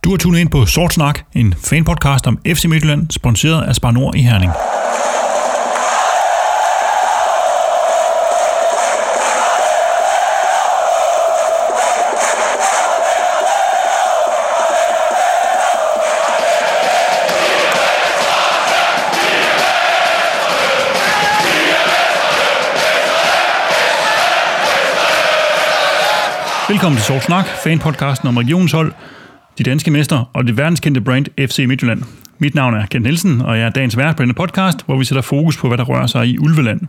Du har tunet ind på Sort Snak, en fanpodcast om FC Midtjylland, sponsoreret af Spar Nord i Herning. Velkommen til Sort Snak, fanpodcasten om regionshold, de danske mestre og det verdenskendte brand FC Midtjylland. Mit navn er Kent Nielsen, og jeg er dagens vært på denne podcast, hvor vi sætter fokus på, hvad der rører sig i Ulveland.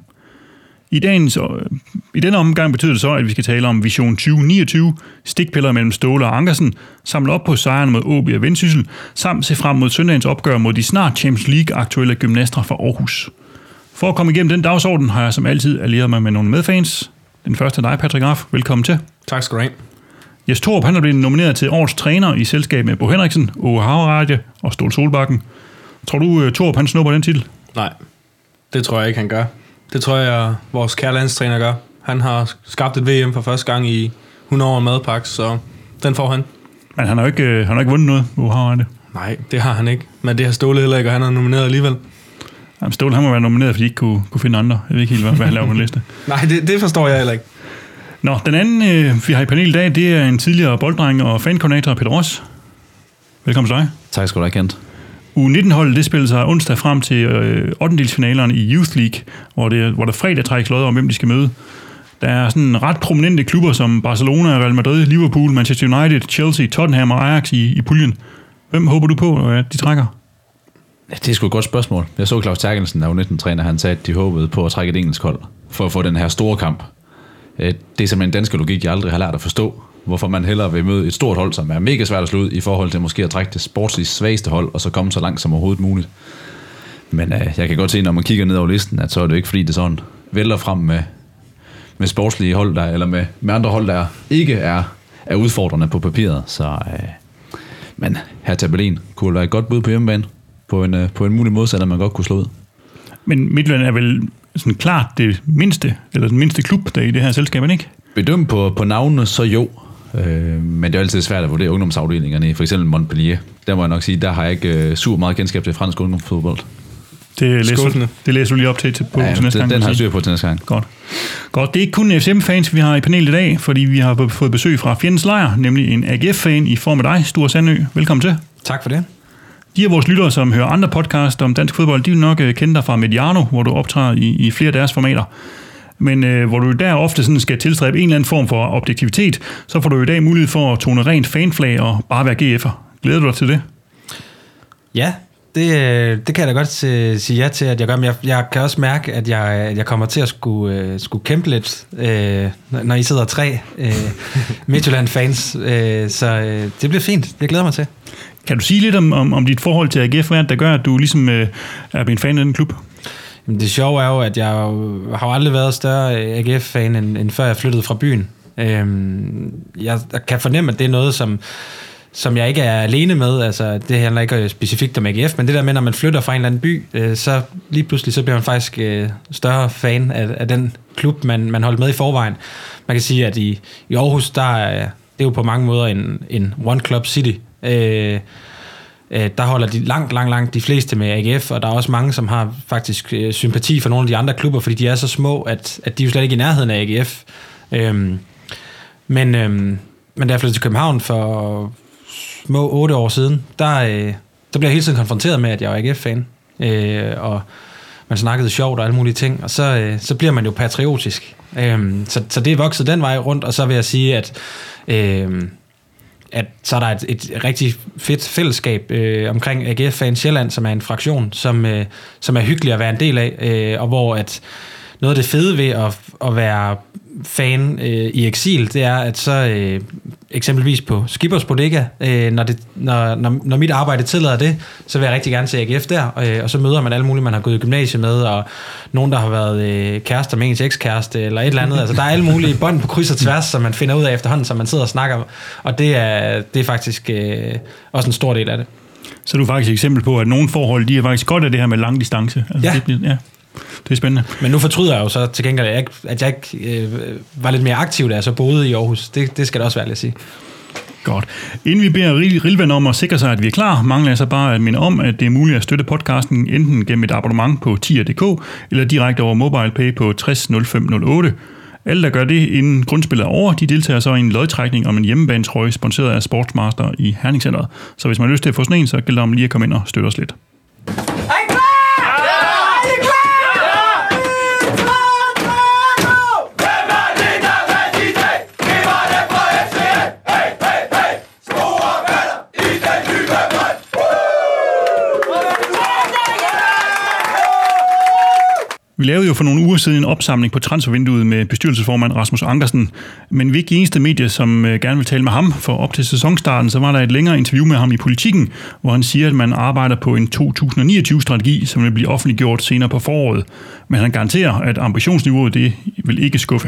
I denne omgang betyder det så, at vi skal tale om Vision 2029, stikpiller mellem Ståle og Ankersen, samle op på sejren mod AaB og Vendsyssel, samt se frem mod søndagens opgør mod de snart Champions League-aktuelle gymnastre fra Aarhus. For at komme igennem den dagsorden har jeg som altid allieret mig med nogle medfans. Den første er dig, Patrick Graf. Velkommen til. Tak skal du have. Jes Torup, han er blevet nomineret til årets træner i selskab med Bo Henriksen, Åge Hareide og Ståle Solbakken. Tror du, Torup han snupper den titel? Nej, det tror jeg ikke, han gør. Det tror jeg, vores kære landstræner gør. Han har skabt et VM for første gang i 100 år madpakke, så den får han. Men han har ikke vundet noget, Åge Hareide. Nej, det har han ikke. Men det har Ståle heller ikke, og han er nomineret alligevel. Jamen, Ståle han må være nomineret, fordi de ikke kunne finde andre. Jeg ved ikke helt, hvad han laver på en liste. Nej, det forstår jeg heller ikke. Nå, den anden, vi har i panelet i dag, det er en tidligere bolddreng og fankoordinator, Peter Ross. Velkommen til dig. Tak skal du have, Kent. U19-holdet, det spiller sig onsdag frem til 8. i Youth League, hvor der fredag trækkes lodder om, hvem de skal møde. Der er sådan ret prominente klubber som Barcelona, Real Madrid, Liverpool, Manchester United, Chelsea, Tottenham og Ajax i puljen. Hvem håber du på, at de trækker? Ja, det er sgu et godt spørgsmål. Jeg så Claus Terkelsen, der var U19-træner, han sagde, at de håbede på at trække et engelsk hold for at få den her store kamp. Det er simpelthen en dansk logik, jeg aldrig har lært at forstå, hvorfor man hellere vil møde et stort hold, som er mega svært at slå ud, i forhold til måske at trække det sportsligt svageste hold, og så komme så langt som overhovedet muligt. Men jeg kan godt se, når man kigger ned over listen, at så er det ikke, fordi det sådan vælter frem med sportslige hold, der, eller med andre hold, der ikke er udfordrende på papiret. Så, men her til Berlin kunne være et godt bud på hjemmebane, på en mulig modstander, man godt kunne slå ud. Men Midtjylland er vel sådan klart det mindste, eller den mindste klub, der er i det her selskab, ikke? Bedømt på navnene, så jo. Men det er altid svært at vurdere ungdomsafdelingerne i for eksempel Montpellier. Der må jeg nok sige, der har jeg ikke super meget kendskab til fransk ungdomsfodbold. Det læser du lige op til næste gang. Den har jeg styr på til næste gang. Godt. Det er ikke kun FCM-fans, vi har i panelet i dag, fordi vi har fået besøg fra fjendens lejr, nemlig en AGF-fan i form af dig, Sture Sandø. Velkommen til. Tak for det. De af vores lyttere, som hører andre podcasts om dansk fodbold, de vil nok kende dig fra Mediano, hvor du optræder i flere af deres formater. Men hvor du der ofte sådan skal tilstræbe en eller anden form for objektivitet, så får du i dag mulighed for at tone rent fanflag og bare være GF'er. Glæder du dig til det? Ja, det kan jeg da godt sige ja til, at jeg gør. Men jeg kan også mærke, at jeg kommer til at skulle kæmpe lidt, når I sidder 3 Midtjylland-fans. Så det bliver fint. Det glæder mig til. Kan du sige lidt om dit forhold til AGF, hvad der gør, at du ligesom er en fan af den klub? Jamen, det sjove er jo, at jeg har aldrig været større AGF-fan, end før jeg flyttede fra byen. Jeg kan fornemme, at det er noget, som jeg ikke er alene med. Altså, det handler ikke specifikt om AGF, men det der med, når man flytter fra en eller anden by, så lige pludselig så bliver man faktisk større fan af den klub, man holdt med i forvejen. Man kan sige, at i Aarhus, det er jo på mange måder en one club city. Der holder de langt de fleste med AGF, og der er også mange, som har faktisk sympati for nogle af de andre klubber, fordi de er så små, at de er jo slet ikke i nærheden af AGF. Men da jeg flyttede til København for små 8 år siden, der blev jeg hele tiden konfronteret med, at jeg var AGF-fan, og man snakkede sjovt og alle mulige ting, og så bliver man jo patriotisk. Så det er vokset den vej rundt, og så vil jeg sige, at så er der et rigtig fedt fællesskab omkring AGF-fans Sjælland, som er en fraktion, som er hyggelig at være en del af, og hvor at noget af det fede ved at være fan i eksil, det er, at så eksempelvis på Skippers Bodega, når mit arbejde tillader det, så vil jeg rigtig gerne se AGF der, og så møder man alle mulige, man har gået i gymnasiet med, og nogen, der har været kærester med ens ekskæreste, eller et eller andet. Altså, der er alle mulige bånd på kryds og tværs, som man finder ud af efterhånden, som man sidder og snakker, og det er faktisk også en stor del af det. Så du er faktisk et eksempel på, at nogle forhold, de er faktisk godt af det her med lang distance. Altså, ja. Det er spændende. Men nu fortryder jeg jo så til gengæld, at jeg ikke var lidt mere aktiv, da jeg så boede i Aarhus. Det skal da også være lidt at sige. Godt. Inden vi beder Rilvan om at sikre sig, at vi er klar, mangler jeg så bare at minde om, at det er muligt at støtte podcasten enten gennem et abonnement på tier.dk eller direkte over MobilePay på 60 0508. Alle, der gør det inden grundspillet er over, de deltager så i en lodtrækning om en hjemmebanetrøje, sponsoreret af Sportsmaster i Herning-centret. Så hvis man har lyst til at få sådan en, så gælder det om lige at komme ind og støtte os lidt. Vi lavede jo for nogle uger siden en opsamling på transfervinduet med bestyrelsesformand Rasmus Ankersen, men vi er ikke de eneste medier, som gerne vil tale med ham, for op til sæsonstarten, så var der et længere interview med ham i Politikken, hvor han siger, at man arbejder på en 2029-strategi, som vil blive offentliggjort senere på foråret, men han garanterer, at ambitionsniveauet det vil ikke skuffe.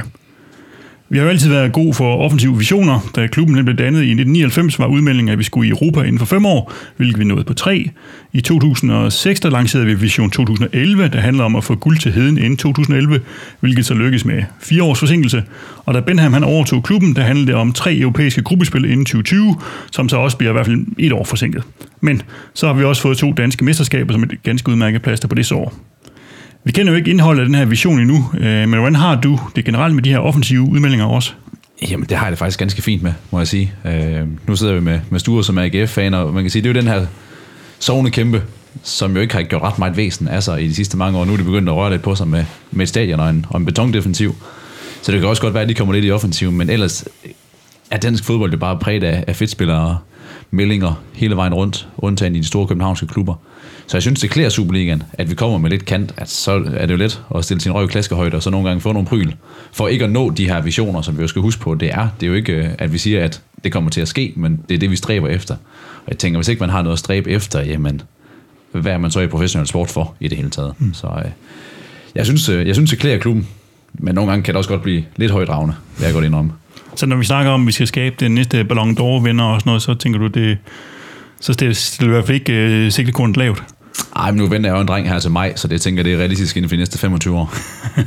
Vi har jo altid været gode for offensive visioner. Da klubben blev dannet i 1999, var udmeldingen, at vi skulle i Europa inden for 5 år, hvilket vi nåede på 3. I 2006 der lancerede vi Vision 2011, der handler om at få guld til heden inden 2011, hvilket så lykkedes med 4 års forsinkelse. Og da Benham han overtog klubben, der handlede det om 3 europæiske gruppespil inden 2020, som så også bliver i hvert fald 1 år forsinket. Men så har vi også fået 2 danske mesterskaber som et ganske udmærket plaster på det år. Vi kender jo ikke indholdet af den her vision endnu, men hvordan har du det generelt med de her offensive udmeldinger også? Jamen, det har jeg det faktisk ganske fint med, må jeg sige. Nu sidder vi med Sture som AGF-fan, og man kan sige, det er jo den her sovende kæmpe, som jo ikke har gjort ret meget væsen af sig i de sidste mange år. Nu er de begyndt at røre lidt på sig med et stadion og en betondefensiv. Så det kan også godt være, at de kommer lidt i offensiv, men ellers er dansk fodbold jo bare præget af fedtspillere og meldinger hele vejen rundt, undtagen i de store københavnske klubber. Så jeg synes, det klæder Superligaen, at vi kommer med lidt kant, at så er det jo let at stille sin røv i klaskehøjde, og så nogle gange få nogle pryl, for ikke at nå de her visioner, som vi jo skal huske på. Det er jo ikke, at vi siger, at det kommer til at ske, men det er det, vi stræber efter. Og jeg tænker, hvis ikke man har noget at stræbe efter, jamen, hvad er man så i professionel sport for i det hele taget? Så jeg synes, det klæder klubben, men nogle gange kan det også godt blive lidt højdragende, vil jeg godt indrømme. Så når vi snakker om, at vi skal skabe den næste Ballon d'Or-vinder og sådan noget, så tænker du, så stiller i hvert fald ikke sigtekornet lavt? Ej, men nu venter jeg jo en dreng her til maj, så det tænker det er realistisk inden for de næste 25 år.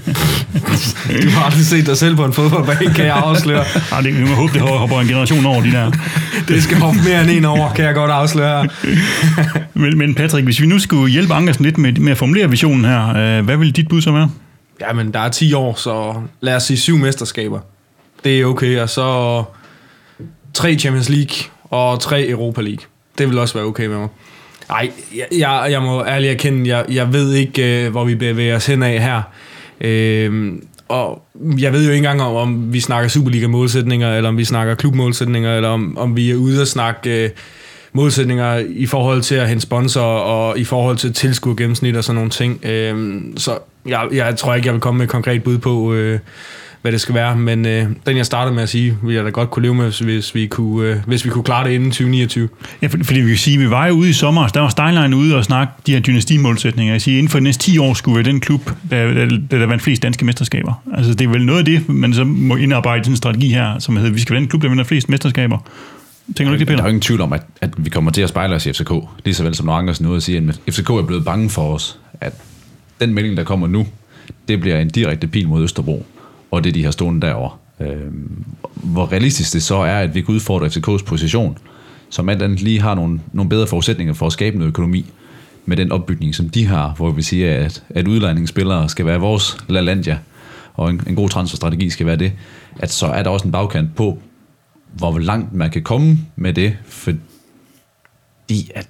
Du har aldrig set dig selv på en fodboldbane, kan jeg afsløre. Ej, det kan man håbe, det hopper en generation over de der. Det skal hoppe mere end 1 år, kan jeg godt afsløre. Men Patrick, hvis vi nu skulle hjælpe Ankersen lidt med at formulere visionen her, hvad vil dit bud så være? Jamen, der er 10 år, så lad os sige 7 mesterskaber. Det er okay, og så 3 Champions League og 3 Europa League. Det vil også være okay med mig. Ej, jeg må ærligt erkende, jeg ved ikke, hvor vi bevæger os henad her. Og jeg ved jo ikke engang, om vi snakker Superliga-målsætninger, eller om vi snakker klubmålsætninger, eller om vi er ude at snakke målsætninger i forhold til at hente sponsorer, og i forhold til tilskuergennemsnit og sådan nogle ting. Så jeg tror ikke, jeg vil komme med et konkret bud på, hvad det skal være, men den jeg startede med at sige, vil jeg da godt kunne leve med, hvis vi kunne klare det inden 2029. Ja, fordi vi kan sige, vi var jo ude i sommer, der var Steinlein ude og snakke de her dynastimålsætninger. Jeg siger, inden for de næste 10 år skulle være den klub, der vandt flest danske mesterskaber. Altså det er vel noget af det, man så må indarbejde sådan en strategi her, som hedder, vi skal være den klub, der vinder flest mesterskaber. Tænker du ikke det, Peter? Der er jo ingen tvivl om, at vi kommer til at spejle os i FCK, lige så vel som når Ankersen ude og siger, at FCK er blevet bange for os, at den melding, der kommer nu, det bliver en direkte pil mod Østerbro. Og det, de har stående derovre. Hvor realistisk det så er, at vi kan udfordre FCK's position, som alt andet lige har nogle bedre forudsætninger for at skabe noget økonomi med den opbygning, som de har, hvor vi siger, at udlejningsspillere skal være vores LaLandia, og en god transferstrategi skal være det, at så er der også en bagkant på, hvor langt man kan komme med det, fordi at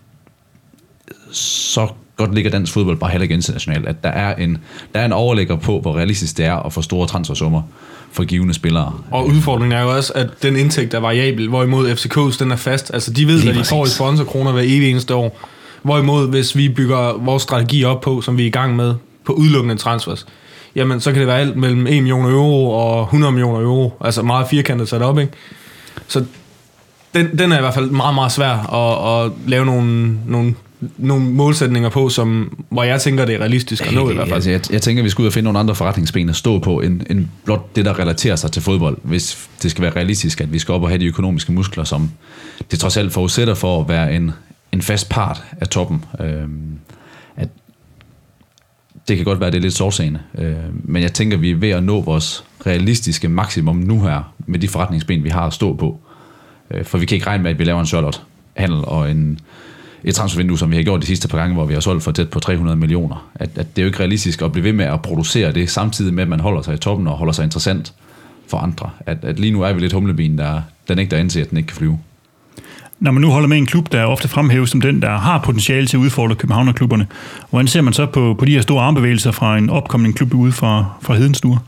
så godt ligger dansk fodbold bare heller ikke internationalt, at der er en overlægger på, hvor realistisk det er at få store transfersummer for givende spillere. Og udfordringen er jo også, at den indtægt er variabel, hvorimod FCK's den er fast. Altså de ved, hvad de får i sponsorkroner hver evig eneste år. Hvorimod hvis vi bygger vores strategi op på, som vi er i gang med, på udelukkende transfers, jamen så kan det være alt mellem 1 million euro og 100 millioner euro. Altså meget firkantet sat op, ikke? Så den er i hvert fald meget, meget svær at lave nogle målsætninger på, hvor jeg tænker, det er realistisk at nå i hvert fald. Altså, jeg tænker, vi skal ud og finde nogle andre forretningsben at stå på, end blot det, der relaterer sig til fodbold, hvis det skal være realistisk, at vi skal op og have de økonomiske muskler, som det trods alt forudsætter for at være en fast part af toppen. At det kan godt være, det er lidt sårsigende, men jeg tænker, vi er ved at nå vores realistiske maksimum nu her, med de forretningsben, vi har at stå på. For vi kan ikke regne med, at vi laver en Charlotte-handel og et transfervindue, som vi har gjort de sidste par gange, hvor vi har solgt for tæt på 300 millioner. At det er jo ikke realistisk at blive ved med at producere det, samtidig med, at man holder sig i toppen og holder sig interessant for andre. At lige nu er vi lidt humlebien, den ikke der indser, at den ikke kan flyve. Når man nu holder med en klub, der er ofte fremhæves som den, der har potentiale til at udfordre Københavnerklubberne, hvordan ser man så på de her store armbevægelser fra en opkommende klub ude fra Hedensture?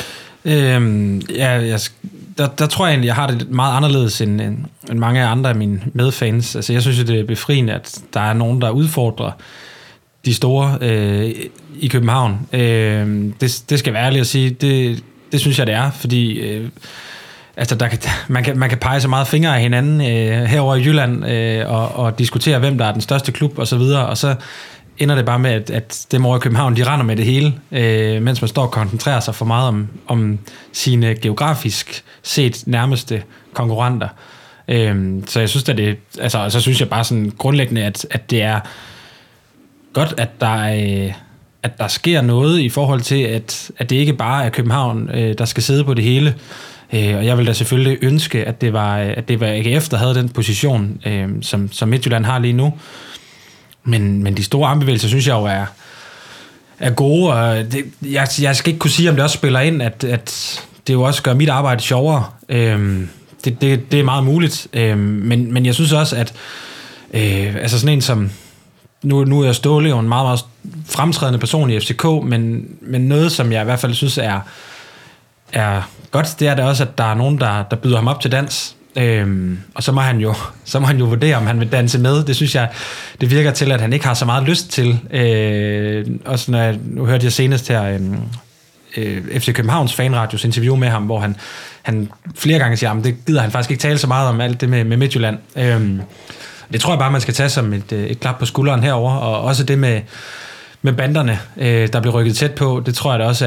Der tror jeg egentlig, jeg har det meget anderledes end mange andre af mine medfans. Altså, jeg synes, det er befriende, at der er nogen, der udfordrer de store i København. Det skal være ærligt at sige, det synes jeg, det er, fordi altså, man kan pege så meget fingre af hinanden herover i Jylland og diskutere, hvem der er den største klub og så videre, og så ender det bare med, at dem over i København, de render med det hele, mens man står og koncentrerer sig for meget om sine geografisk set nærmeste konkurrenter. Så jeg synes, så synes jeg bare sådan grundlæggende, at det er godt, at der sker noget i forhold til, at det ikke bare er København, der skal sidde på det hele. Og jeg vil da selvfølgelig ønske, at det var AGF, der havde den position, som Midtjylland har lige nu. Men de store armbevægelser, synes jeg jo er gode, og jeg skal ikke kunne sige, om det også spiller ind, at det jo også gør mit arbejde sjovere. Det er meget muligt, men jeg synes også, at altså sådan en som nu er Ståle jo en meget, meget fremtrædende person i FCK, men noget, som jeg i hvert fald synes er godt, det er da også, at der er nogen, der byder ham op til dans. Og så må han jo vurdere, om han vil danse med. Det synes jeg, det virker til, at han ikke har så meget lyst til. Også nu hørte jeg senest her FC Københavns fanradios interview med ham, hvor han flere gange siger, at det gider han faktisk ikke tale så meget om alt det med Midtjylland. Det tror jeg bare, man skal tage som et klap på skulderen herover, og også det med banderne, der bliver rykket tæt på. Det tror jeg da også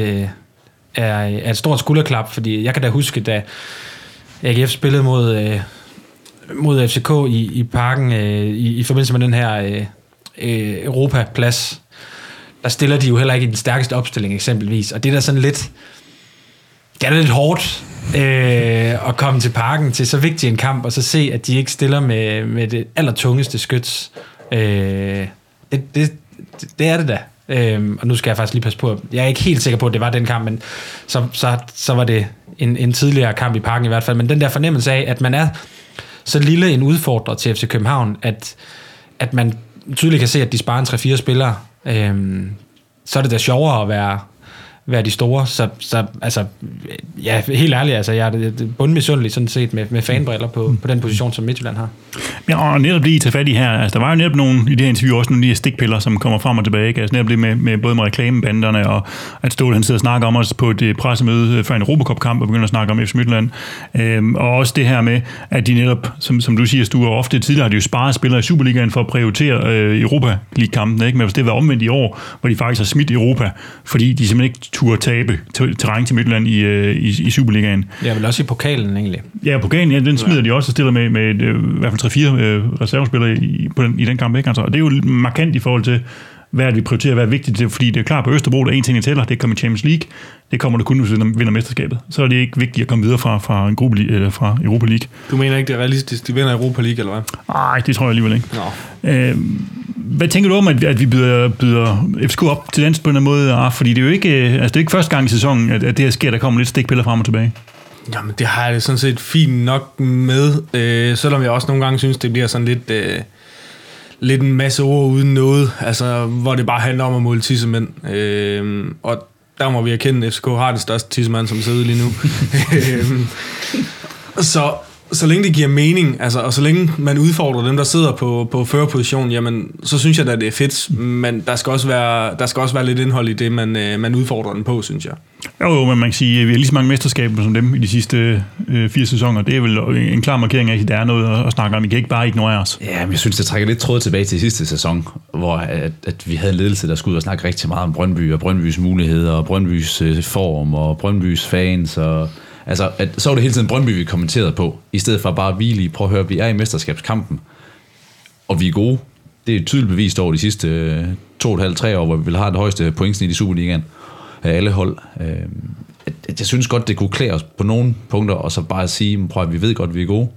er et stort skulderklap, fordi jeg kan da huske, da AGF spillede mod FCK i parken i forbindelse med den her Europaplads. Der stiller de jo heller ikke i den stærkeste opstilling eksempelvis, og det er da sådan lidt, det er da lidt hårdt at komme til parken til så vigtig en kamp, og så se, at de ikke stiller med det allertungeste skyts. Det er det da. Og nu skal jeg faktisk lige passe på, jeg er ikke helt sikker på, at det var den kamp, men så var det en tidligere kamp i parken i hvert fald, men den der fornemmelse af, at man er så lille en udfordrer til FC København, at man tydeligt kan se, at de sparer 3-4 spillere, så er det da sjovere at være de store, så altså, ja, helt ærligt, altså, jeg er bundmisundelig sådan set med fanbriller på den position, som Midtjylland har. Ja, og netop lige tage fat i her, altså der var jo netop nogle i det her interview også nogle af de her stikpiller, som kommer frem og tilbage, ikke? Altså netop det med både med reklamebanderne, og at Ståle han sidder og snakker om os på et pressemøde før en Europacup-kamp, og begynder at snakke om FC Midtjylland, og også det her med, at de netop, som du siger, Stue, ofte tidligere har de jo sparet spillere i Superligaen for at prioritere Europa League-kampen, ikke? Men hvis det var omvendt i år, hvor de faktisk har smidt Europa, fordi de simpelthen ikke turde tabe terræn til Midtjylland i Superligaen. Ja, vel også i pokalen egentlig. Ja, pokalen, ja, den smider de også og stiller med i hvert fald 3-4 reservespillere i den kamp, ikke? Altså, og det er jo markant i forhold til, hvad vi prioriterer, hvad er vigtigt, fordi det er klart på Østerbro, der er en ting, der tæller, det kommer i Champions League, det kommer der kun, hvis vi vinder mesterskabet. Så er det ikke vigtigt at komme videre fra en gruppe eller fra Europa League. Du mener ikke, det er realistisk, de vinder Europa League, eller hvad? Nej, det tror jeg alligevel ikke. Nå. Hvad tænker du om, at vi byder FCK op til dans på en måde? Fordi det er jo ikke, altså det er ikke første gang i sæsonen, at det her sker, der kommer lidt stikpiller frem og tilbage. Jamen, det har jeg det sådan set fint nok med, selvom jeg også nogle gange synes, det bliver sådan lidt en masse ord uden noget, altså hvor det bare handler om at måle tissemænd. Og der må vi erkende, at FCK har det største tissemand, som sidder lige nu. Så længe det giver mening, altså, og så længe man udfordrer dem, der sidder på førerposition, jamen, så synes jeg, at det er fedt, men der skal også være lidt indhold i det, man udfordrer den på, synes jeg. Jo, men man kan sige, at vi har lige så mange mesterskaber som dem i de sidste 4 sæsoner. Det er vel en klar markering af, at der er noget at snakke om. Vi kan ikke bare ignorere os. Ja, men jeg synes, det trækker lidt tråd tilbage til sidste sæson, hvor at vi havde en ledelse, der skulle ud og snakke rigtig meget om Brøndby og Brøndbys muligheder og Brøndbys form og Brøndbys fans og altså, så var det hele tiden Brøndby, vi kommenterede på, i stedet for bare hvile i, prøv at høre, vi er i mesterskabskampen, og vi er gode. Det er tydeligt bevist over de sidste 2,5-3 år, hvor vi vil have det højeste pointsnit i Superligaen af alle hold. Jeg synes godt, det kunne klæde os på nogle punkter, og så bare sige, prøv at vi ved godt, vi er gode.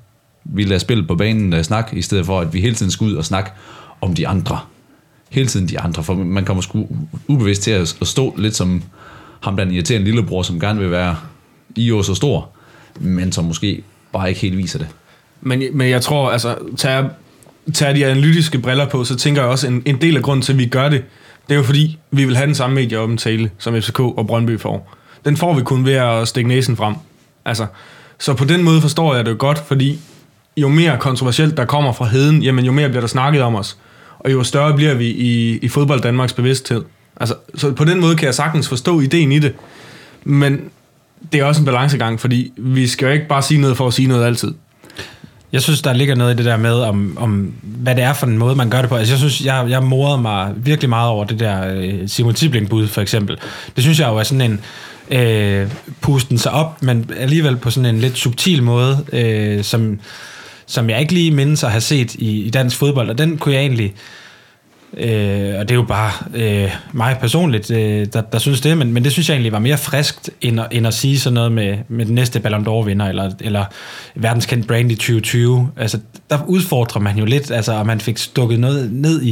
vi lader spillet på banen snakke, i stedet for, at vi hele tiden skal ud og snakke om de andre. Hele tiden de andre, for man kommer sgu ubevidst til at stå lidt som ham, der er en irriterende lillebror, som gerne vil være i år så stor, men som måske bare ikke helt viser det. Men jeg tror, altså, tager de analytiske briller på, så tænker jeg også, en del af grunden til, at vi gør det, det er jo fordi, vi vil have den samme medieomtale, som FCK og Brøndby får. Den får vi kun ved at stikke næsen frem. Altså, så på den måde forstår jeg det jo godt, fordi jo mere kontroversielt der kommer fra heden, jamen jo mere bliver der snakket om os, og jo større bliver vi i fodbold Danmarks bevidsthed. Altså, så på den måde kan jeg sagtens forstå ideen i det, men det er også en balancegang, fordi vi skal jo ikke bare sige noget for at sige noget altid. Jeg synes, der ligger noget i det der med, om hvad det er for en måde, man gør det på. Altså, jeg synes, jeg morede mig virkelig meget over det der Simon Tibling-bud, for eksempel. Det synes jeg jo er sådan en pusten sig op, men alligevel på sådan en lidt subtil måde, som jeg ikke lige mindes at have set i dansk fodbold, og den kunne jeg egentlig... og det er jo bare mig personligt, der synes det, men det synes jeg egentlig var mere friskt, end at sige sådan noget med den næste Ballon d'Or-vinder, eller verdenskendt brand i 2020. Altså, der udfordrer man jo lidt, altså, og man fik stukket noget ned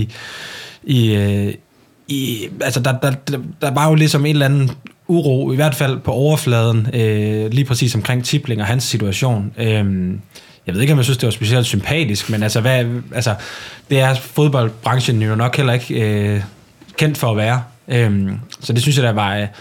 i altså, der var jo ligesom en eller anden uro, i hvert fald på overfladen, lige præcis omkring Tibling og hans situation. Jeg ved ikke, om jeg synes, det var specielt sympatisk, men altså, det er fodboldbranchen jo nok heller ikke kendt for at være. Så det synes jeg,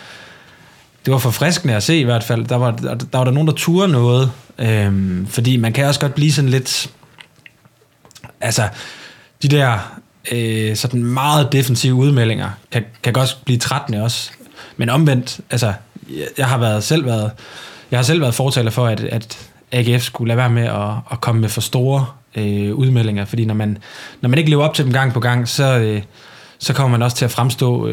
det var forfriskende at se i hvert fald. Der var der nogen, der turde noget, fordi man kan også godt blive sådan lidt... Altså, de der sådan meget defensive udmeldinger kan godt blive trættende også. Men omvendt, altså, jeg har selv været fortaler for, at AGF skulle lade være med at komme med for store udmeldinger, fordi når man ikke lever op til dem gang på gang, så kommer man også til at fremstå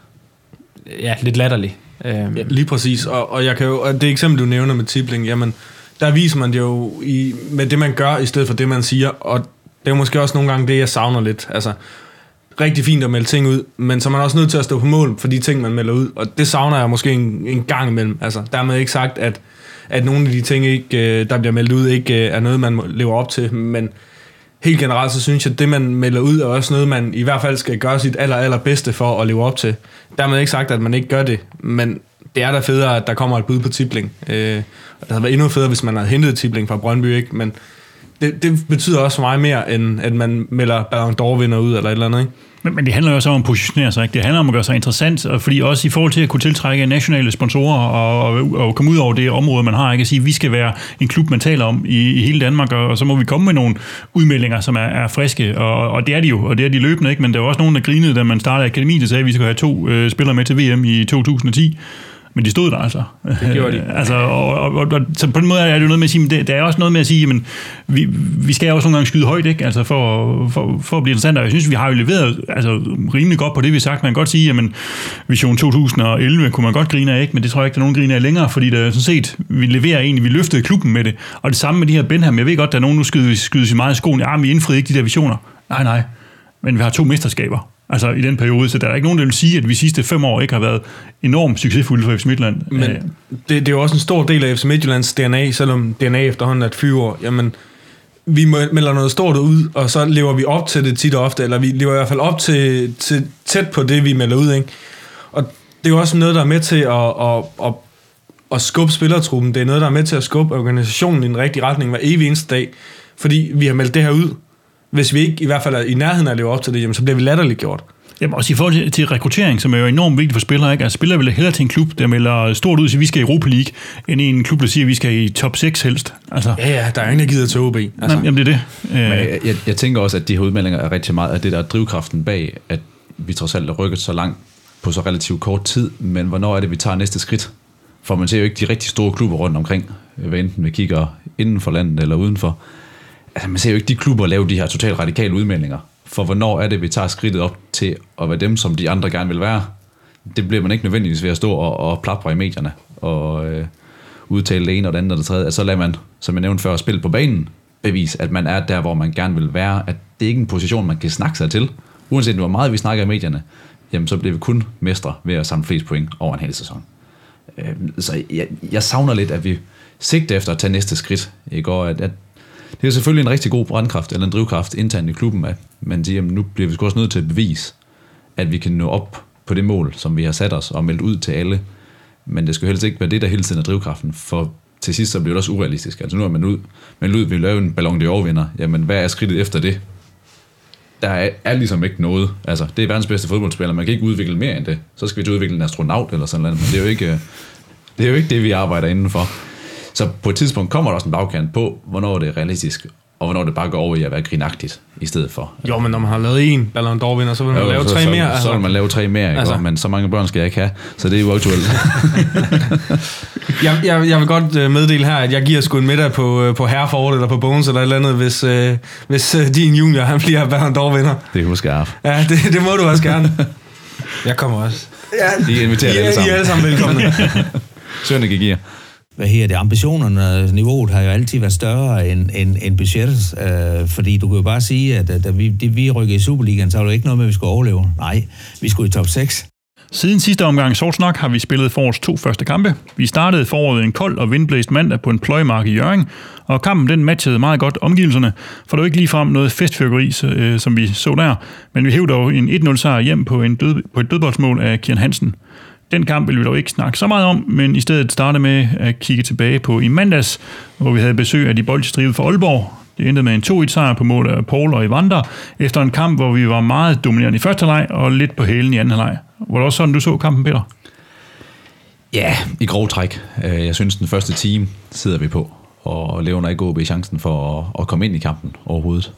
lidt latterlig. Ja, lige præcis, og jeg kan jo, og det eksempel, du nævner med Tibling, jamen, der viser man det jo med det, man gør, i stedet for det, man siger, og det er måske også nogle gange det, jeg savner lidt. Altså, rigtig fint at melde ting ud, men så er man også nødt til at stå på mål for de ting, man melder ud, og det savner jeg måske en gang imellem. Altså, dermed ikke sagt, at nogle af de ting, ikke, der bliver meldt ud, ikke er noget, man lever op til, men helt generelt, så synes jeg, at det, man melder ud, er også noget, man i hvert fald skal gøre sit allerbedste for at leve op til. Dermed ikke sagt, at man ikke gør det, men det er da federe, at der kommer et bud på Tibling. Det havde været endnu federe, hvis man havde hentet Tibling fra Brøndby, ikke? Men det betyder også for mig mere, end at man melder Ballon d'Or-vinder ud, eller et eller andet, ikke? Men det handler jo også om at positionere sig, ikke? Det handler om at gøre sig interessant, fordi også i forhold til at kunne tiltrække nationale sponsorer og komme ud over det område, man har, ikke? At sige, at vi skal være en klub, man taler om i hele Danmark, og så må vi komme med nogle udmeldinger, som er friske, og det er de jo, og det er de løbende, ikke? Men der var også nogen, der grinede, da man startede akademiet, og sagde, at vi skal have 2 spillere med til VM i 2010. Men de stod der altså. Det gjorde de. Altså, og så på den måde er det jo noget med at sige, der er også noget med at sige, jamen, vi skal også nogle gange skyde højt, ikke? Altså for at blive interessant, og jeg synes, vi har jo leveret altså, rimelig godt på det, vi har sagt. Man kan godt sige, jamen, Vision 2011 kunne man godt grine af, ikke? Men det tror jeg ikke, der er nogen griner af længere, fordi der sådan set, vi leverer egentlig, vi løftede klubben med det. Og det samme med de her Benham. Jeg ved godt, der er nogen, nu skyder sig meget i skoen. Ja, vi indfriede ikke de der visioner. Nej. Men vi har 2 mesterskaber. Altså i den periode, så der er ikke nogen, der vil sige, at vi sidste 5 år ikke har været enormt succesfulde for FC Midtjylland. Men det er jo også en stor del af FC Midtjyllands DNA, selvom DNA efterhånden er 20 år. Jamen, vi melder noget stort ud, og så lever vi op til det tit og ofte, eller vi lever i hvert fald op til tæt på det, vi melder ud, ikke? Og det er jo også noget, der er med til at skubbe spillertruppen. Det er noget, der er med til at skubbe organisationen i den rigtige retning hver evig eneste dag, fordi vi har meldt det her ud. Hvis vi ikke i hvert fald er i nærheden af at leve op til det, jamen, så bliver vi latterligt gjort. Jamen også i forhold til rekruttering, som er jo enormt vigtigt for spillere, ikke? Altså spillere vil hellere til en klub, der melder stort ud, at vi skal i Europa League, end en klub, der siger, at vi skal i top 6 helst. Altså. Ja, der er ingen, der gider til OB. Altså. Jamen det er det. Jeg tænker også, at de her udmeldinger er rigtig meget af det, der er drivkraften bag, at vi trods alt er rykket så langt på så relativt kort tid, men hvornår er det, vi tager næste skridt? For man ser jo ikke de rigtig store klubber rundt omkring, hvad enten vi kigger inden for landet eller udenfor. Altså, man ser jo ikke de klubber lave de her totalt radikale udmeldinger. For hvornår er det, vi tager skridtet op til at være dem, som de andre gerne vil være? Det bliver man ikke nødvendigvis ved at stå og plapre i medierne og udtale det ene og det andet og det tredje. Altså, så lader man, som jeg nævnte før, spille på banen, bevise, at man er der, hvor man gerne vil være. At det ikke er en position, man kan snakke sig til. Uanset hvor meget vi snakker i medierne, jamen, så bliver vi kun mestre ved at samle flest point over en hel sæson. Så jeg savner lidt, at vi sigter efter at tage næste skridt. Ikke? Og at det er selvfølgelig en rigtig god brandkraft, eller en drivkraft internt i klubben, at man siger, jamen, nu bliver vi sgu også nødt til at bevise, at vi kan nå op på det mål, som vi har sat os og meldt ud til alle. Men det skal helst ikke være det, der hele tiden er drivkraften, for til sidst så bliver det også urealistisk. Altså nu er man ud, vi laver en Ballon d'Or-vinder. Jamen, hvad er skridtet efter det? Der er ligesom ikke noget. Altså, det er verdens bedste fodboldspiller. Man kan ikke udvikle mere end det. Så skal vi til at udvikle en astronaut eller sådan noget. Men det er jo ikke det, vi arbejder indenfor. Så på et tidspunkt kommer der også en bagkant på, hvornår det er realistisk, og hvornår det bare går over i at være grinagtigt i stedet for. Jo, men når man har lavet en Ballon d'Or-vinder, så vil man lave 3 mere. Så vil man lave 3 mere, altså. Men så mange børn skal jeg ikke have, så det er jo aktuelt. jeg vil godt meddele her, at jeg giver sgu en middag på Herford eller på Bones eller et eller andet, hvis din junior han bliver Ballon d'Or-vinder. Det husker jeg. Ja, det må du også gerne. Jeg kommer også. Ja, de inviterer alle sammen. I er alle sammen velkomne. Sønne gik i. Ambitionerne, niveauet har jo altid været større end budgettet, fordi du kan jo bare sige, at da vi rykkede i Superligaen, så var det ikke noget med, at vi skulle overleve. Nej, vi skulle i top 6. Siden sidste omgang Sort Snak har vi spillet forårets 2 første kampe. Vi startede foråret en kold og vindblæst mandag på en pløjemark i Hjørring, og kampen den matchede meget godt omgivelserne, for det var ikke ligefrem noget festfyrkeri, som vi så der, men vi hævde dog en 1-0 sejr hjem på et dødboldsmål af Kieran Hansen. Den kamp vil vi dog ikke snakke så meget om, men i stedet starte med at kigge tilbage på i mandags, hvor vi havde besøg af de boldstrive fra Aalborg. Det endte med en 2-1-sejr på mål af Paul og Evander, efter en kamp, hvor vi var meget dominerende i første halvleg og lidt på hælen i anden halvleg. Var det også sådan, du så kampen, Peter? Ja, i grov træk. Jeg synes, den første time sidder vi på, og levner ikke OB chancen for at komme ind i kampen overhovedet.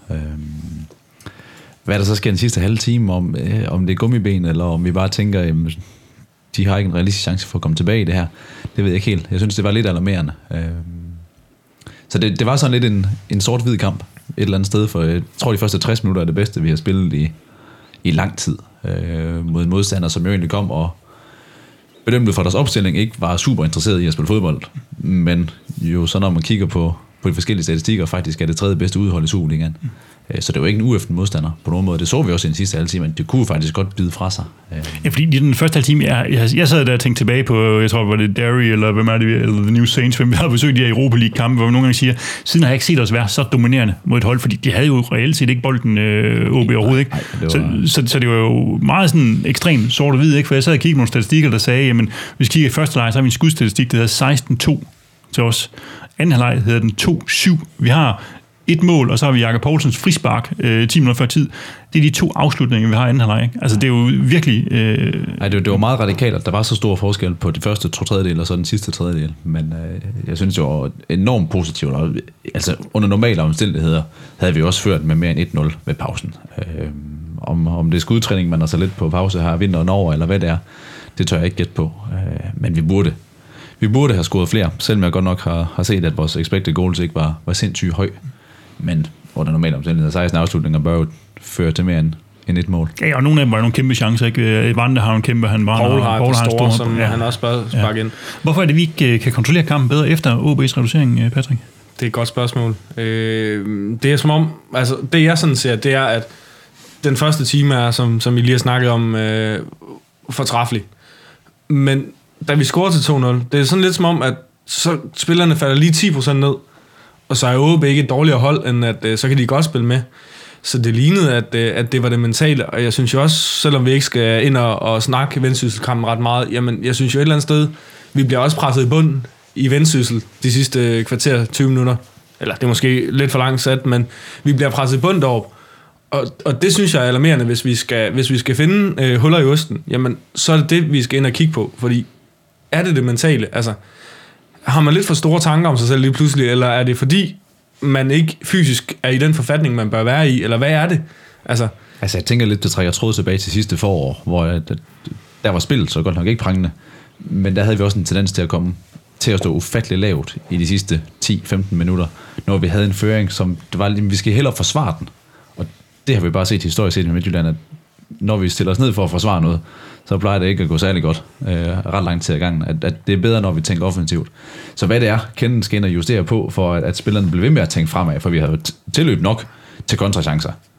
Hvad der så sker den sidste halve time, om det er gummiben, eller om vi bare tænker, de har ikke en realistisk chance for at komme tilbage i det her. Det ved jeg ikke helt. Jeg synes, det var lidt alarmerende. Så det var sådan lidt en sort-hvid kamp et eller andet sted, for jeg tror, de første 60 minutter er det bedste, vi har spillet i lang tid mod en modstander, som jo egentlig kom og bedømte fra deres opstilling ikke var super interesseret i at spille fodbold. Men jo så når man kigger på de forskellige statistikker, faktisk er det 3. bedste udhold i Superligaen. Så det var ikke en ueften modstander på nogen måde. Det så vi også i den sidste halve time, men det kunne faktisk godt bide fra sig. Ja, fordi i den første halve time, jeg sad der og tænkte tilbage på, jeg tror, var det Derry, eller hvem er det, eller The New Saints, hvem vi havde besøgt de her Europa League-kampe, hvor vi nogle gange siger, siden har jeg ikke set os være så dominerende mod et hold, fordi de havde jo reelt set ikke bolden OB overhovedet, ikke? Så det var jo meget sådan ekstremt sort og hvid, ikke? For jeg sad og kiggede på nogle statistikker, der sagde, jamen, hvis vi kigger i første leg, så har vi en skudstatistik, der hedder 16-2 til os. Anden halvleg hedder den 2-7. Vi har et mål, og så har vi Jakob Poulsens frispark 10 minutter før tid. Det er de 2 afslutninger, vi har i anden halvleg. Altså, det er jo virkelig... Nej, det var meget radikalt, at der var så stor forskel på de første 2/3 og så den sidste tredjedel. Men jeg synes, det var enormt positivt. Og, altså, under normale omstændigheder havde vi også ført med mere end 1-0 ved pausen. Om det er skudtræning, man har så lidt på pause her vinteren over, eller hvad det er, det tør jeg ikke gætte på. Men vi burde have scoret flere, selvom jeg godt nok har set, at vores expected goals ikke var sindssygt høj. Men under normale omstændigheder, 16 afslutninger bør jo føre til mere end et mål. Ja, og nogle af dem var nogle kæmpe chancer, ikke? Evander har en kæmpe, Paul har en stor, som han også bare sparker ind. Hvorfor er det, vi ikke kan kontrollere kampen bedre efter OB's reducering, Patrick? Det er et godt spørgsmål. Det er som om, altså det jeg sådan ser, det er, at den første time er, som I lige har snakket om, fortræffelig. Men da vi scorer til 2-0, det er sådan lidt som om, at så spillerne falder lige 10% ned, og så er OB ikke et dårligere hold, end at så kan de godt spille med. Så det lignede, at det var det mentale, og jeg synes jo også, selvom vi ikke skal ind og snakke Vendsysselkampen ret meget, jamen jeg synes jo et eller andet sted, vi bliver også presset i bunden i Vendsyssel de sidste kvarter, 20 minutter. Eller det er måske lidt for langt sat, men vi bliver presset i bunden deroppe. Og det synes jeg er alarmerende, hvis vi skal finde huller i osten, jamen så er det, vi skal ind og kigge på, fordi er det mentale? Altså, har man lidt for store tanker om sig selv lige pludselig, eller er det fordi, man ikke fysisk er i den forfatning, man bør være i, eller hvad er det? Altså jeg tænker lidt, det trækker tråd tilbage til sidste forår, hvor der var spillet, så godt nok ikke prangende, men der havde vi også en tendens til at stå ufattelig lavt i de sidste 10-15 minutter, når vi havde en føring, som det var, vi skal hellere forsvare den. Og det har vi bare set historisk set med Midtjylland, at når vi stiller os ned for at forsvare noget, så plejer det ikke at gå særlig godt ret langt til ad gangen. At det er bedre, når vi tænker offensivt. Så hvad det er, Kenden skal ind og justere på, for at spillerne bliver ved med at tænke fremad, for vi har jo tilløb nok til kontrachancer.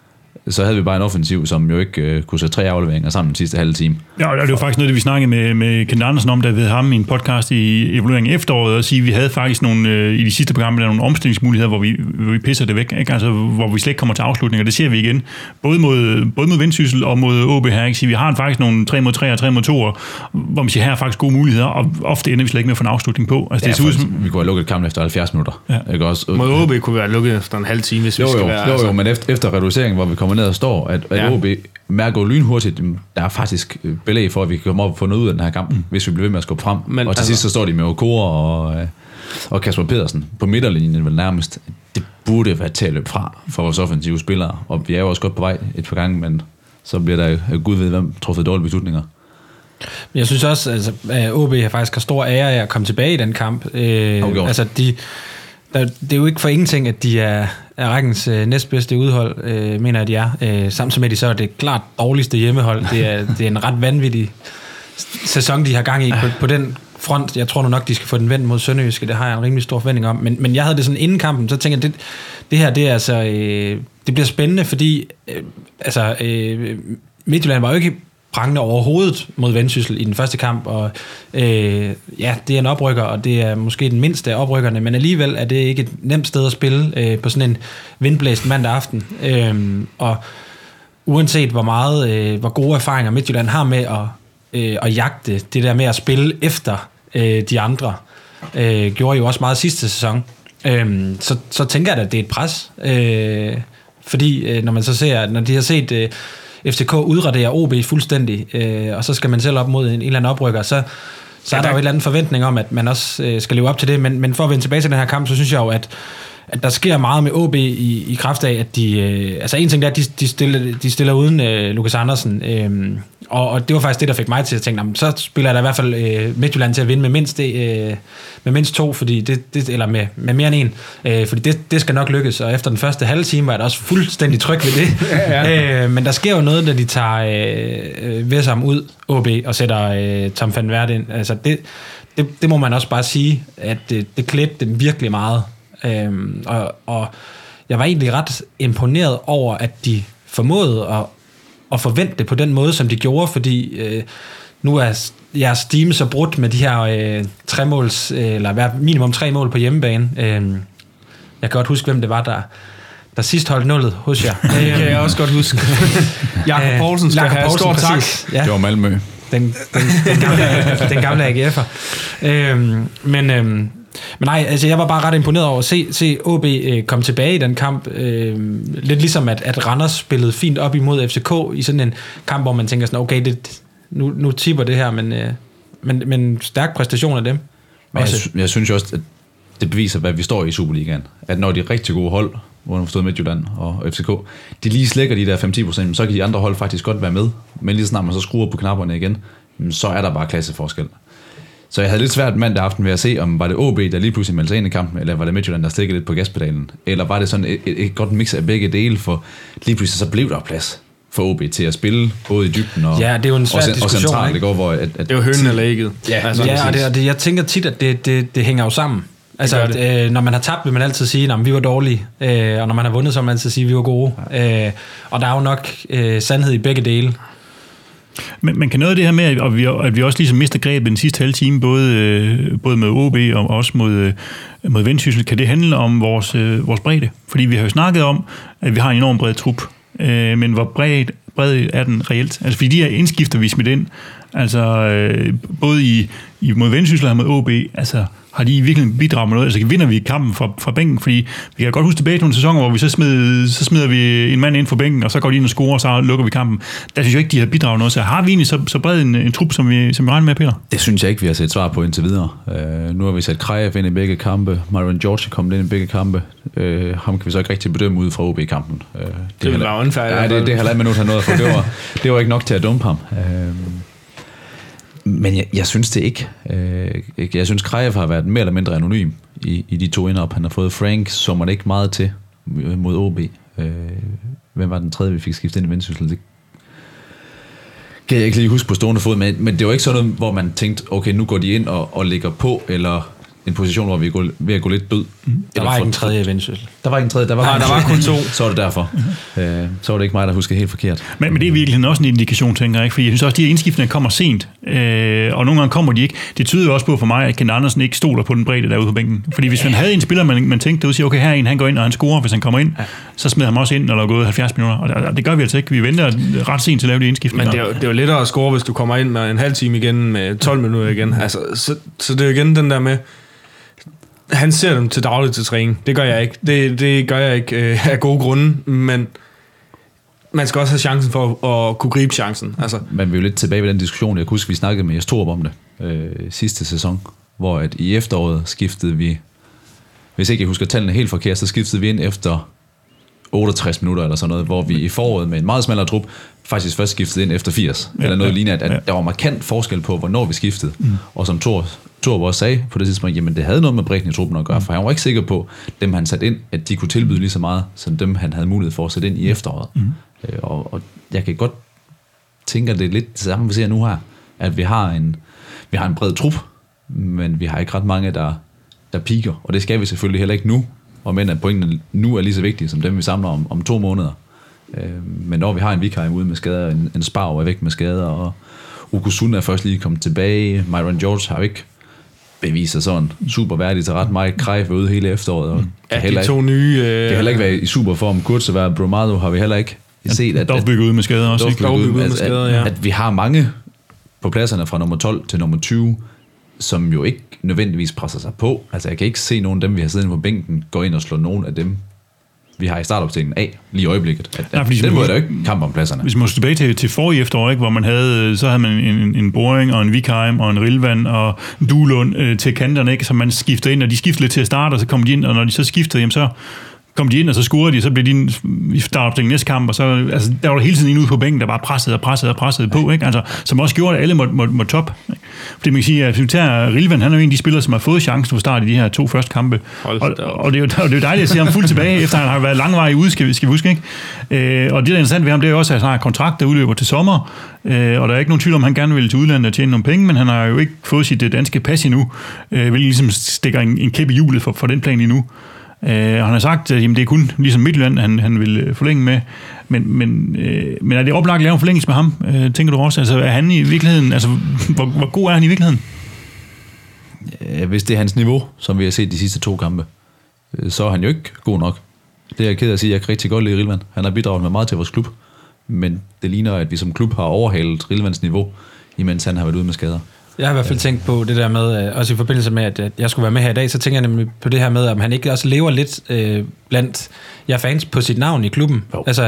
så havde vi bare en offensiv, som jo ikke kunne sætte 3 afleveringer sammen den sidste halve time. Ja, og det var faktisk noget, vi snakkede med Kent Andersen om, der ved ham i en podcast i evalueringen efteråret, og sige, at vi havde faktisk nogle, i de sidste programmer, der nogle omstillingsmuligheder, hvor vi pisser det væk, ikke? Altså, hvor vi slet ikke kommer til afslutning, og det ser vi igen, både mod Vendsyssel og mod OB her, ikke? Så vi har faktisk nogle 3 mod 3 og 3 mod 2, hvor man siger, her er faktisk gode muligheder, og ofte ender vi slet ikke med at få en afslutning på. Altså, det ser ud som... Vi kunne have lukket kampen efter 70 minutter. Ja. Ikke også? Mod OB kunne være lukket efter en halv time, hvis vi skal være... Jo, men efter reduceringen, hvor vi kommer ned og står, at OB mærker lynhurtigt, der er faktisk belæg for, at vi kan komme op og få noget ud af den her kamp, hvis vi bliver ved med at skubbe frem. Men, og til sidst så står de med Okora og Kasper Pedersen på midterlinjen vel nærmest. Det burde være til at løbe fra for vores offensive spillere, og vi er jo også godt på vej et par gange, men så bliver der Gud ved, hvem truffet dårlige beslutninger. Jeg synes også, at OB faktisk har stor ære af at komme tilbage i den kamp. Altså, det er jo ikke for ingenting, at de er rækkens næstbedste udhold, mener jeg, de er. Samtidig med, de så er det klart dårligste hjemmehold. Det er en ret vanvittig sæson, de har gang i på den front. Jeg tror nu nok, de skal få den vendt mod Sønderjyske. Det har jeg en rimelig stor forventning om. Men jeg havde det sådan inden kampen, så tænker jeg, det her, det er altså... det bliver spændende, fordi Midtjylland var jo ikke prangende overhovedet mod Vendsyssel i den første kamp, og det er en oprykker, og det er måske den mindste af oprykkerne, men alligevel er det ikke et nemt sted at spille på sådan en vindblæst mandag aften. Og uanset hvor gode erfaringer Midtjylland har med at jagte det der med at spille efter de andre, gjorde jo også meget sidste sæson. Så tænker jeg, at det er et pres, fordi når man så ser, når de har set FCK udradere OB fuldstændig, og så skal man selv op mod en eller anden oprykker, så er der jo et eller andet forventning om, at man også skal leve op til det, men for at vende tilbage til den her kamp, så synes jeg jo, at der sker meget med OB i kraft af, at de... altså en ting er, at de stiller uden Lukas Andersen, og det var faktisk det, der fik mig til at tænke, så spiller jeg da i hvert fald Midtjylland til at vinde med mindst 2, fordi eller med mere end 1, fordi det skal nok lykkes, og efter den første halve time var jeg da også fuldstændig tryg ved det. Men der sker jo noget, da de tager Vessam ud, OB, og sætter Tom van Werd ind. Altså det må man også bare sige, at det klædte dem virkelig meget. Og jeg var egentlig ret imponeret over, at de formåede at forvente det på den måde, som de gjorde, fordi nu er jeres team så brudt med de her 3 måls, eller minimum 3 mål på hjemmebane. Jeg kan godt huske, hvem det var, der sidst holdt nullet hos jer. Det kan jeg også godt huske. Jakob Poulsen skal have stor tak. Ja. Det var Malmø. Den gamle AGF'er. Men nej, altså jeg var bare ret imponeret over at se OB komme tilbage i den kamp. Lidt ligesom at Randers spillede fint op imod FCK i sådan en kamp, hvor man tænker sådan, okay, nu tipper det her, men stærk præstation af dem. Jeg synes jo også, at det beviser, hvad vi står i Superligaen. At når de rigtig gode hold, hvor man forstår Midtjylland og FCK, de lige slækker de der 5-10%, så kan de andre hold faktisk godt være med. Men lige snart man så skruer på knapperne igen, så er der bare klasseforskel. Så jeg havde lidt svært mandag aften ved at se, om var det OB, der lige pludselig meldte sig ind i kampen, eller var det Midtjylland, der stikkede lidt på gaspedalen, eller var det sådan et godt mix af begge dele, for lige pludselig så blev der plads for OB til at spille, både i dybden og, det er jo en svær diskussion, og centralt. Det går, hvor det er jo hønen eller ægget. Og jeg tænker tit, at det hænger jo sammen. Altså, når man har tabt, vil man altid sige, at vi var dårlige, og når man har vundet, så vil man altid sige, at vi var gode. Og der er jo nok sandhed i begge dele. Men kan noget af det her med, at vi også ligesom mister grebet den sidste halve time, både med OB og også mod Vendsyssel, kan det handle om vores bredde? Fordi vi har jo snakket om, at vi har en enorm bred trup, men hvor bred er den reelt? Altså fordi de her indskifter, vi smidt ind, altså både mod Vendsyssel og mod OB, altså har de virkelig bidraget med noget? Altså vinder vi kampen fra bænken? Fordi vi kan godt huske tilbage til nogle sæsoner, hvor vi så smider vi en mand ind fra bænken, og så går de ind og scorer, og så lukker vi kampen. Der synes jeg ikke, de har bidraget noget. Så har vi egentlig så bred en trup, som vi regner med, Peter? Det synes jeg ikke, vi har set svar på indtil videre. Nu har vi sat Krejev ind i begge kampe. Marvin George er kommet ind i begge kampe. Ham kan vi så ikke rigtig bedømme ud fra OB-kampen. Det vil være unfair. Ja, det halvandet minut, han nåede, for det var ikke nok til at dumpe ham. Men jeg synes det ikke. Jeg synes, Krejev har været mere eller mindre anonym i de 2 indop. Han har fået Frank, som man ikke meget til mod OB. Hvem var den tredje, vi fik skiftet ind i Vendsyssel? Det kan jeg ikke lige huske på stående fod, men det var ikke sådan noget, hvor man tænkte, okay, nu går de ind og ligger på, eller en position, hvor vi er ved at gå lidt død. Der var ikke en tredje vendsyssel. Der var ikke en tredje, der var kun to. Så var det derfor. Så var det ikke mig, der husker helt forkert. Men det er virkelig også en indikation, tænker jeg, ikke? Fordi jeg synes også, at de her indskiftninger kommer sent, og nogle gange kommer de ikke. Det tyder jo også på for mig, at Kent Andersen ikke stoler på den bredde derude på bænken. Fordi hvis man havde en spiller, man tænkte derude, siger, okay, her er en, han går ind, og han scorer, hvis han kommer ind, så smider han også ind, når der er gået 70 minutter. Og det gør vi altså ikke. Vi venter ret sent til at lave de indskiftninger. Men det er jo lettere at score, hvis du kommer ind med en halv time igen, med 12 minutter igen. Altså, så det er jo igen den der med, han ser dem til dagligt til træning. Det gør jeg ikke. Det gør jeg ikke af gode grunde, men man skal også have chancen for at kunne gribe chancen. Altså. Men vi er jo lidt tilbage ved den diskussion. Jeg kan huske, vi snakkede med Jes Torup om det sidste sæson, hvor at i efteråret skiftede vi, hvis ikke jeg husker tallene helt forkert, så skiftede vi ind efter 68 minutter eller sådan noget, hvor vi i foråret med en meget smallere trup faktisk først skiftede ind efter 80. Eller noget lignende, at der var markant forskel på, hvornår vi skiftede. Og som Torup også sagde på det tidspunkt, jamen det havde noget med bredden i truppen at gøre, for han var ikke sikker på, dem han satte ind, at de kunne tilbyde lige så meget, som dem han havde mulighed for at sætte ind i efteråret. Og jeg kan godt tænke, at det er lidt det samme, vi ser nu her, at vi har en bred trup, men vi har ikke ret mange, der piker, og det skal vi selvfølgelig heller ikke nu, og men at pointene nu er lige så vigtige, som dem vi samler om 2 måneder. Men når vi har en Vikheim ude med skader, en Sparv er væk med skader, og Okusun er først lige kommet tilbage, Myron George har ikke bevist sig sådan super værdig til ret. Mike Kreif er ude hele efteråret, og de to nye... kan heller ikke være i superform. Kurtzevær og Bromado har vi heller ikke set, at... Dog bygget ud med skader også, ikke? At vi har mange på pladserne fra nummer 12 til nummer 20, som jo ikke nødvendigvis presser sig på. Altså, jeg kan ikke se nogen af dem, vi har siddet på bænken, gå ind og slå nogen af dem, vi har i startopstillingen af lige i øjeblikket. Den måde er der jo ikke kamp om pladserne. Hvis man må tilbage til forrige efterår, ikke, hvor man havde man en Boring og en Vikheim og en Rilvan og Duelund til kanterne, ikke, som man skiftede ind, og de skiftede lidt til at starte, og så kom de ind, og når de så skiftede, jamen, så kom de ind, og så scorede de, og så blev de i startopstillingen næste kamp, og så, altså, der var der hele tiden en ude på bænken, der bare pressede på, ikke? Altså, som også gjorde, at alle måtte top. Ikke? Fordi man kan sige, at hvis vi tager Rilvan, han er jo en af de spillere, som har fået chancen for start i de her 2 første kampe. Og det er jo dejligt at se ham fuldt tilbage, efter han har været langvarig ude, skal vi huske, ikke? Og det, der er interessant ved ham, det er jo også, at han har en kontrakt, der udløber til sommer, og der er ikke nogen tvivl om, at han gerne vil til udlandet og tjene nogle penge, men han har jo ikke fået sit danske pas endnu, hvilket ligesom stikker en kæp i hjulet for den plan endnu. Og han har sagt, at jamen, det er kun ligesom Midtjylland, han vil forlænge med. Men er det oplagt at lave en forlængelse med ham, tænker du også? Altså, er han i virkeligheden, altså, hvor god er han i virkeligheden? Hvis det er hans niveau, som vi har set de sidste 2 kampe, så er han jo ikke god nok. Det er jeg ked af at sige, jeg kan rigtig godt lide Rilvan. Han har bidraget med meget til vores klub, men det ligner, at vi som klub har overhalet Rilvans niveau, imens han har været ude med skader. Jeg har i hvert fald tænkt på det der med, også i forbindelse med, at jeg skulle være med her i dag, så tænker jeg nemlig på det her med, om han ikke også lever lidt blandt jer fans på sit navn i klubben.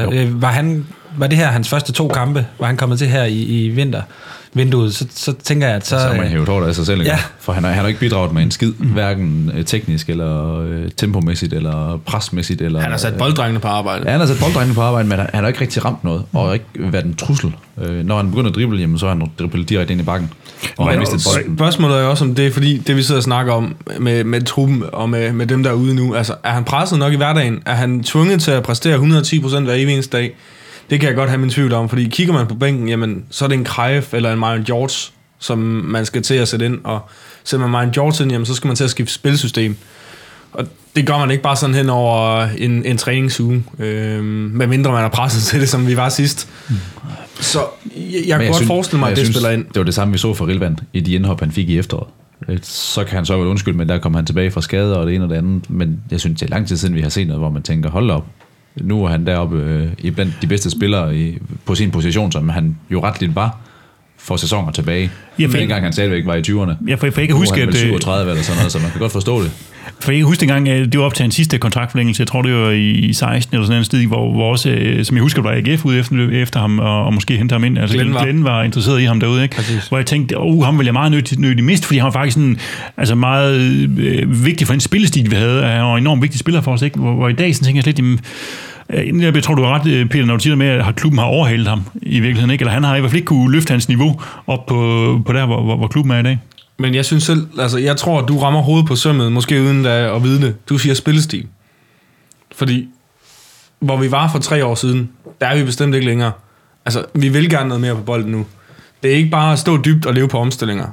Var det her hans første 2 kampe, var han kommet til her i vintervinduet, så tænker jeg, at så... Så er man hævet hårdt af sig selv, ja. For han har ikke bidraget med en skid, hverken teknisk, eller tempomæssigt, eller presmæssigt, eller... Han har sat bolddrengene på arbejde. Ja, han har sat bolddrengene på arbejde, men han har ikke rigtig ramt noget, og ikke været en trussel. Når han begynder at drible, jamen, så har han dribblet direkte ind i bakken. Og han mistet bolden. Spørgsmålet er jo også om det, fordi det vi sidder og snakker om med truppen og med dem der er ude nu, altså er han presset nok i hverdagen? Er han tvunget til at præstere 110% hver eneste dag? Det kan jeg godt have min tvivl om, fordi kigger man på bænken, jamen, så er det en Kreif eller en Myron George, som man skal til at sætte ind, og sætter man Myron George ind, jamen, så skal man til at skifte spilsystem. Og det gør man ikke bare sådan hen over en træningsuge, medmindre man er presset til det, som vi var sidst. Så jeg kan godt forestille mig, at det spiller ind. Det var det samme, vi så for Rilvan i de indhop, han fik i efteråret. Så kan han så være undskyld, men der kom han tilbage fra skader og det ene og det andet. Men jeg synes, det er lang tid siden, vi har set noget, hvor man tænker, hold op. Nu er han deroppe blandt de bedste spillere på sin position, som han jo retligt var for sæsoner tilbage. Ja, for dengang han stadigvæk var i 20'erne. Ja, for jeg kan huske, at... 37 eller sådan noget, så man kan godt forstå det. For jeg kan huske dengang, det var op til en sidste kontraktforlængelse, jeg tror det var i 16 eller sådan en sted, hvor også, som jeg husker, var AGF ude efter ham, og måske hente ham ind. Altså Glenn var interesseret i ham derude, ikke? Hvor jeg tænkte, ham vil jeg meget nødig miste, fordi han var faktisk sådan, altså meget vigtig for en spillestil, vi havde. Han var en enormt vigtig spiller for os, ikke? Hvor i dag, så tænker jeg slet, jeg tror, du har ret, Peter, når du siger med, at klubben har overhalet ham i virkeligheden, ikke? Eller han har i hvert fald ikke kunne løfte hans niveau op på der, hvor klubben er i dag. Men jeg synes selv, altså jeg tror, at du rammer hovedet på sømmet, måske uden at vide det. Du siger spillestil. Fordi, hvor vi var for 3 år siden, der er vi bestemt ikke længere. Altså, vi vil gerne noget mere på bolden nu. Det er ikke bare at stå dybt og leve på omstillinger.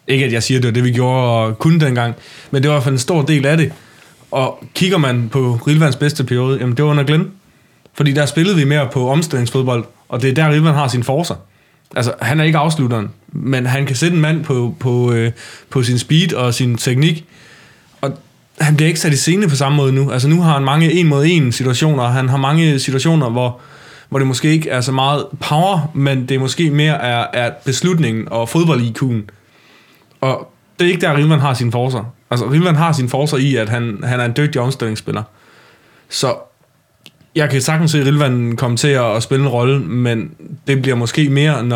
Ikke at jeg siger, det var det, vi gjorde og kunne dengang, men det var i hvert fald en stor del af det. Og kigger man på Rilvans bedste periode, jamen det var under Glenn. Fordi der spillede vi mere på omstillingsfodbold, og det er der, Rilvan har sin forcer. Altså, han er ikke afslutteren, men han kan sætte en mand på sin speed og sin teknik, og han bliver ikke sat i scene på samme måde nu. Altså, nu har han mange 1-mod-1 situationer, og han har mange situationer, hvor det måske ikke er så meget power, men det måske mere er beslutningen og fodbold-IQ'en. Og det er ikke der, Rilvan har sin forcer. Altså, Rilvan har sin forcer i, at han er en dygtig omstillingsspiller. Så jeg kan sagtens se Rilvan komme til at spille en rolle, men det bliver måske mere,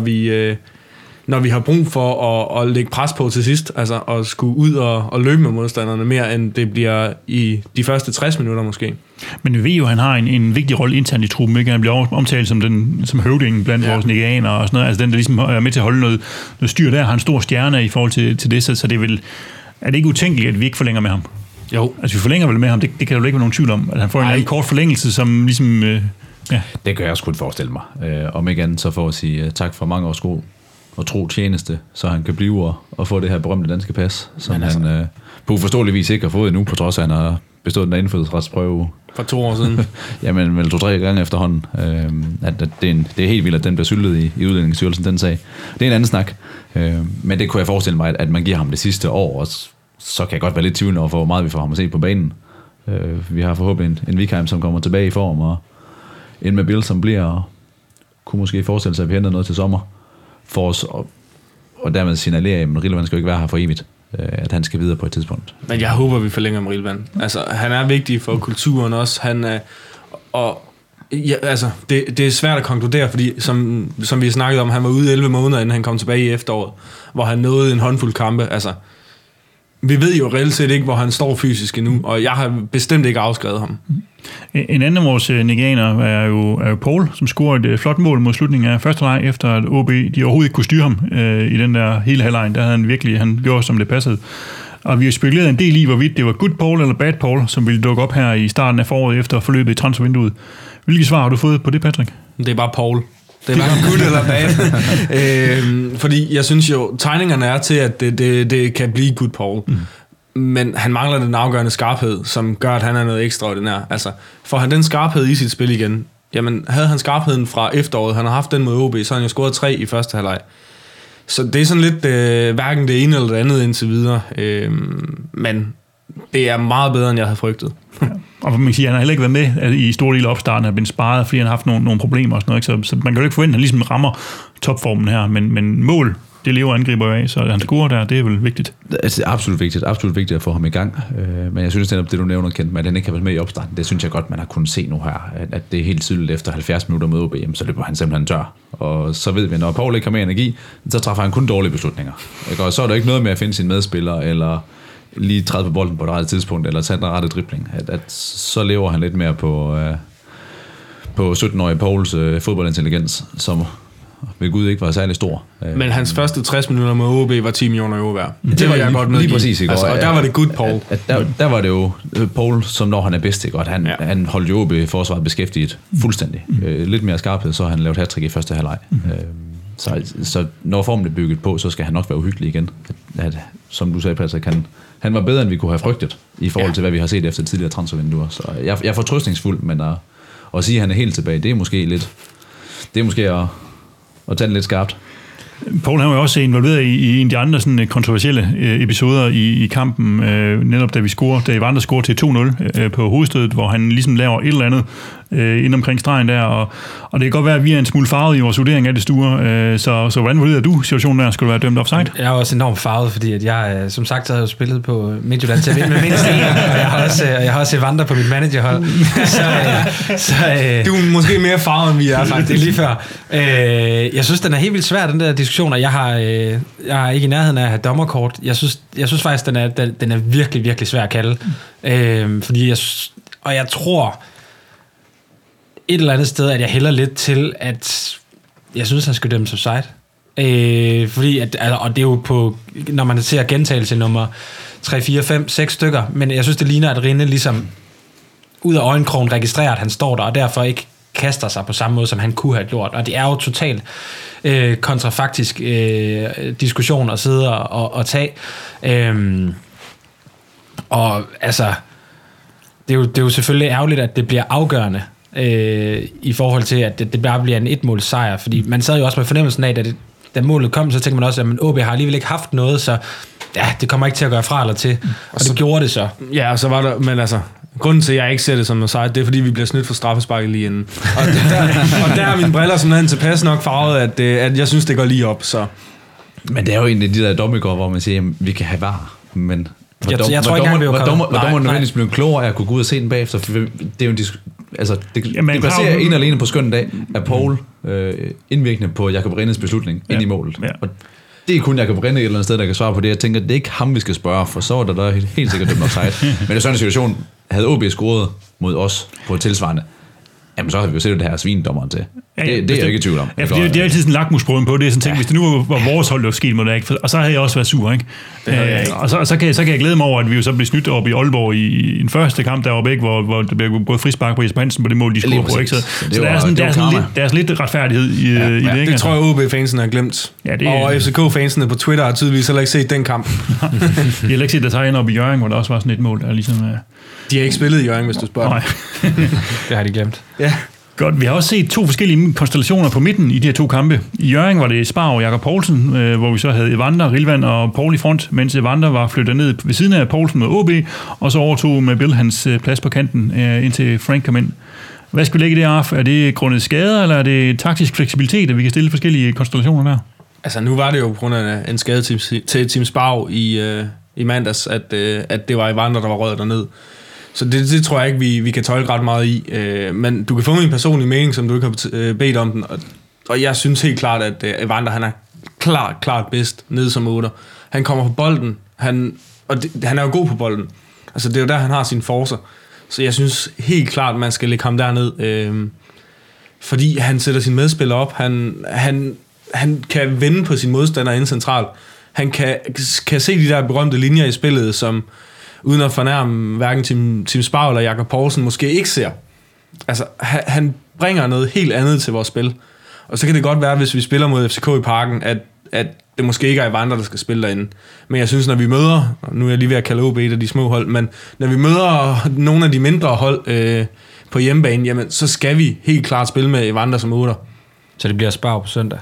når vi har brug for at lægge pres på til sidst, altså at skulle ud og løbe med modstanderne mere, end det bliver i de første 60 minutter måske. Men vi ved jo, at han har en vigtig rolle internt i truppen, ikke? Han bliver omtalt som høvdingen blandt vores nigerianere og sådan noget, altså den, der ligesom er med til at holde noget styr der, har en stor stjerne i forhold til det, så det er det ikke utænkeligt, at vi ikke forlænger med ham? Jo. Altså, vi forlænger vel med ham, det kan jo ikke være nogen tvivl om, at han får en kort forlængelse, som ligesom... ja. Det kan jeg også kun forestille mig. Om ikke andet, så for at sige tak for mange års god og tro tjeneste, så han kan blive og få det her berømte danske pas, som han på uforståelig vis ikke har fået endnu, på trods af, at han har bestået den der indfødsretsprøve. For 2 år siden. Jamen, vel 2-3 gange efterhånden. At det er helt vildt, at den bliver syltet i Udlændingsstyrelsen, den sag. Det er en anden snak. Men det kunne jeg forestille mig, at man giver ham det sidste år, og så kan jeg godt være lidt tvivlende over, hvor meget vi får ham at se på banen. Vi har forhåbentlig en Vikheim, som kommer tilbage i form, og en med Bill, som bliver, og kunne måske forestille sig, at vi henter noget til sommer for os, og dermed signalere, at Rilvan skal jo ikke være her for evigt, at han skal videre på et tidspunkt. Men jeg håber, vi forlænger med Rilvan. Altså, han er vigtig for kulturen også. Han er, og ja, altså, det er svært at konkludere, fordi som vi snakkede om, han var ude 11 måneder, inden han kom tilbage i efteråret, hvor han nåede en håndfuld kampe. Altså, vi ved jo reelt set ikke, hvor han står fysisk endnu, og jeg har bestemt ikke afskrevet ham. En anden af vores nigerianere er jo Paul, som scorede et flot mål mod slutningen af første leg, efter at OB de overhovedet ikke kunne styre ham i den der hele halvlejen. Der havde han gjorde, som det passede. Og vi har spekuleret en del i, hvorvidt det var good Paul eller bad Paul, som ville dukke op her i starten af foråret efter forløbet i transfervinduet. Hvilke svar har du fået på det, Patrick? Det er bare Paul. Det er bare good eller bad. Fordi jeg synes jo, tegningerne er til, at det kan blive good Paul. Men han mangler den afgørende skarphed, som gør, at han er noget ekstraordinær. Altså, får han den skarphed i sit spil igen, jamen havde han skarpheden fra efteråret, han har haft den mod OB, så har han jo scoret 3 i første halvleg. Så det er sådan lidt hverken det ene eller det andet indtil videre. Men det er meget bedre, end jeg havde frygtet. Ja. Og man kan sige, han har heller ikke været med i store dele af opstarten, har blevet sparet, fordi han har haft nogle problemer og sådan noget. Ikke? Så man kan jo ikke forvente, at han ligesom rammer topformen her. Men mål, det lever angriber af, så han scorer der, det er vel vigtigt. Det er absolut vigtigt at få ham i gang. Men jeg synes, at det du nævner, Kent, med at han ikke har været med i opstarten, det synes jeg godt, man har kunnet se nu her. At det er helt tydeligt efter 70 minutter med OB, så løber han simpelthen tør. Og så ved vi, når Paul ikke har mere energi, så træffer han kun dårlige beslutninger. Og så er der ikke noget med at finde sine medspillere, eller lige træde på bolden på det rette tidspunkt, eller tage den rette dribling. At så lever han lidt mere på 17-årige Pauls fodboldintelligens, som ved Gud ikke var særlig stor. Men hans første 60 minutter med OB var 10 millioner euro værd. Det var jeg godt med. Lige præcis, ikke? Altså, og der var det good Paul. Der var det jo Paul, som når han er bedst, ikke? Han holdt jo OB forsvaret beskæftiget fuldstændig. Lidt mere skarphed, så han lavet hattrick i første halvleg. Så når formen er bygget på, så skal han nok være uhyggelig igen. At, som du sagde, Patrick, han var bedre, end vi kunne have frygtet, i forhold til, hvad vi har set efter tidligere transfervinduer. Så jeg er fortrøstningsfuld, men at sige, at han er helt tilbage, det er måske at tage det lidt skarpt. Paul han var jo også involveret i en af de andre sådan kontroversielle episoder i kampen, netop da Evander scorede til 2-0 på hovedstødet, hvor han ligesom laver et eller andet ind omkring stregen der, og det kan godt være, at vi er en smule farvet i vores vurdering af det stuer, så hvordan vurderer du situationen der? Skulle du være dømt offside? Jeg er også enormt farvet, fordi at jeg, som sagt, har jo spillet på Midtjylland til at vinde med mindst en, og jeg har også Evander på mit managerhold. Du er måske mere farvet, end vi er, faktisk. Det er lige før. Jeg synes, den er helt vildt svær, den der diskussion, og jeg har ikke i nærheden af at have dommerkort. Jeg synes faktisk, den er virkelig, virkelig svær at kalde. Fordi jeg tror et eller andet sted, at jeg hælder lidt til, at jeg synes, han skal dømmes offside. Fordi, og det er jo på, når man ser gentagelse nummer 3, 4, 5, 6 stykker, men jeg synes, det ligner, at Rinde ligesom ud af øjenkrogen registrerer, at han står der, og derfor ikke kaster sig på samme måde, som han kunne have gjort. Og det er jo totalt kontrafaktisk diskussion at sidde og tage. Og altså, det er jo selvfølgelig ærgerligt, at det bliver afgørende i forhold til, at det bare bliver en etmåls sejr, fordi man sad jo også med fornemmelsen af, da målet kom, så tænkte man også, at OB har alligevel ikke haft noget, så ja, det kommer ikke til at gøre fra eller til, og det gjorde det så. Ja, og så var der, men altså, grunden til, at jeg ikke ser det som noget sejr, det er, fordi vi bliver snydt for straffesparket lige inden. Og der er mine briller simpelthen tilpas nok farvet, at jeg synes, det går lige op, så. Men det er jo en af de der dommegår, hvor man siger, at vi kan have var, men jeg tror ikke engang, vi var dommer nødvendigvis blevet klogere af at kunne gå ud og se den bagefter, for det er jo det baserer en alene på skønne dag af Paul indvirkende på Jakob Rennes beslutning ind i målet. Ja. Og det er kun Jakob Renne et eller andet sted, der kan svare på det. Jeg tænker, det er ikke ham, vi skal spørge, for så er der helt sikkert dømt offside. Men i sådan en situation, havde OB scoret mod os på et tilsvarende, jamen så har vi jo set det her svindommeren til. Det er jeg ikke i tvivl om. Ja, for det er altid sådan en lakmusprøven på det. Sådan, hvis det nu var vores hold, der var sket mod det, ikke? Og så havde jeg også været sur, ikke? Og så kan jeg glæde mig over, at vi jo så blev snydt op i Aalborg i en første kamp deroppe, ikke? Hvor der blev gået frispark på Jesper Hansen på det mål, de scorede på, ikke? Så der er sådan lidt retfærdighed i det, ikke? Det tror jeg, OB-fansene har glemt. Ja, og FCK-fansene på Twitter har tydeligvis heller ikke set den kamp. De har ikke set, der tager ind op i Hjørring, hvor der også var sådan et mål, der ligesom... De har ikke spillet i Hjørring, hvis du spørger. Nej. Det har de glemt. Ja. Godt, vi har også set 2 forskellige konstellationer på midten i de her 2 kampe. I Hjørring var det Spar og Jakob Poulsen, hvor vi så havde Evander, Rilvan og Paul i front, mens Evander var flyttet ned ved siden af Poulsen med OB, og så overtog med Bill hans plads på kanten, indtil Frank kom ind. Hvad skal vi lægge i det, Arf? Er det grundet skader, eller er det taktisk fleksibilitet, at vi kan stille forskellige konstellationer der? Altså nu var det jo på grund af en skade til Tim Spar i mandags, at det var Evander, der var røget derned. Så det tror jeg ikke, vi kan tolke ret meget i. Men du kan få min personlige mening, som du ikke har bedt om den. Og jeg synes helt klart, at Evander, han er klart bedst nede som 8. Han kommer på bolden. Han er jo god på bolden. Altså det er jo der, han har sine forcer. Så jeg synes helt klart, at man skal lægge ham derned. Fordi han sætter sine medspillere op. Han kan vende på sin modstander inden centralt. Han kan se de der berømte linjer i spillet, som uden at fornærme hverken Tim Spar eller Jakob Poulsen måske ikke ser. Altså, han bringer noget helt andet til vores spil. Og så kan det godt være, hvis vi spiller mod FCK i Parken, at det måske ikke er Evander, der skal spille derinde. Men jeg synes, når vi møder, nu er jeg lige ved at kalde OB et af de små hold, men når vi møder nogle af de mindre hold på hjemmebane, jamen, så skal vi helt klart spille med Evander som 8. Så det bliver Spar på søndag.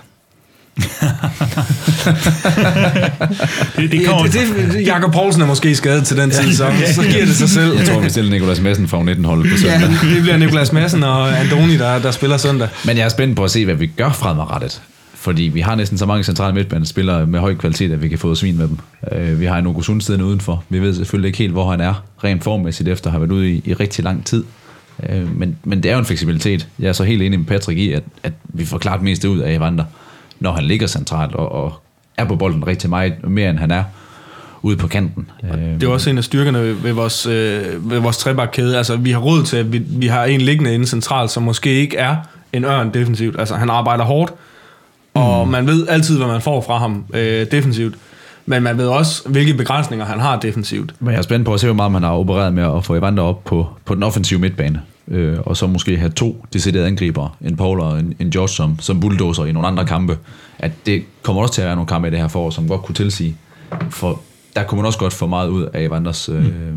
Jakob Poulsen er måske skadet til den tid, så giver det sig selv. Jeg tror, vi stiller Nicolas Madsen fra 19-holdet på søndag. Ja, det bliver Nicolas Madsen og Andoni, der spiller søndag. Men jeg er spændt på at se, hvad vi gør fremadrettet. Fordi vi har næsten så mange centrale midtbanespillere med høj kvalitet, at vi kan få svin med dem. Vi har en Åke Sundsteden udenfor. Vi ved selvfølgelig ikke helt, hvor han er rent formmæssigt efter at have været ude i rigtig lang tid. Men det er jo en fleksibilitet. Jeg er så helt enig med Patrick i, at vi får klart mest ud af Evander, når han ligger centralt og er på bolden rigtig meget mere, end han er ude på kanten. Det er også en af styrkerne ved vores trebakkæde. Altså, vi har råd til, at vi har en liggende inde centralt, som måske ikke er en ørn defensivt. Altså, han arbejder hårdt, og man ved altid, hvad man får fra ham defensivt. Men man ved også, hvilke begrænsninger han har defensivt. Men jeg er spændt på at se, hvor meget man har opereret med at få Evander op på den offensive midtbane. Og så måske have 2 deciderede angribere, en Paul og en George, som bulldozer i nogle andre kampe. At det kommer også til at være nogle kampe i det her forår, som godt kunne tilsige. For der kunne man også godt få meget ud af Evanders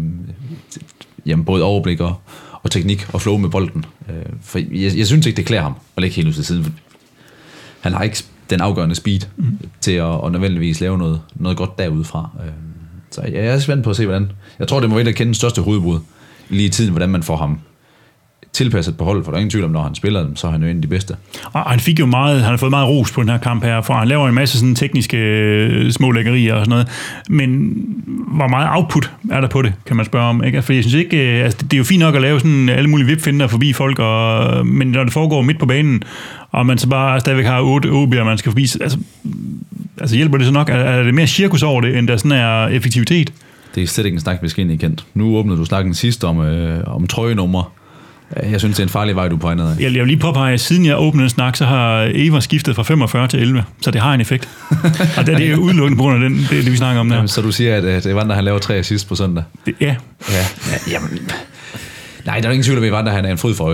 både overblik og teknik og flow med bolden. For jeg synes ikke, det klæder ham at lægge helt ud til siden. Han har ikke den afgørende speed til at nødvendigvis lave noget godt derudefra. Så jeg er spændt på at se, hvordan. Jeg tror, det må være at kende den største hovedbrud lige i tiden, hvordan man får ham tilpasset på holdet, for der er ingen tvivl om, når han spiller dem, så er han jo en af de bedste. Og han fik jo han har fået meget ros på den her kamp her, for han laver en masse sådan tekniske små lækkerier og sådan noget, men hvor meget output er der på det, kan man spørge om, ikke? For jeg synes ikke, altså det er jo fint nok at lave sådan alle mulige vipfinder forbi folk, men når det foregår midt på banen, og man så bare stadigvæk har 8 OB'er, man skal forbi, altså hjælper det så nok? Er det mere cirkus over det, end der sådan er effektivitet? Det er slet ikke en snak, vi skal ind i kendt. Nu åbnede du snakken sidst om trøjenumre. Jeg synes, det er en farlig vej, du på af. Jeg vil lige påpege, at siden jeg åbnede en snak, så har Eva skiftet fra 45 til 11, så det har en effekt. Og det er udelukkende på grund af det vi snakker om der. Jamen, så du siger, at Evander han laver 3 assist på søndag? Ja. Jamen, nej, der er ingen tvivl om, at Evander han er en fryd for øjet.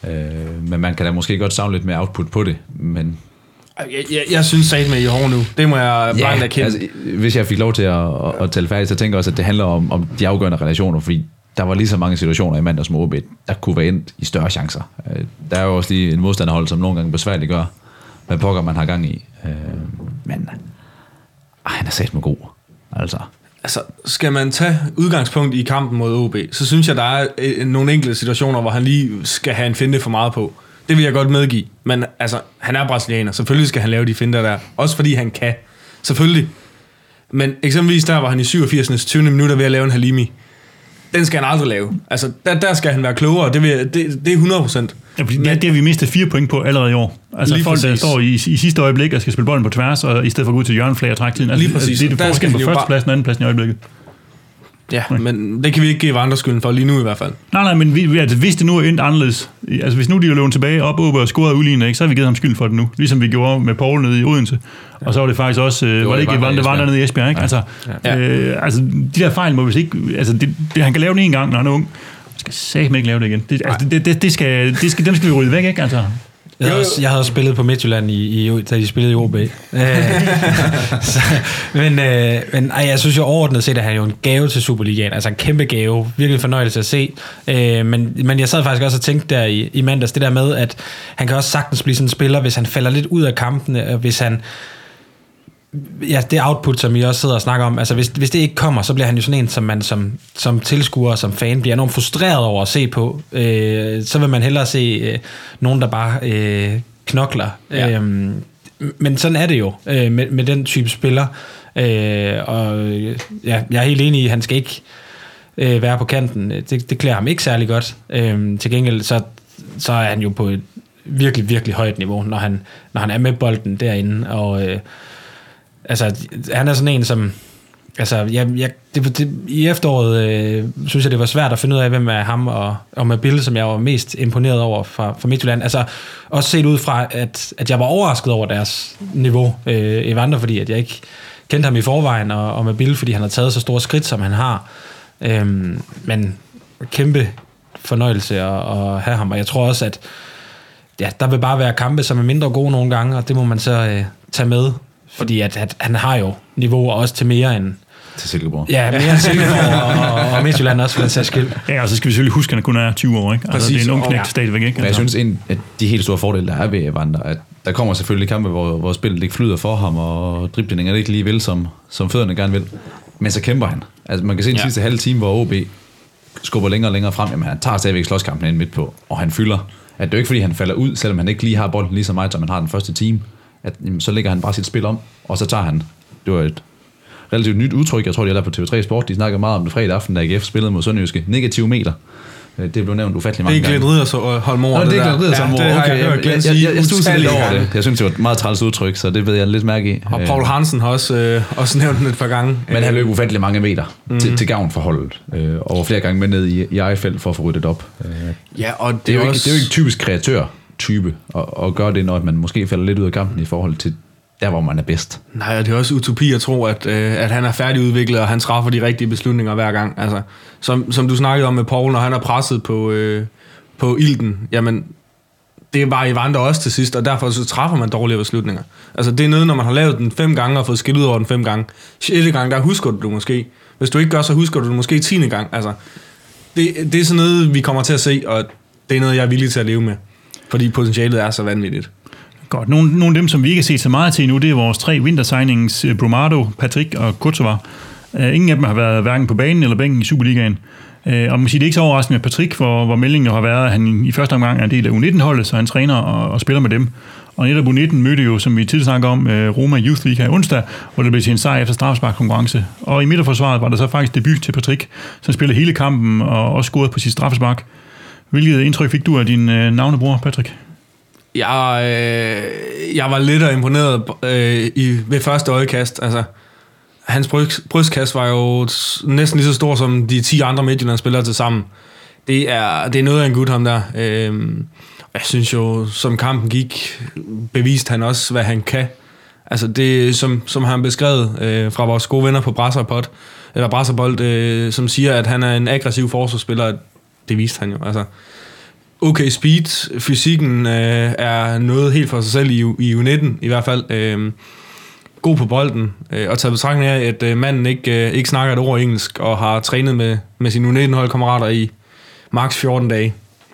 Men man kan da måske godt savne lidt mere output på det, men... Jeg synes sagt med i hård nu. Det må jeg blankt erkende. Altså, hvis jeg fik lov til at tale færdigt, så tænker jeg også, at det handler om de afgørende relationer, fordi der var lige så mange situationer i mandags med OB, der kunne være endt i større chancer. Der er jo også lige en modstanderhold, som nogle gange besværligt gør, hvad pokker man har gang i. Men han er sat med god. Altså, skal man tage udgangspunkt i kampen mod OB, så synes jeg, der er nogle enkelte situationer, hvor han lige skal have en finte for meget på. Det vil jeg godt medgive. Men altså, han er brasilianer. Selvfølgelig skal han lave de finter der. Også fordi han kan. Selvfølgelig. Men eksempelvis der var han i 87. 20. minutter ved at lave en Halimi. Den skal han aldrig lave. Altså, der skal han være klogere. Det er 100%. Ja, fordi det har vi mistet 4 point på allerede i år. Altså lige folk, der står i sidste øjeblik og skal spille bolden på tværs, og i stedet for at gå ud til hjørneflag og trække tiden. Altså, lige præcis. Det er det forskel på førstepladsen og andenpladsen i øjeblikket. Ja, men det kan vi ikke give andre skylden for lige nu i hvert fald. Nej, men hvis det nu er endt anderledes, altså hvis nu de er løbet tilbage op og scoret udlignet, ikke, så har vi givet ham skyld for det nu. Ligesom vi gjorde med Poul nede i Odense. Og så var det faktisk også, var det ikke Vandre nede i Esbjerg, ikke? Altså, altså, de der fejl må vi ikke, altså det han kan lave det en gang, når han er ung. Skal satme ikke lave det igen. Den skal vi rydde væk, ikke? Altså. Jeg havde spillet på Midtjylland, da de spillede i OB. Men jeg synes jo overordnet set, at han er jo en gave til Superligaen. Altså en kæmpe gave. Virkelig fornøjelse at se. Men jeg sad faktisk også og tænkte der i mandags, det der med, at han kan også sagtens blive sådan en spiller, hvis han falder lidt ud af kampene, og hvis han... Ja, det output, som I også sidder og snakker om, altså hvis det ikke kommer, så bliver han jo sådan en, som man som tilskuer, som fan, bliver enormt frustreret over at se på. Så vil man hellere se nogen, der bare knokler. Ja. Men sådan er det jo med den type spiller. Og ja, jeg er helt enig i, at han skal ikke være på kanten. Det klæder ham ikke særlig godt. Til gengæld, så er han jo på et virkelig, virkelig højt niveau, når han er med bolden derinde, og altså, han er sådan en, som... Altså, i efteråret synes jeg, det var svært at finde ud af, hvem er ham og med Bill, som jeg var mest imponeret over fra Midtjylland. Altså, også set ud fra, at jeg var overrasket over deres niveau i Vandre, fordi at jeg ikke kendte ham i forvejen, og med Bill, fordi han har taget så store skridt, som han har. Men kæmpe fornøjelse at have ham, og jeg tror også, at ja, der vil bare være kampe, som er mindre gode nogle gange, og det må man så tage med. Fordi at han har jo niveauer også til mere end... Til Silkeborg. Ja, mere end Silkeborg og Midtjylland også, for den sags skyld. Ja, og så skal vi selvfølgelig huske, at han kun er 20 år, ikke? Altså, det er en ung knægt stadigvæk, ikke? Men jeg synes, at de helt store fordele, der er ved Vandre, at der kommer selvfølgelig kampe, hvor spillet ikke flyder for ham, og driblingen er ikke lige vil, som fødderne gerne vil. Men så kæmper han. Altså, man kan se den sidste halve time, hvor OB skubber længere og længere frem. Jamen, han tager stadigvæk slåskampen ind midt på, og han fylder. At det er jo ikke, fordi han falder ud, selvom han ikke lige har bolden lige så meget, som han har den første time. At jamen, så lægger han bare sit spil om, og så tager han. Det var et relativt nyt udtryk. Jeg tror, de har lavet på TV3 Sport. De snakkede meget om det fredag aften, da AGF spillede mod Sønderjyske. Negative meter. Det blev nævnt ufattelig mange gange. Det er ikke lidt Riddersholm-mor. Det er ikke lidt Riddersholm-mor. Det har jeg hørt Glenn sige. Jeg studsede lidt over det. Jeg synes, det var et meget træls udtryk, så det ved jeg lidt mærke i. Og Paul Hansen har også nævnt den et par gange. Men han løb ufattelig mange meter til gavn for holdet. Og var flere gange med ned i eget felt for at få ryddet op. Ja, og det er jo ikke typisk kreatør-type at gøre det, når man måske falder lidt ud af kampen i forhold til der, hvor man er bedst. Nej, og det er også utopi at tro, at han er færdigudviklet, og han træffer de rigtige beslutninger hver gang. Altså, som du snakkede om med Paul, når han er presset på ilten, jamen, det var i Vandre også til sidst, og derfor så træffer man dårlige beslutninger. Altså, det er noget, når man har lavet den 5 gange og fået skilt ud over den 5 gange. 6. gang, der husker du måske. Hvis du ikke gør, så husker du det måske 10. gang. Altså, det er sådan noget, vi kommer til at se, og det er noget, jeg er villig til at leve med. Fordi potentialet er så vanvittigt. Godt. Nogle af dem, som vi ikke har set så meget til nu, det er vores 3 vintersignings, Brumado, Patrick og Kurtova. Ingen af dem har været hverken på banen eller bænken i Superligaen. Og man siger, det er ikke så overraskende med Patrick, hvor meldingen har været, at han i første omgang er en del af U19-holdet, så han træner og spiller med dem. Og netop U19 mødte jo, som vi tidligere snakkede om, Roma Youth League her onsdag, hvor det blev til en sejr efter straffesparkkonkurrence. Og i midterforsvaret var der så faktisk debut til Patrick, som spillede hele kampen og også scorede på sit straffespark. Hvilket indtryk fik du af din navnebror, Patrick? Jeg var lidt imponeret ved første øjekast. Altså, hans brystkast var jo næsten lige så stor som de 10 andre Midtjylland-spillere til sammen. Det er noget af en gut, ham der. Jeg synes jo, som kampen gik, beviste han også, hvad han kan. Altså det, som han beskrevet fra vores gode venner på Brasserbold, som siger, at han er en aggressiv forsvarsspiller. Det viste han jo. Altså, okay speed. Fysikken er noget helt for sig selv i U19 i hvert fald. God på bolden, og taget betragtning af, at manden ikke snakker et ord engelsk, og har trænet med sine U19-holdkammerater i maks 14 dage,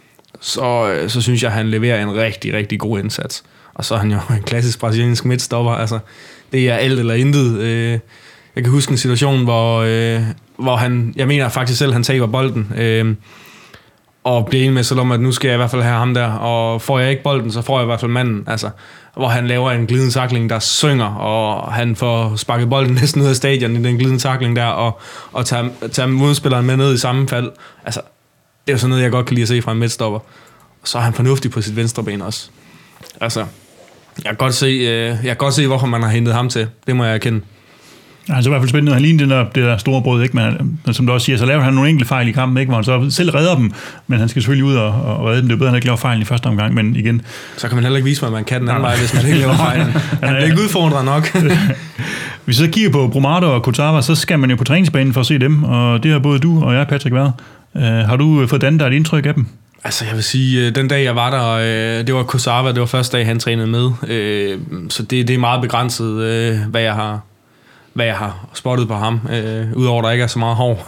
så synes jeg, at han leverer en rigtig, rigtig god indsats. Og så er han jo en klassisk brasiliansk midtstopper. Altså, det er alt eller intet. Jeg kan huske en situation, hvor han, jeg mener faktisk selv, han taber bolden, og bliver enig med sig om, at nu skal jeg i hvert fald have ham der, og får jeg ikke bolden, så får jeg i hvert fald manden, altså, hvor han laver en glidende tackling, der synger, og han får sparket bolden næsten ud af stadion i den glidende tackling der, og tager modspilleren med ned i sammenfald. Altså, det er jo sådan noget, jeg godt kan lide at se fra en midtstopper. Og så er han fornuftig på sit venstre ben også. Altså, jeg kan godt se, hvorfor man har hentet ham til. Det må jeg erkende. Altså i hvert fald spændende. Han lignede det der store brød, ikke? Men som du også siger, så laver han nogle enkelte fejl i kampen, ikke? Hvor han så selv redder dem, men han skal selvfølgelig ud og redde dem. Det er bedre, han ikke laver fejl i første omgang, men igen. Så kan man heller ikke vise mig, at man kan den anden vej, hvis man ikke laver fejl. Han er ikke udfordret nok. Hvis vi så kigger på Brumado og Kurzawa, så skal man jo på træningsbanen for at se dem, og det har både du og jeg, Patrick, været. Har du fået dannet dig et indtryk af dem? Altså jeg vil sige, den dag jeg var der, det var Kurzawa, det var første dag, han trænede med. Så det er meget begrænset, hvad jeg har spottet på ham, udover der ikke er så meget hår.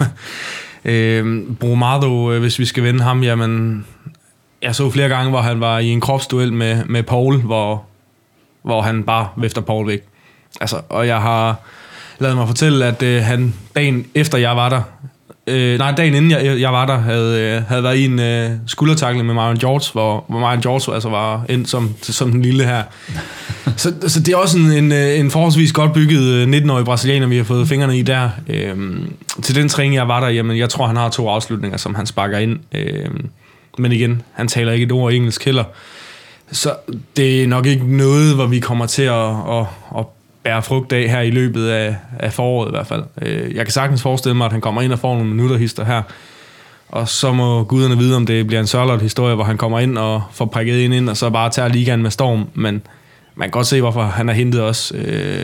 Brumado, hvis vi skal vende ham, jamen, jeg så flere gange, hvor han var i en kropsduel med Paul, hvor han bare vifter Paul væk. Altså, og jeg har ladet mig fortælle, at han dagen efter jeg var der, dagen inden jeg var der, havde været i en skuldertackling med Marion George, hvor Marion George altså var ind som den lille her. Så det er også en forholdsvis godt bygget 19-årig brasilianer, vi har fået fingrene i der. Til den træning, jeg var der, jamen, jeg tror, han har 2 afslutninger, som han sparker ind. Men igen, han taler ikke et ord engelsk heller. Så det er nok ikke noget, hvor vi kommer til at bære frugt af her i løbet af foråret i hvert fald. Jeg kan sagtens forestille mig, at han kommer ind og får nogle minutter hister her. Og så må guderne vide, om det bliver en Sørloth-historie, hvor han kommer ind og får prikket ind, og så bare tager ligaen med storm. Men man kan godt se, hvorfor han har hentet også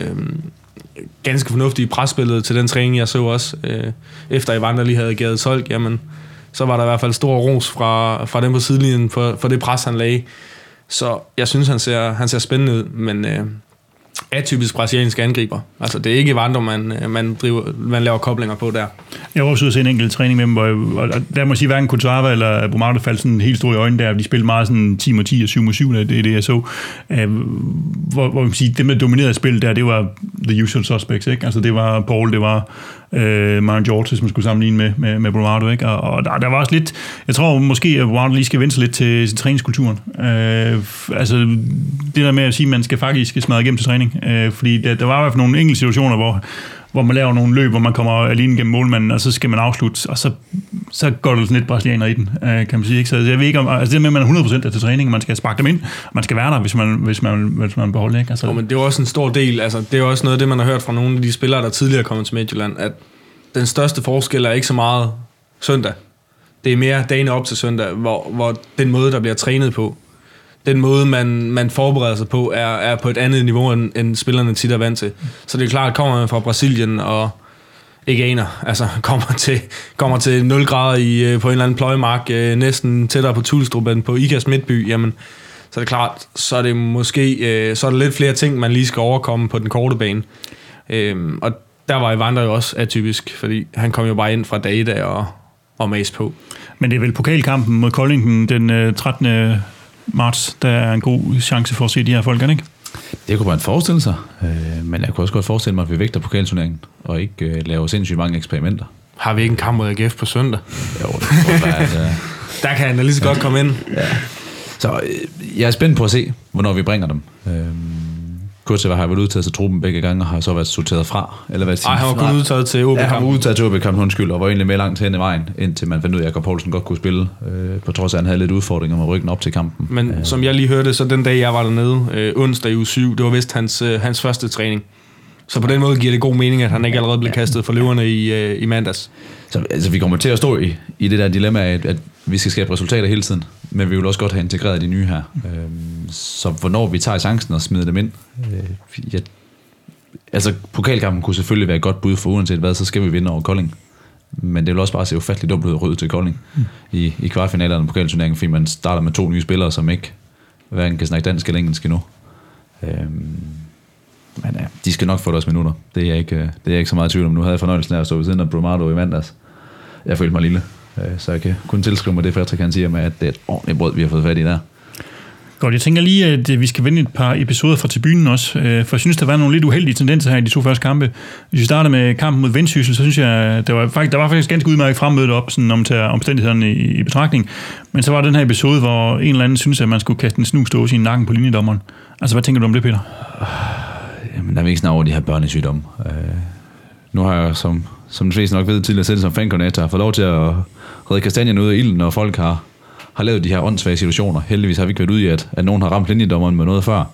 ganske fornuftige presspillet til den træning, jeg så også. Efter Evander lige havde givet solgt, jamen, så var der i hvert fald stor ros fra dem på sidelinjen for det pres, han lagde. Så jeg synes, han ser spændende ud, men atypisk brasiliansk angriber. Altså, det er ikke Evander, man laver koblinger på der. Jeg var også ude at se en enkelt træning med dem, og der må jeg sige, hverken Kurzawa eller Brumado faldt sådan helt stor i øjnene der. De spillede meget sådan 10-10 og 7-7, det er det, jeg så. Hvor man sige, dem, der dominerede spil der, det var the usual suspects, ikke? Altså, det var Paul, det var Marion George, hvis man skulle sammenligne med Brumado, ikke? Og der var også lidt, jeg tror måske, at Brumado lige skal vende sig lidt til træningskulturen. Altså, det der med at sige, at man skal faktisk smadre igennem til træning. Fordi der var i hvert fald nogle enkelte situationer, hvor man laver nogle løb, hvor man kommer alene gennem målmanden, og så skal man afslutte, og så går det sådan lidt brasilianer i den, kan man sige. Ikke? Så jeg ved ikke, altså det med, at man er 100% til træning, man skal sparke dem ind, og man skal være der, hvis man beholder, ikke? Altså. Men det er også en stor del, altså det er også noget af det, man har hørt fra nogle af de spillere, der tidligere er kommet til Midtjylland, at den største forskel er ikke så meget søndag. Det er mere dagene op til søndag, hvor den måde, der bliver trænet på, den måde, man forbereder sig på, er på et andet niveau, end spillerne tit er vant til. Så det er klart, at kommer man fra Brasilien og ikke aner, altså kommer til 0 grader på en eller anden pløjemark, næsten tættere på Tulstrup end på Ikast Midtby, jamen, så er det klart, så er det måske så er der lidt flere ting, man lige skal overkomme på den korte bane. Og der var Evander jo også atypisk, fordi han kom jo bare ind fra dag og mas på. Men det er vel pokalkampen mod Kolding den 13. marts, der er en god chance for at se de her folk, ikke? Det kunne man forestille sig, men jeg kunne også godt forestille mig, at vi vægter pokalturneringen, og ikke laver sindssygt mange eksperimenter. Har vi ikke en kamp mod AGF på søndag? Jo, det tror jeg, der kan han da lige så godt komme ind. Ja. Så jeg er spændt på at se, hvornår vi bringer dem. Kurzawa har været udtaget til truppen begge gange, og har så været sorteret fra. Nej, han var kun udtaget til OB-kampen. Ja, han var udtaget til OB-kampen, undskyld, og var egentlig med langt hen i vejen, indtil man fandt ud af, at Jakob Poulsen godt kunne spille, på trods af, at han havde lidt udfordringer med ryggen op til kampen. Men som jeg lige hørte, så den dag, jeg var dernede, onsdag i uge 7, det var vist hans første træning. Så på den måde giver det god mening, at han ikke allerede blev kastet for løverne i mandags. Så altså, vi kommer til at stå i det der dilemma af, at vi skal skabe resultater hele tiden, men vi vil også godt have integreret de nye her. Så hvornår vi tager chancen og smider dem ind, altså pokalkampen kunne selvfølgelig være et godt bud for uanset hvad, så skal vi vinde over Kolding. Men det vil også bare se ufatteligt dumt ud at rydde til Kolding i kvartfinalerne på pokalturneringen, fordi man starter med 2 nye spillere, som ikke hverken kan snakke dansk eller engelsk endnu. Men ja, de skal nok få deres minutter. Det er jeg ikke så meget i tvivl om. Nu havde jeg fornøjelsen af at stå ved siden af Brumado i mandags. Jeg følte mig lille, så jeg kan kun tilskrive mig det, Patrick han siger med, at det er et ordentligt brød, vi har fået fat i der. Godt, jeg tænker lige, at vi skal vende et par episoder fra tribunen også, for jeg synes, der var nogle lidt uheldige tendenser her i de 2 første kampe. Hvis vi starter med kampen mod Vendsyssel, så synes jeg, der var faktisk ganske udmærket fremmødet op, sådan om tager omstændighederne i betragtning. Men så var den her episode, hvor en eller anden synes, at man skulle kaste en snusdåse i nakken på linjedommeren. Altså, hvad tænker du om det, Peter? Jamen, der er vi ikke snart over de her børnesygdomme. Nu har jeg, som de fleste nok ved, tidligere selv som fankoordinator, fået lov til at redde kastanjen ud af ilden, når folk har lavet de her åndssvage situationer. Heldigvis har vi ikke været ude i, at nogen har ramt linjedommeren med noget før.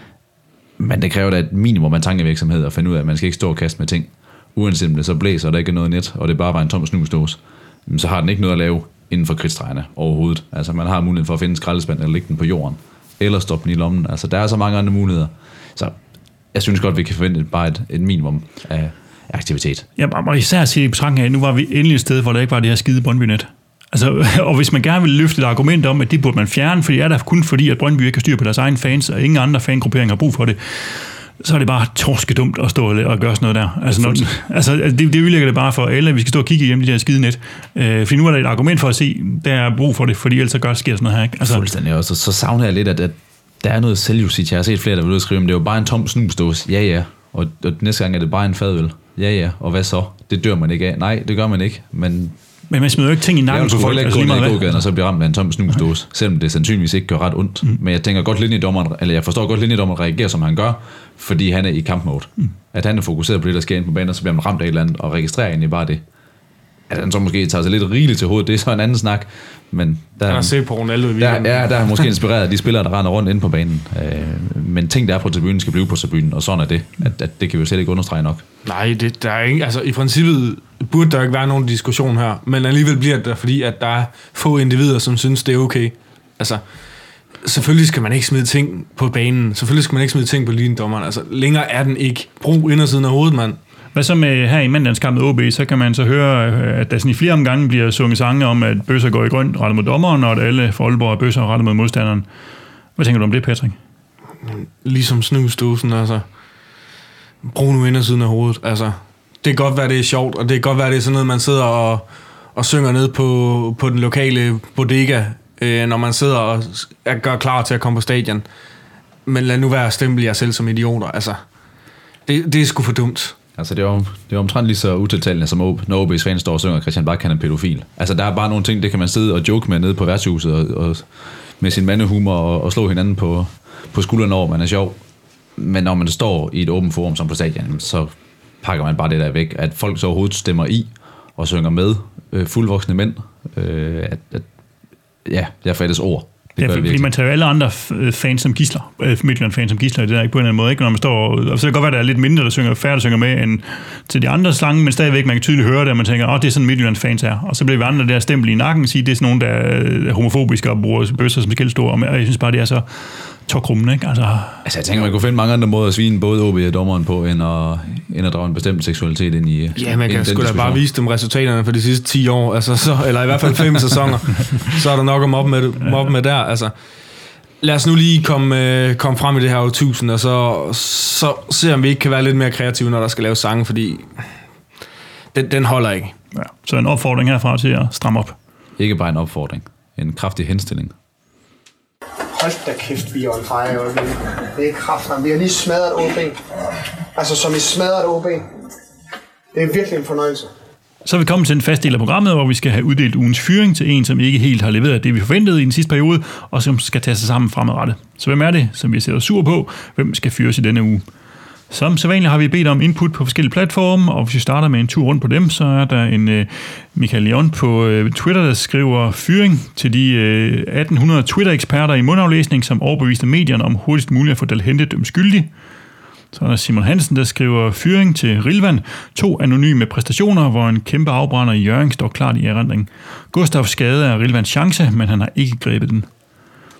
Men det kræver da et minimum af tankevirksomhed at finde ud af, at man skal ikke stå og kaste med ting. Uanset om det så blæser, og der ikke er noget net, og det bare var en tom snusdåse, så har den ikke noget at lave inden for kridtstregerne overhovedet. Altså man har muligheden for at finde en skraldespand eller lægge den på jorden, eller stoppe den i lommen. Altså der er så mange andre muligheder. Så jeg synes godt, vi kan forvente bare et minimum af aktivitet. Ja, og især sige i betragtning af, nu var vi endelig et sted, hvor der ikke var det her skide Brøndby-net. Altså, og hvis man gerne vil løfte et argument om, at det burde man fjerne, fordi er der kun fordi, at Brøndby ikke har styr på deres egen fans, og ingen andre fangrupperinger har brug for det, så er det bare torskedumt at stå og gøre sådan noget der. Altså, det ødelægger det bare for alle, at vi skal stå og kigge igennem de der skide net. Fordi nu er der et argument for at se, der er brug for det, fordi ellers så sker sådan noget her. Ikke? Altså, fuldstændig også. Så savner jeg lidt, at der er noget selvjustit. Jeg har set flere, der vil udskrive, det er jo bare en tom snusdåse. Ja. Og næste gang er det bare en fadøl. Ja. Og hvad så? Det dør man ikke af. Nej, det gør man ikke, men man smider jo ikke ting i nakken på folk. Jeg skulle ikke gå ned i gågaden, og så bliver ramt af en tom snusdåse, selvom det sandsynligvis ikke gør ret ondt. Men jeg tænker godt jeg forstår godt, linjedommeren reagerer, som han gør, fordi han er i kampmode. At han er fokuseret på det, der sker inde på banen, og så bliver man ramt af et eller andet, og registrerer egentlig bare det. At han så måske tager sig lidt rigeligt til hovedet, det er så en anden snak. Men der jeg har set på Ronaldo i weekenden. Der er måske inspireret af de spillere, der render rundt inde på banen. Men ting, der er på tribunen, skal blive på tribunen, og sådan er det. At det kan vi jo slet ikke understrege nok. Nej, der er ikke, altså i princippet burde der ikke være nogen diskussion her, men alligevel bliver det der, fordi at der er få individer, som synes, det er okay. Altså, selvfølgelig skal man ikke smide ting på banen, selvfølgelig skal man ikke smide ting på linjedommeren. Altså, længere er den ikke. Brug indersiden af hovedet, mand. Hvad så med her i mandagens kamp med OB, så kan man så høre, at der sådan i flere omgange bliver sunget sange om, at bøsser går i grønt rettet mod dommeren, og at alle for Aalborg er bøsser rettet mod modstanderen. Hvad tænker du om det, Patrick? Ligesom snusdåsen, altså. Brug nu indersiden af hovedet, altså. Det kan godt være, det er sjovt, og det kan godt være, det er sådan noget, man sidder og synger ned på den lokale bodega, når man sidder og gør klar til at komme på stadion. Men lad nu være at stemple jer selv som idioter, altså. Det er sgu for dumt. Altså det er omtrent lige så utiltalende som når OB's fans står og synger, Christian Bak han er pædofil. Altså der er bare nogle ting, det kan man sidde og joke med nede på værtshuset og med sin mandehumor og slå hinanden på skuldrene over, man er sjov. Men når man står i et åbent forum som på stadion, så pakker man bare det der væk, at folk så overhovedet stemmer i og synger med fuldvoksne mænd. Jeg fattes ord. Ja, fordi man tager jo alle andre fans som gidsler, Midtjylland-fans som gidsler, det er ikke på en eller anden måde, ikke? Når man står, og så kan det godt være, at der er lidt mindre, der synger, færre, der synger med, end til de andre slange, men stadigvæk, man kan tydeligt høre det, og man tænker, det er sådan Midtjylland-fans er. Og så bliver vi andre der stempel i nakken og sige, det er sådan nogen, der er homofobiske og bruger bøsser som skældsord, og jeg synes bare, det er så tokrummende, ikke? Altså, jeg tænker, man kunne finde mange andre måder at svine både OB og dommeren på, end at drage en bestemt seksualitet ind i. Ja, man kan sgu da bare vise dem resultaterne for de sidste 10 år, altså så, eller i hvert fald 5 sæsoner, så er der nok at mobbe med der, altså. Lad os nu lige komme frem i det her årtusind, og så se om vi ikke kan være lidt mere kreative, når der skal laves sange, fordi den holder ikke. Ja, så en opfordring herfra til at stramme op. Ikke bare en opfordring, en kraftig henstilling. Hold da kæft, vi er on fire i øjeblikket. Det er kraftigt. Vi har lige smadret OB. Altså, som I smadret OB. Det er virkelig en fornøjelse. Så er vi kommet til en fast del af programmet, hvor vi skal have uddelt ugens fyring til en, som ikke helt har leveret det, vi forventede i den sidste periode, og som skal tage sig sammen fremadrettet. Så hvem er det, som vi sætter sur på? Hvem skal fyres i denne uge? Som sædvanligt har vi bedt om input på forskellige platforme, og hvis vi starter med en tur rundt på dem, så er der en Michael Leon på Twitter, der skriver fyring til de 1800 Twitter-eksperter i mundaflæsning, som overbeviste medierne om hurtigst muligt at få Dalhente dømt skyldig. Så er der Simon Hansen, der skriver fyring til Rilvan. 2 anonyme præstationer, hvor en kæmpe afbrænder i Hjørring står klart i erindring. Gustavs skade er Rilvans chance, men han har ikke grebet den.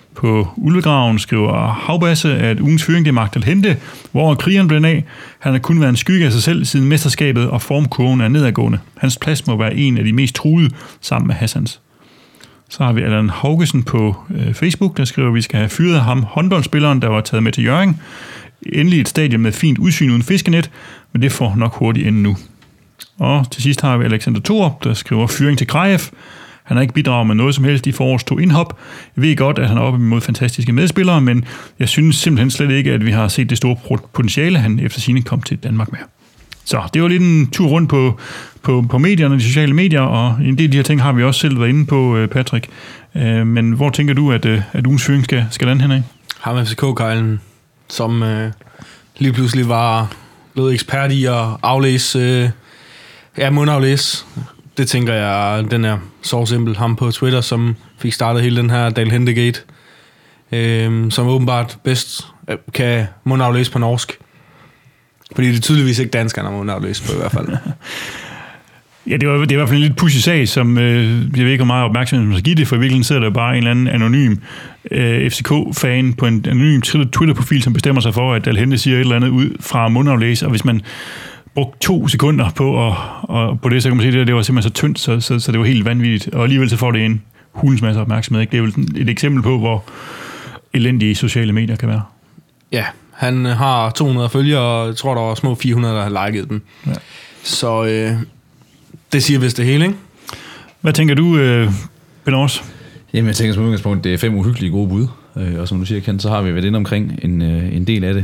På Ulvegraven skriver Havbasse, at ugens fyring det er Magdal Hente, hvor krigeren blev af. Han har kun været en skygge af sig selv siden mesterskabet, og formkurven er nedadgående. Hans plads må være en af de mest truede, sammen med Hassans. Så har vi Allan Haugesen på Facebook, der skriver, at vi skal have fyret ham, håndboldspilleren, der var taget med til Hjørring. Endelig et stadion med fint udsyn uden fiskenet, men det får nok hurtigt ende nu. Og til sidst har vi Alexander Thorup, der skriver fyring til Krajev. Han har ikke bidraget med noget som helst i forårs 2 indhop. Jeg ved godt, at han er oppe imod fantastiske medspillere, men jeg synes simpelthen slet ikke, at vi har set det store potentiale, han efter sigende kom til Danmark med. Så det var lidt en tur rundt på medierne, de sociale medier, og en del af de her ting har vi også selv været inde på, Patrick. Men hvor tænker du, at ugens fyring skal lande henad? Ham FCK-kejlen, som lige pludselig var blevet ekspert i at aflæse, mundaflæse. Det tænker jeg, den er så simpel. Ham på Twitter, som fik startet hele den her Dal Hentegate, som åbenbart bedst kan mundaflæse på norsk. Fordi det er tydeligvis ikke danskerne, der mundaflæse på i hvert fald. Ja, det er i hvert fald en lidt pussy sag, som jeg ved ikke, hvor meget opmærksomhed man skal give det, for i virkeligheden sidder der bare en eller anden anonym FCK-fan på en anonym Twitter-profil, som bestemmer sig for, at Dal Hente siger et eller andet ud fra mundaflæse, og hvis man brugte 2 sekunder på det, så kan man sige, at det var simpelthen så tyndt, så det var helt vanvittigt, og alligevel så får det en hulens masse opmærksomhed. Ikke? Det er vel et eksempel på, hvor elendige sociale medier kan være. Ja, han har 200 følgere, og jeg tror, der var små 400, der har liket dem. Ja. Så det siger vist det hele, ikke? Hvad tænker du, Benors? Jamen, jeg tænker som udgangspunkt, det er 5 uhyggelige gode bud. Og som du siger, Kent, så har vi været inde omkring en del af det.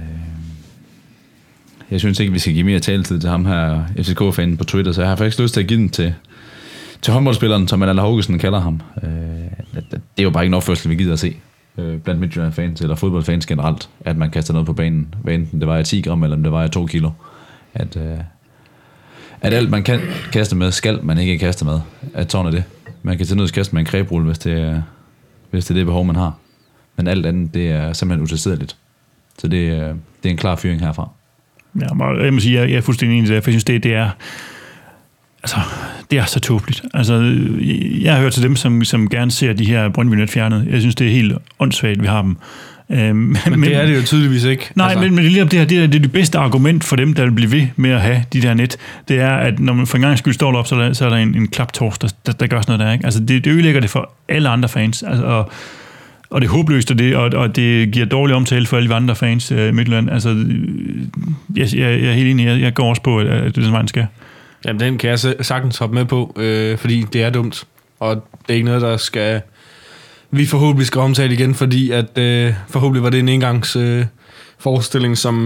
Jeg synes ikke, vi skal give mere taletid til ham her, FCK-fanen på Twitter, så jeg har faktisk lyst til at give den til håndboldspilleren, som Allan Haugesen kalder ham. Det er jo bare ikke en opførsel, vi gider at se blandt Midtjylland-fans eller fodboldfans generelt, at man kaster noget på banen, hvad enten det vejer 10 gram, eller det vejer 2 kilo. At alt, man kan kaste med, skal man ikke kaste med. At sådan er det. Man kan til nøds kaste med en krebrulle, hvis det er det behov, man har. Men alt andet, det er simpelthen utilstedeligt. Så det er en klar fyring herfra. Ja, jeg må sige, jeg er fuldstændig enig i det, for jeg synes, det er så tåbeligt. Altså, jeg har hørt til dem, som gerne ser de her Brøndby-net fjernet. Jeg synes, det er helt åndssvagt, vi har dem. Men det er det jo tydeligvis ikke. Nej, altså. men det er det bedste argument for dem, der vil blive ved med at have de der net. Det er, at når man for en gang skyld står op, så er der en klaptors, der gør sådan noget der. Ikke? Altså, det ødelægger det for alle andre fans. Altså, og det er håbløst, og det giver dårlig omtale for alle de andre fans i Midtjylland. Altså, jeg er helt enig. Jeg går også på, at det er sådan, man skal. Jamen, den kan jeg sagtens hoppe med på, fordi det er dumt. Og det er ikke noget, der skal... Vi forhåbentlig skal omtale igen, fordi at forhåbentlig var det en engangs forestilling, som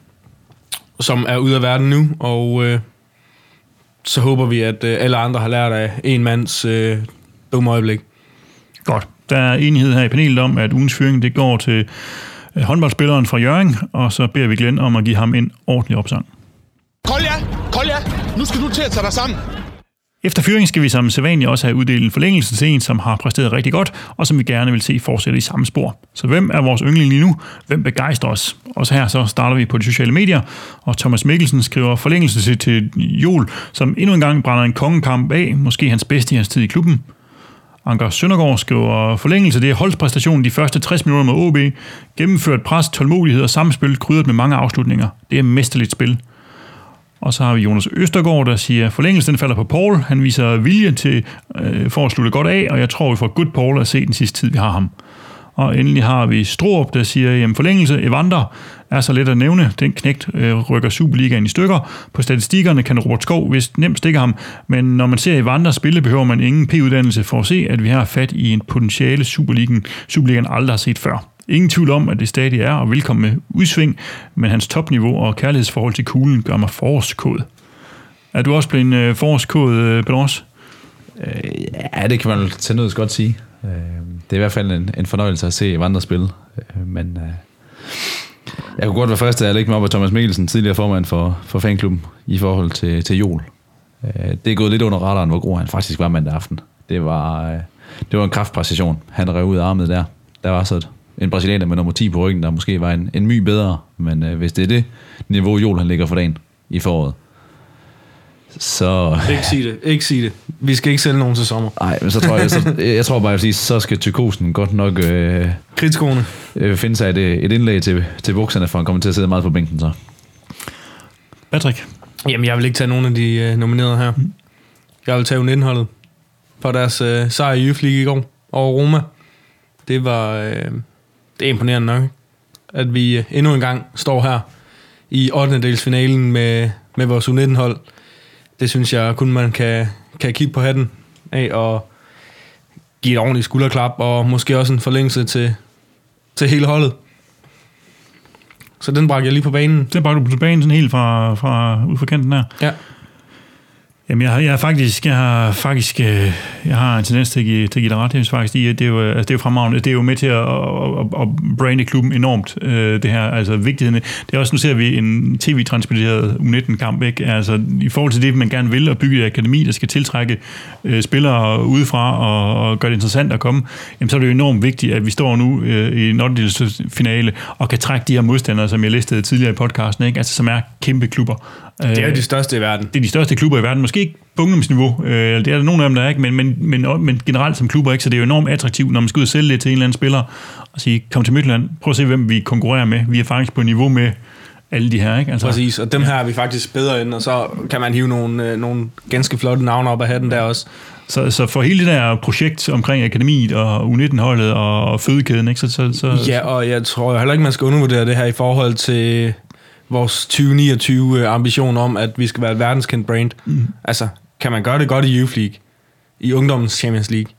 er ude af verden nu, og så håber vi, at alle andre har lært af en mands dumme øjeblik. Godt. Der er enighed her i panelet om, at ugens fyring det går til håndboldspilleren fra Hjørring, og så beder vi Glenn om at give ham en ordentlig opsang. Kolja, nu skal du til at tage dig sammen. Efter fyringen skal vi som sædvanligt også have uddelt en forlængelse til en, som har præsteret rigtig godt, og som vi gerne vil se fortsætte i samme spor. Så hvem er vores yndling lige nu? Hvem begejstrer os? Også her så starter vi på de sociale medier, og Thomas Mikkelsen skriver forlængelse til Jol, som endnu en gang brænder en kongekamp af, måske hans bedste i hans tid i klubben. Anker Søndergaard skriver forlængelse, det er holdspræstationen de første 60 minutter med OB, gennemført pres, tålmodighed og samspil, krydret med mange afslutninger. Det er mesterligt spil. Og så har vi Jonas Østergaard, der siger, forlængelsen falder på Paul. Han viser vilje til for at slutte godt af, og jeg tror, vi får good Paul at se den sidste tid, vi har ham. Og endelig har vi Strup, der siger, jamen forlængelse Evander er så let at nævne. Den knægt rykker Superligaen i stykker. På statistikkerne kan Robert Skov vist nemt stikke ham, men når man ser Evander spille, behøver man ingen P-uddannelse for at se, at vi har fat i en potentiale Superligaen aldrig har set før. Ingen tvivl om, at det stadig er og velkommen med udsving, men hans topniveau og kærlighedsforhold til kuglen gør mig forårskåd. Er du også blevet en forårskåd, Benors? Ja, det kan man til nøds godt sige. Det er i hvert fald en fornøjelse at se Evander spille. Men jeg kunne godt være fristet af at lægge mig op af Thomas Mikkelsen, tidligere formand for fanklubben, i forhold til Jol. Det er gået lidt under radaren, hvor god han faktisk var mandag aften. Det var en kraftpræcision. Han rev ud af armet der. Der var så en brasilianer med nummer 10 på ryggen, der måske var en my bedre. Men hvis det er det niveau, Jol han ligger for dagen i foråret, så... Ikke sig det. Vi skal ikke sælge nogen til sommer. Nej, men så tror jeg tror bare, at så skal Tykosen godt nok kridtskoene finde sig et indlæg til bukserne, for han kommer til at sidde meget på bænken så. Patrick? Jamen, jeg vil ikke tage nogen af de nominerede her. Jeg vil tage U19-holdet for deres sejr i Youth League i går over Roma. Det er imponerende nok, at vi endnu en gang står her i 8. med vores U19-hold. Det synes jeg kun man kan kigge på hatten af og give et ordentligt skulderklap, og måske også en forlængelse til hele holdet. Så den bragte jeg lige på banen. Den bragte du på banen sådan helt fra ud fra kanten der? Ja. Jamen, jeg har en tendens til at give dig ret. Jeg synes faktisk, det er jo fremragende. Det er jo med til at brande klubben enormt, det her. Altså vigtigheden. Det er også, nu ser vi en tv-transporteret U19-kamp, ikke? Altså i forhold til det, man gerne vil, at bygge et akademi, der skal tiltrække spillere udefra og gøre det interessant at komme, jamen, så er det jo enormt vigtigt, at vi står nu i en 8-delsfinale og kan trække de her modstandere, som jeg læste tidligere i podcasten, ikke? Altså, som er kæmpe klubber. Det er jo de største i verden. Det er de største klubber i verden. Måske ikke på ungdomsniveau. Det er der nogle af dem, der er ikke, men generelt som klubber, ikke? Så det er jo enormt attraktivt, når man skal ud og sælge det til en eller anden spiller og sige, kom til Midtjylland, prøv at se, hvem vi konkurrerer med. Vi er faktisk på niveau med alle de her, ikke? Altså, præcis, og dem her er vi faktisk bedre end, og så kan man hive nogle ganske flotte navne op af hatten der også. Så for hele det der projekt omkring akademiet og U19-holdet og fødekæden, ikke? Så... Ja, og jeg tror heller ikke, man skal undervurdere det her i forhold til vores 2029 ambition om, at vi skal være et verdenskendt brand. Altså, kan man gøre det godt i Youth League, i ungdommens Champions League,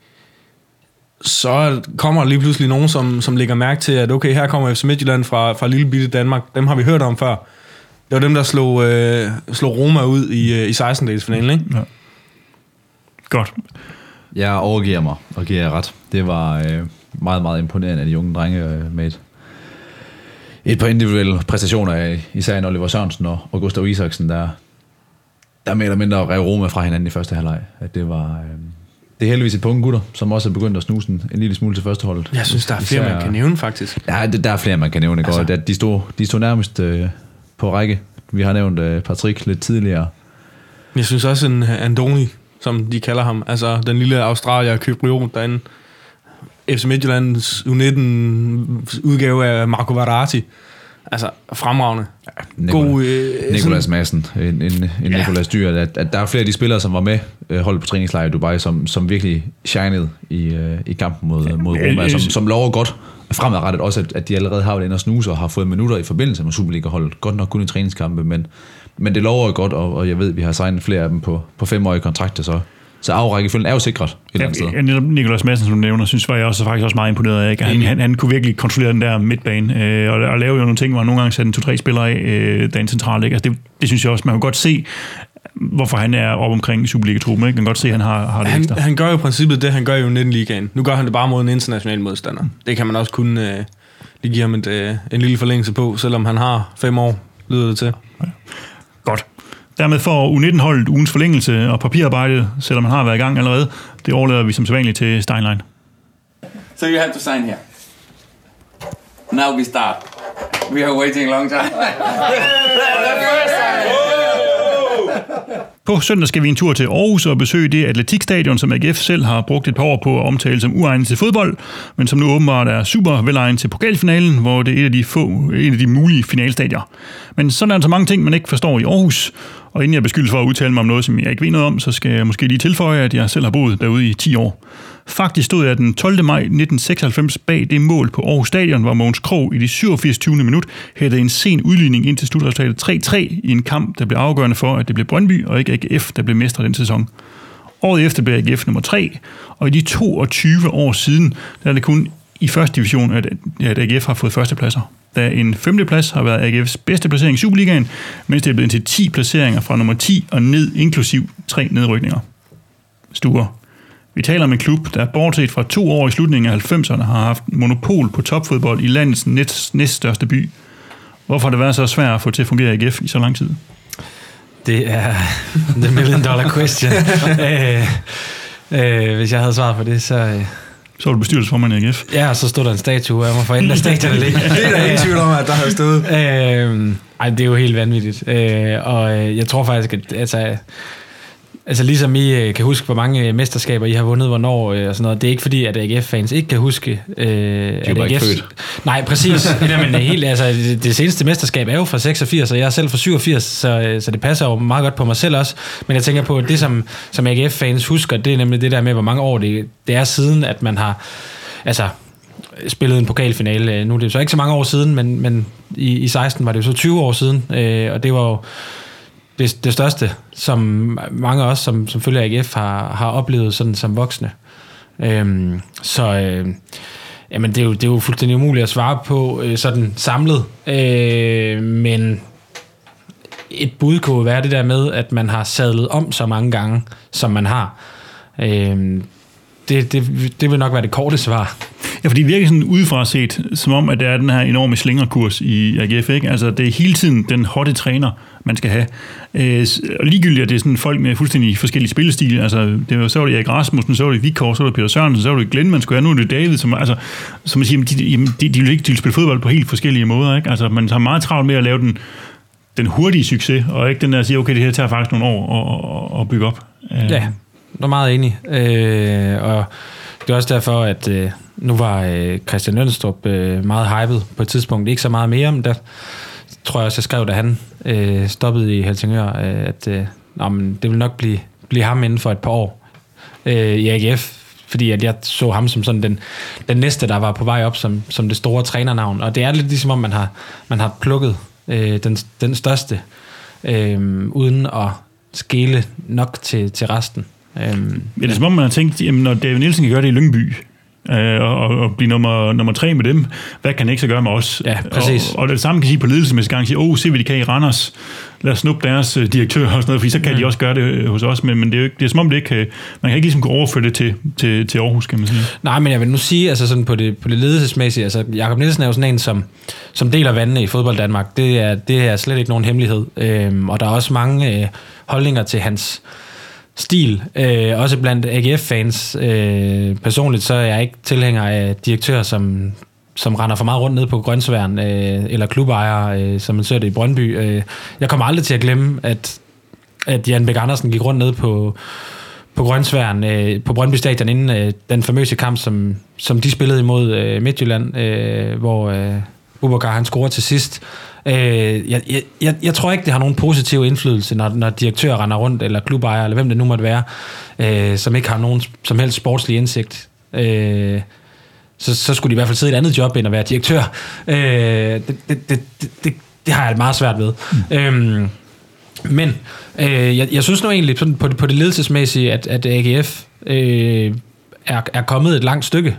så kommer der lige pludselig nogen, som lægger mærke til, at okay, her kommer FC Midtjylland fra lille bitte Danmark. Dem har vi hørt om før. Det var dem, der slog Roma ud i 16-delsfinalen, ikke? Ja. Godt. Jeg overgiver mig og giver jer ret. Det var meget, meget imponerende af de unge drenge med et par individuelle præstationer af især Oliver Sørensen og Gustav Isaksen, der mere eller mindre rev Roma fra hinanden i første halvleg. At det var... Det er heldigvis et par unge gutter, som også er begyndt at snuse en lille smule til førsteholdet. Jeg synes, der er flere, man kan nævne, faktisk. Ja, der er flere, man kan nævne. Altså. De stod nærmest på række. Vi har nævnt Patrick lidt tidligere. Jeg synes også en Andoni, som de kalder ham. Altså den lille australier kypriot derinde. FC Midtjyllands U19-udgave af Marco Verratti. Altså fremragende. Ja, Nicolas Madsen, en Nicolas Dyr. At der er flere af de spillere, som var med holdet på træningslejr i Dubai, som virkelig shinede i kampen mod Roma, som lover godt fremadrettet også, at de allerede har været inde og snuse og har fået minutter i forbindelse med Superliga-holdet. Godt nok kun i træningskampe, men det lover godt, og jeg ved, at vi har signet flere af dem på 5-årige kontrakter, så afrækkefølgen er jo sikret et eller andet sted. Ja, Nicolas Madsen, som du nævner, synes jeg også faktisk også meget imponeret af. Ikke? Han kunne virkelig kontrollere den der midtbane, og lave jo nogle ting, hvor han nogle gange satte 2-3 spillere af dagen centralt. Ikke? Altså det synes jeg også, man kan godt se, hvorfor han er op omkring Superliga-truppen. Ikke? Man kan godt se, at han har det ekstra. Han gør jo i princippet det, han gør jo i 19-ligaen. Nu gør han det bare mod en international modstander. Det kan man også kun lige give ham en lille forlængelse på, selvom han har 5 år, lyder det til. Ja. Godt. Dermed får U19-holdet ugens forlængelse og papirarbejde, selvom man har været i gang allerede. Det overlader vi som sædvanligt til Steinlein. So you have to sign here. Now we start. We are waiting a long time. På søndag skal vi en tur til Aarhus og besøge det atletikstadion, som AGF selv har brugt et par år på at omtale som uegnet til fodbold, men som nu åbenbart er super velegnet til pokalfinalen, hvor det er en af de mulige finalstadier. Men sådan er der så mange ting, man ikke forstår i Aarhus, og inden jeg beskyldes for at udtale mig om noget, som jeg ikke ved noget om, så skal jeg måske lige tilføje, at jeg selv har boet derude i 10 år. Faktisk stod jeg den 12. maj 1996 bag det mål på Aarhus Stadion, hvor Mogens Krog i det 87. minut hættede en sen udligning ind til slutresultatet 3-3 i en kamp, der blev afgørende for, at det blev Brøndby og ikke AGF, der blev mestre den sæson. Året efter blev AGF nummer 3, og i de 22 år siden, der er det kun i første division, at AGF har fået førstepladser. Da en 5. plads har været AGF's bedste placering i Superligaen, mens det er blevet til 10 placeringer fra nummer 10 og ned, inklusiv 3 nedrykninger. Stuer. Vi taler om en klub, der bortset fra 2 år i slutningen af 90'erne har haft monopol på topfodbold i landets næststørste by. Hvorfor har det været så svært at få til at fungere i AGF i så lang tid? Det er the million dollar question. Hvis jeg havde svaret på det, så... Så var du bestyrelsesformand i AGF. Ja, og så stod der en statue af mig for enden af stadion. Det er der ingen tvivl om, at der havde stået. Ej, det er jo helt vanvittigt. Og jeg tror faktisk, at Altså ligesom I kan huske, hvor mange mesterskaber I har vundet, hvornår og sådan noget. Det er ikke fordi, at AGF-fans ikke kan huske... de var ikke født. Nej, præcis. Det seneste mesterskab er jo fra 86, og jeg er selv fra 87, så det passer jo meget godt på mig selv også. Men jeg tænker på, at det, som AGF-fans husker, det er nemlig det der med, hvor mange år det er siden, at man har spillet en pokalfinale. Nu er det så ikke så mange år siden, men i 16 var det jo så 20 år siden, og det var jo det største, som mange af os, som følger AGF, har oplevet sådan som voksne. Jamen det er jo fuldstændig umuligt at svare på sådan samlet, men et bud kunne være det der med, at man har sadlet om så mange gange, som man har. Det vil nok være det korte svar. Ja, fordi det virker sådan udefra set, som om, at der er den her enorme slingerkurs i AGF, ikke? Altså, det er hele tiden den hotte træner, man skal have. Og ligegyldigt, at det er sådan folk med fuldstændig forskellige spillestil. Altså, så var det Erik Rasmussen, så var det Vikor, så var det Peter Sørensen, så var det Glenn, man skulle have. Nu er det David, som man siger, de vil spille fodbold på helt forskellige måder, ikke? Altså, man har meget travlt med at lave den hurtige succes, og ikke den der at sige, okay, det her tager faktisk nogle år at bygge op. Ja, jeg er meget enig. Og det er også derfor, at nu var Christian Lønstrup meget hyped på et tidspunkt. Ikke så meget mere, men der tror jeg også, jeg skrev, da han stoppede i Helsingør, at det vil nok blive ham inden for et par år i AGF, fordi at jeg så ham som sådan den næste, der var på vej op som det store trænernavn. Og det er lidt ligesom om, man har plukket den største, uden at skele nok til resten. Ja, det er som om, man har tænkt, jamen, når David Nielsen kan gøre det i Lyngby, og blive nummer 3 med dem, hvad kan han ikke så gøre med os? Ja, præcis. Og det samme kan sige på ledelsesmæssig gang, sige, se hvad de kan i Randers, lad os snuppe deres direktør og sådan noget, fordi så kan de også gøre det hos os, men det er jo ikke, det er som om det ikke man kan ikke ligesom gå overføre det til Aarhus, kan man sige. Nej, men jeg vil nu sige, altså sådan på det ledelsesmæssige, altså Jakob Nielsen er jo sådan en, som deler vandene i fodbold Danmark. Det er slet ikke nogen hemmelighed, og der er også mange holdninger til hans stil, også blandt AGF-fans. Personligt så er jeg ikke tilhænger af direktører, som render for meget rundt ned på Grønsværen, eller klubejere, som man ser det i Brøndby. Jeg kommer aldrig til at glemme, at Jan Bæk Andersen gik rundt ned på Grønsværen, på Brøndby Stadion, inden den famøse kamp, som de spillede imod Midtjylland, hvor Bubakar han scorer til sidst. Jeg tror ikke, det har nogen positiv indflydelse, når direktører render rundt, eller klubejere, eller hvem det nu måtte være, som ikke har nogen som helst sportslig indsigt. Så skulle de i hvert fald sidde i et andet job, end at være direktør. Det har jeg meget svært ved. Men jeg synes nu egentlig, sådan på det ledelsesmæssige, at AGF er kommet et langt stykke.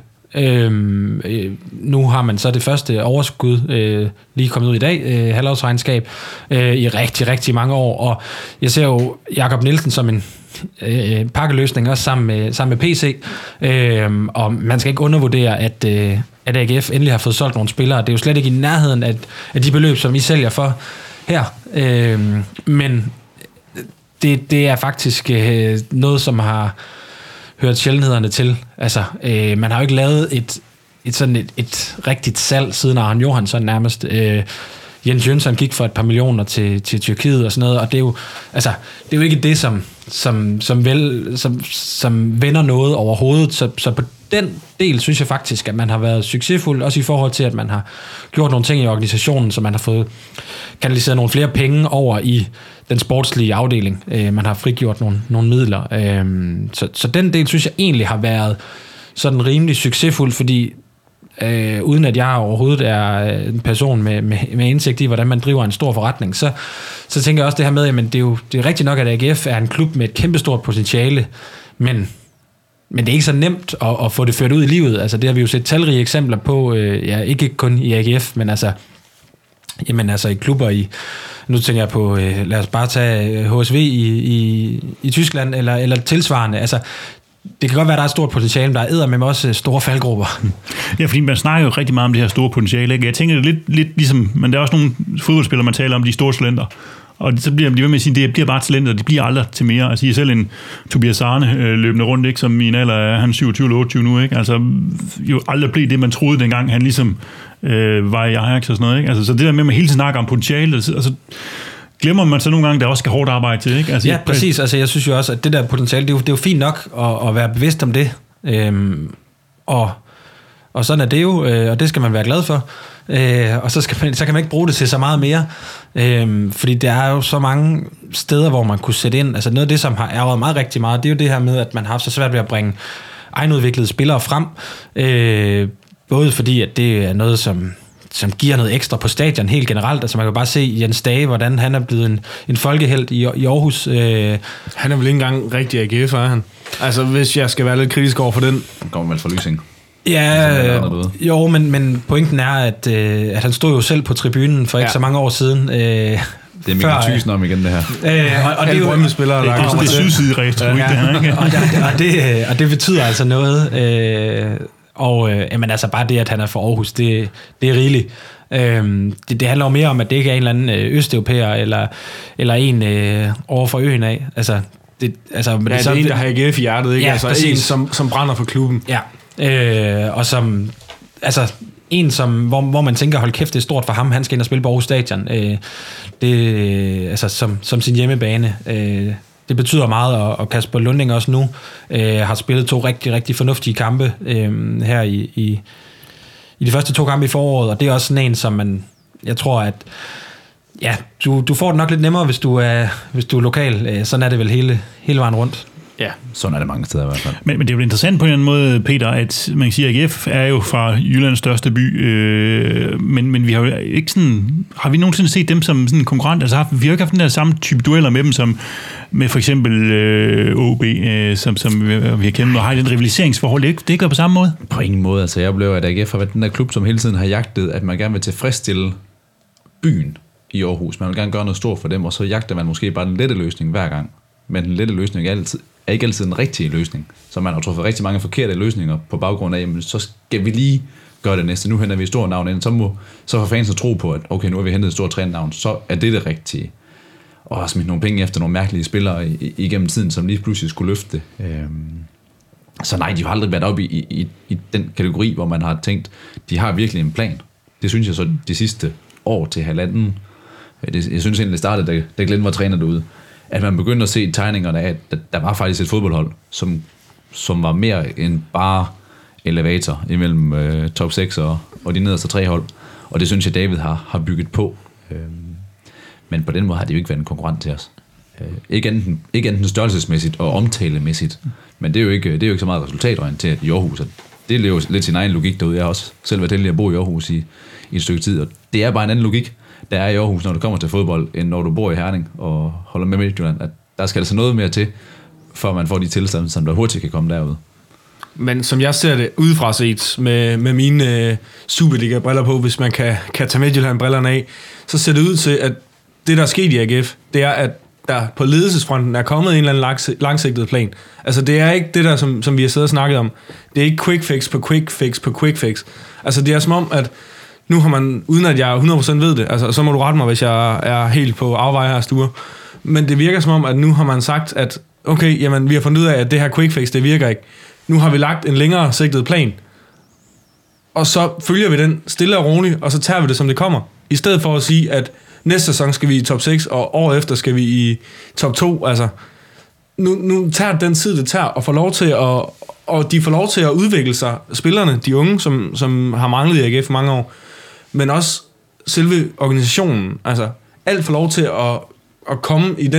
Nu har man så det første overskud lige kommet ud i dag, halvårsregnskab, i rigtig, rigtig mange år, og jeg ser jo Jakob Nielsen som en pakkeløsning også sammen med PC, og man skal ikke undervurdere, at AGF endelig har fået solgt nogle spillere. Det er jo slet ikke i nærheden af de beløb, som I sælger for her, men det er faktisk noget, som har hørt sjældenhederne til. Altså, man har jo ikke lavet et rigtigt salg siden Arne Johansson nærmest. Jens Jønsson gik for et par millioner til Tyrkiet og sådan noget, og det er jo ikke det, som vender noget overhovedet. Så på den del synes jeg faktisk, at man har været succesfuld, også i forhold til, at man har gjort nogle ting i organisationen, så man har fået kanaliseret nogle flere penge over i den sportslige afdeling. Man har frigjort nogle midler. Så den del synes jeg egentlig har været sådan rimelig succesfuld, fordi uden at jeg overhovedet er en person med indsigt i, hvordan man driver en stor forretning, så tænker jeg også det her med, at det er rigtigt nok, at AGF er en klub med et kæmpestort potentiale, men det er ikke så nemt at få det ført ud i livet. Altså, det har vi jo set talrige eksempler på, ikke kun i AGF, men altså i klubber nu tænker jeg på, lad os bare tage HSV i Tyskland, eller tilsvarende. Altså, det kan godt være, at der er et stort potentiale, men der er eddermame også store faldgrupper. Ja, fordi man snakker jo rigtig meget om det her store potentiale, ikke? Jeg tænker det lidt ligesom, men der er også nogle fodboldspillere, man taler om, de store talenter. Og så bliver de ved med at sige, det bliver bare talenter, de bliver aldrig til mere. Altså, I er selv en Tobias Arne løbende rundt, ikke? Som i en alder er han 27 eller 28 nu, ikke? Altså, jo aldrig blev det, man troede dengang, han ligesom var i Ajax og sådan noget, ikke? Altså, så det der med, at man hele tiden snakker om potentiale, altså, glemmer man så nogle gange, der også skal hårdt arbejde til, ikke? Altså, ja, præcis. Altså, jeg synes jo også, at det der potentiale, det er jo fint nok at være bevidst om det. Og sådan er det jo, og det skal man være glad for. Og så kan man ikke bruge det til så meget mere. Fordi der er jo så mange steder, hvor man kunne sætte ind. Altså noget af det, som har ærget meget rigtig meget, det er jo det her med, at man har haft så svært ved at bringe egenudviklede spillere frem. Både fordi, at det er noget, som giver noget ekstra på stadion helt generelt. Altså man kan bare se Jens Dage, hvordan han er blevet en folkehelt i Aarhus. Han er vel ikke engang rigtig AGF, er han? Altså hvis jeg skal være lidt kritisk over for den. Han kommer vel fra Lysing. Ja, jo, men pointen er, at han stod jo selv på tribunen for ikke så mange år siden. Det er Mikkel Thyssen om igen, det her. Og det er jo spillere, der det er sydside og det betyder altså noget. Men altså bare det, at han er fra Aarhus, det er rigeligt. Det handler jo mere om, at det ikke er en eller anden østeuropæer eller en over for øen af. Altså, det er en, der har AGF i hjertet, ikke? Ja, altså præcis. En, som brænder for klubben. Ja. Og som altså en som hvor man tænker, hold kæft, det er stort for ham, han skal ind og spille på Aarhus Stadion, som sin hjemmebane. Det betyder meget, og Kasper Lunding også nu har spillet 2 rigtig, rigtig fornuftige kampe her i de første 2 kampe i foråret, og det er også sådan en, som jeg tror, at ja, du får det nok lidt nemmere, hvis du er lokal. Sådan er det vel hele vejen rundt. Ja, sådan er det mange steder i hvert fald. Men det er jo interessant på en måde, Peter, at man kan sige, at AGF er jo fra Jyllands største by, men vi har jo ikke sådan, har vi nogensinde set dem som sådan en konkurrent? Altså vi har jo ikke haft den der samme type dueller med dem, som med for eksempel OB, som vi har kendt, og har den rivaliseringsforhold. Det er ikke på samme måde? På ingen måde. Altså jeg oplever, at AGF har været den der klub, som hele tiden har jagtet, at man gerne vil tilfredsstille byen i Aarhus. Man vil gerne gøre noget stort for dem, og så jagter man måske bare den lette løsning hver gang. Men den lette løsning er ikke altid den rigtige løsning. Så man har truffet rigtig mange forkerte løsninger på baggrund af, men så skal vi lige gøre det næste. Nu henter vi et stort navn ind, så får fansen tro på, at okay, nu har vi hentet et stort trænernavn, så er det rigtige. Og har smidt nogle penge efter nogle mærkelige spillere igennem tiden, som lige pludselig skulle løfte det. Så nej, de har aldrig været oppe i den kategori, hvor man har tænkt, de har virkelig en plan. Det synes jeg så de sidste år til halvanden. Jeg synes egentlig, det startede, da Glenn var træner derude, at man begyndte at se tegningerne af, at der var faktisk et fodboldhold, som var mere end bare elevator imellem top 6 og de nederste 3 hold. Og det synes jeg, David har bygget på. Men på den måde har det jo ikke været en konkurrent til os. Ikke enten størrelsesmæssigt og omtalemæssigt, men det er jo ikke så meget resultatorienteret i Aarhus. Det lever lidt sin egen logik derude. Jeg har også selv været heldig at bo i Aarhus i et stykke tid, og det er bare en anden logik, der er i Aarhus, når det kommer til fodbold, end når du bor i Herning og holder med Midtjylland. At der skal altså noget mere til, for man får de tilstande, som der hurtigt kan komme derud. Men som jeg ser det udefra set, med mine Superliga-briller på, hvis man kan tage Midtjylland-brillerne af, så ser det ud til, at det, der er sket i AGF, det er, at der på ledelsesfronten er kommet en eller anden langsigtet plan. Altså, det er ikke det der, som vi har siddet og snakket om. Det er ikke quick fix på quick fix på quick fix. Altså, det er som om, at nu har man, uden at jeg 100% ved det, altså, så må du rette mig, hvis jeg er helt på afveje her stuer. Men det virker som om, at nu har man sagt, at okay, jamen, vi har fundet ud af, at det her quick fix, det virker ikke. Nu har vi lagt en længere sigtet plan. Og så følger vi den stille og roligt, og så tager vi det, som det kommer. I stedet for at sige, at næste sæson skal vi i top 6, og året efter skal vi i top 2. Altså, nu tager den tid, det tager, og får lov til og de får lov til at udvikle sig, spillerne, de unge, som har manglet i AGF mange år, men også selve organisationen. Altså, alt får lov til at komme i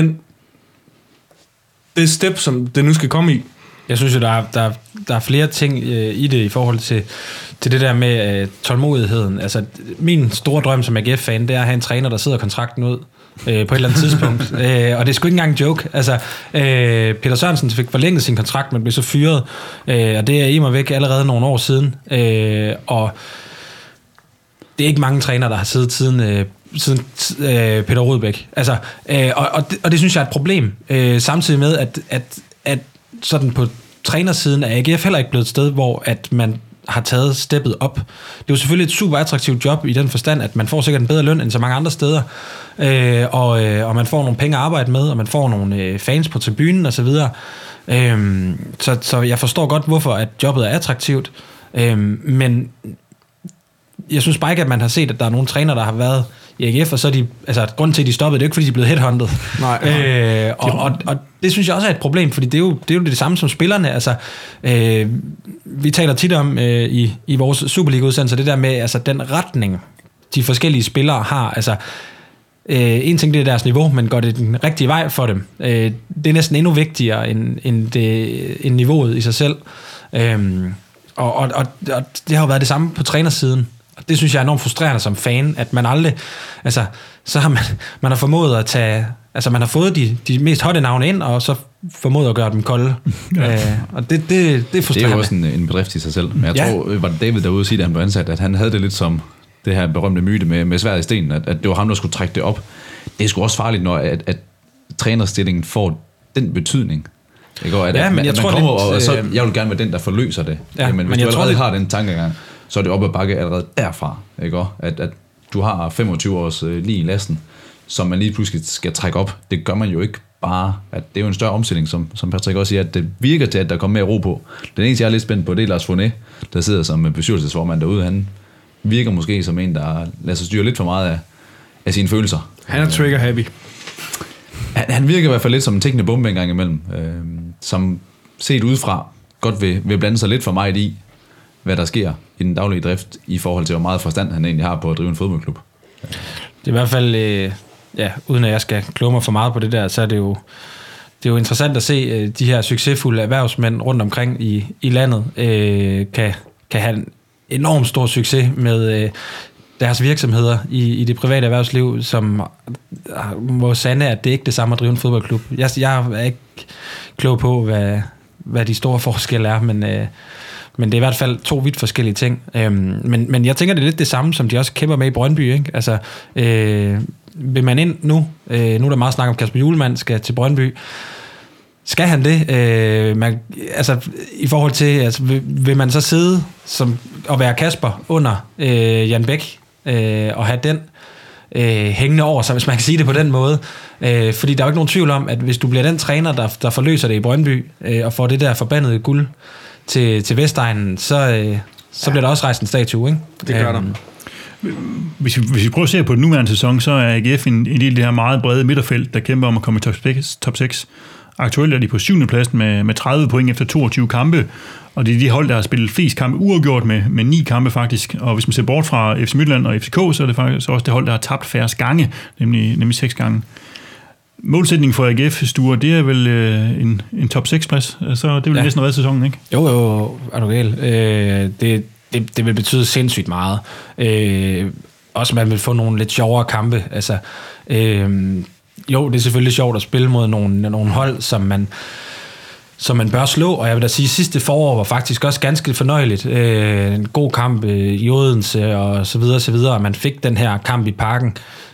det step, som det nu skal komme i. Jeg synes jo, der er flere ting i det i forhold til det der med tålmodigheden. Altså, min store drøm som AGF-fan, det er at have en træner, der sidder kontrakten ud på et eller andet tidspunkt. Og det er sgu ikke engang en joke. Altså, Peter Sørensen fik forlænget sin kontrakt, men blev så fyret. Og det er i mig væk allerede nogle år siden. Og det er ikke mange trænere, der har siddet siden Peter Rudbæk. Altså, og det synes jeg er et problem. Samtidig med, at sådan på trænersiden er AGF heller ikke blevet et sted, hvor at man har taget steppet op. Det er jo selvfølgelig et super attraktivt job i den forstand, at man får sikkert en bedre løn end så mange andre steder, og man får nogle penge at arbejde med, og man får nogle fans på tribunen og så videre. Så jeg forstår godt, hvorfor at jobbet er attraktivt, men jeg synes bare ikke, at man har set, at der er nogle træner, der har været i AGF, og så er de, altså grunden til, at de stoppede, det er jo ikke, fordi de er blevet headhunted. Nej. Og det synes jeg også er et problem, fordi det er jo det samme som spillerne. Altså, vi taler tit om i vores Superliga-udsendelse, det der med altså, den retning, de forskellige spillere har. Altså, en ting det er deres niveau, men går det den rigtige vej for dem. Det er næsten endnu vigtigere end niveauet i sig selv. Og det har jo været det samme på trænersiden. Og det synes jeg er enormt frustrerende som fan, at man aldrig, altså, så har man har formået at tage, altså man har fået de mest hotte navne ind, og så formået at gøre dem kolde. Og det er frustrerende. Det er jo også en bedrift i sig selv. Men jeg tror, var det David derude sige, da han blev ansat, at han havde det lidt som det her berømte myte med sværd i stenen, at det var ham, der skulle trække det op. Det er sgu også farligt, når at trænerstillingen får den betydning. Ikke? Og men jeg tror kommer, og så jeg vil gerne være den, der forløser det. Men hvis du allerede har den tankegang, så er det op ad bakke allerede derfra. Ikke? At du har 25 års lige i lasten, som man lige pludselig skal trække op. Det gør man jo ikke bare. At det er jo en større omstilling, som Patrick også siger, at det virker til, at der kommer mere ro på. Den eneste, jeg er lidt spændt på, det er Lars Fournet, der sidder som bestyrelsesformand derude. Han virker måske som en, der lader sig styre lidt for meget af sine følelser. Han er trigger happy. Han virker i hvert fald lidt som en tikkende bombe en gang imellem, som set udefra godt vil blande sig lidt for meget i, hvad der sker i den daglige drift, i forhold til, hvor meget forstand han egentlig har på at drive en fodboldklub. Det er i hvert fald, uden at jeg skal kloge mig for meget på det der, så er det jo interessant at se de her succesfulde erhvervsmænd rundt omkring i landet, kan have en enormt stor succes med deres virksomheder i det private erhvervsliv, som må sande, at det ikke er det samme at drive en fodboldklub. Jeg er ikke klog på, hvad de store forskelle er, men det er i hvert fald 2 vidt forskellige ting. Men jeg tænker, det er lidt det samme, som de også kæmper med i Brøndby. Ikke? Altså, vil man ind nu? Nu er der meget snak om, Kasper Hjulmand skal til Brøndby. Skal han det? I forhold til, altså, vil man så sidde og være Kasper under Jan Bæk og have den hængende over sig, hvis man kan sige det på den måde? Fordi der er jo ikke nogen tvivl om, at hvis du bliver den træner, der forløser det i Brøndby og får det der forbandede guld til Vestegnen, så bliver der også rejst en statue, ikke? Det gør der. Hvis vi prøver at se på den nuværende sæson, så er AGF en del af det her meget brede midterfelt, der kæmper om at komme i top 6. Aktuelt er de på 7. pladsen med 30 point efter 22 kampe, og det er de hold, der har spillet flest kampe uafgjort med 9 kampe faktisk. Og hvis man ser bort fra FC Midtjylland og FCK, så er det faktisk også det hold, der har tabt færrest gange, nemlig 6 gange. Målsætningen for AGF, Sture, det er vel en top 6-plads, så det vil næsten redde sæsonen, ikke? Jo, er du gal. Det vil betyde sindssygt meget. Også man vil få nogle lidt sjovere kampe. Altså, jo, det er selvfølgelig sjovt at spille mod nogle hold, som man bør slå, og jeg vil da sige, at sidste forår var faktisk også ganske fornøjeligt. En god kamp i Odense og så videre, og man fik den her kamp i Parken.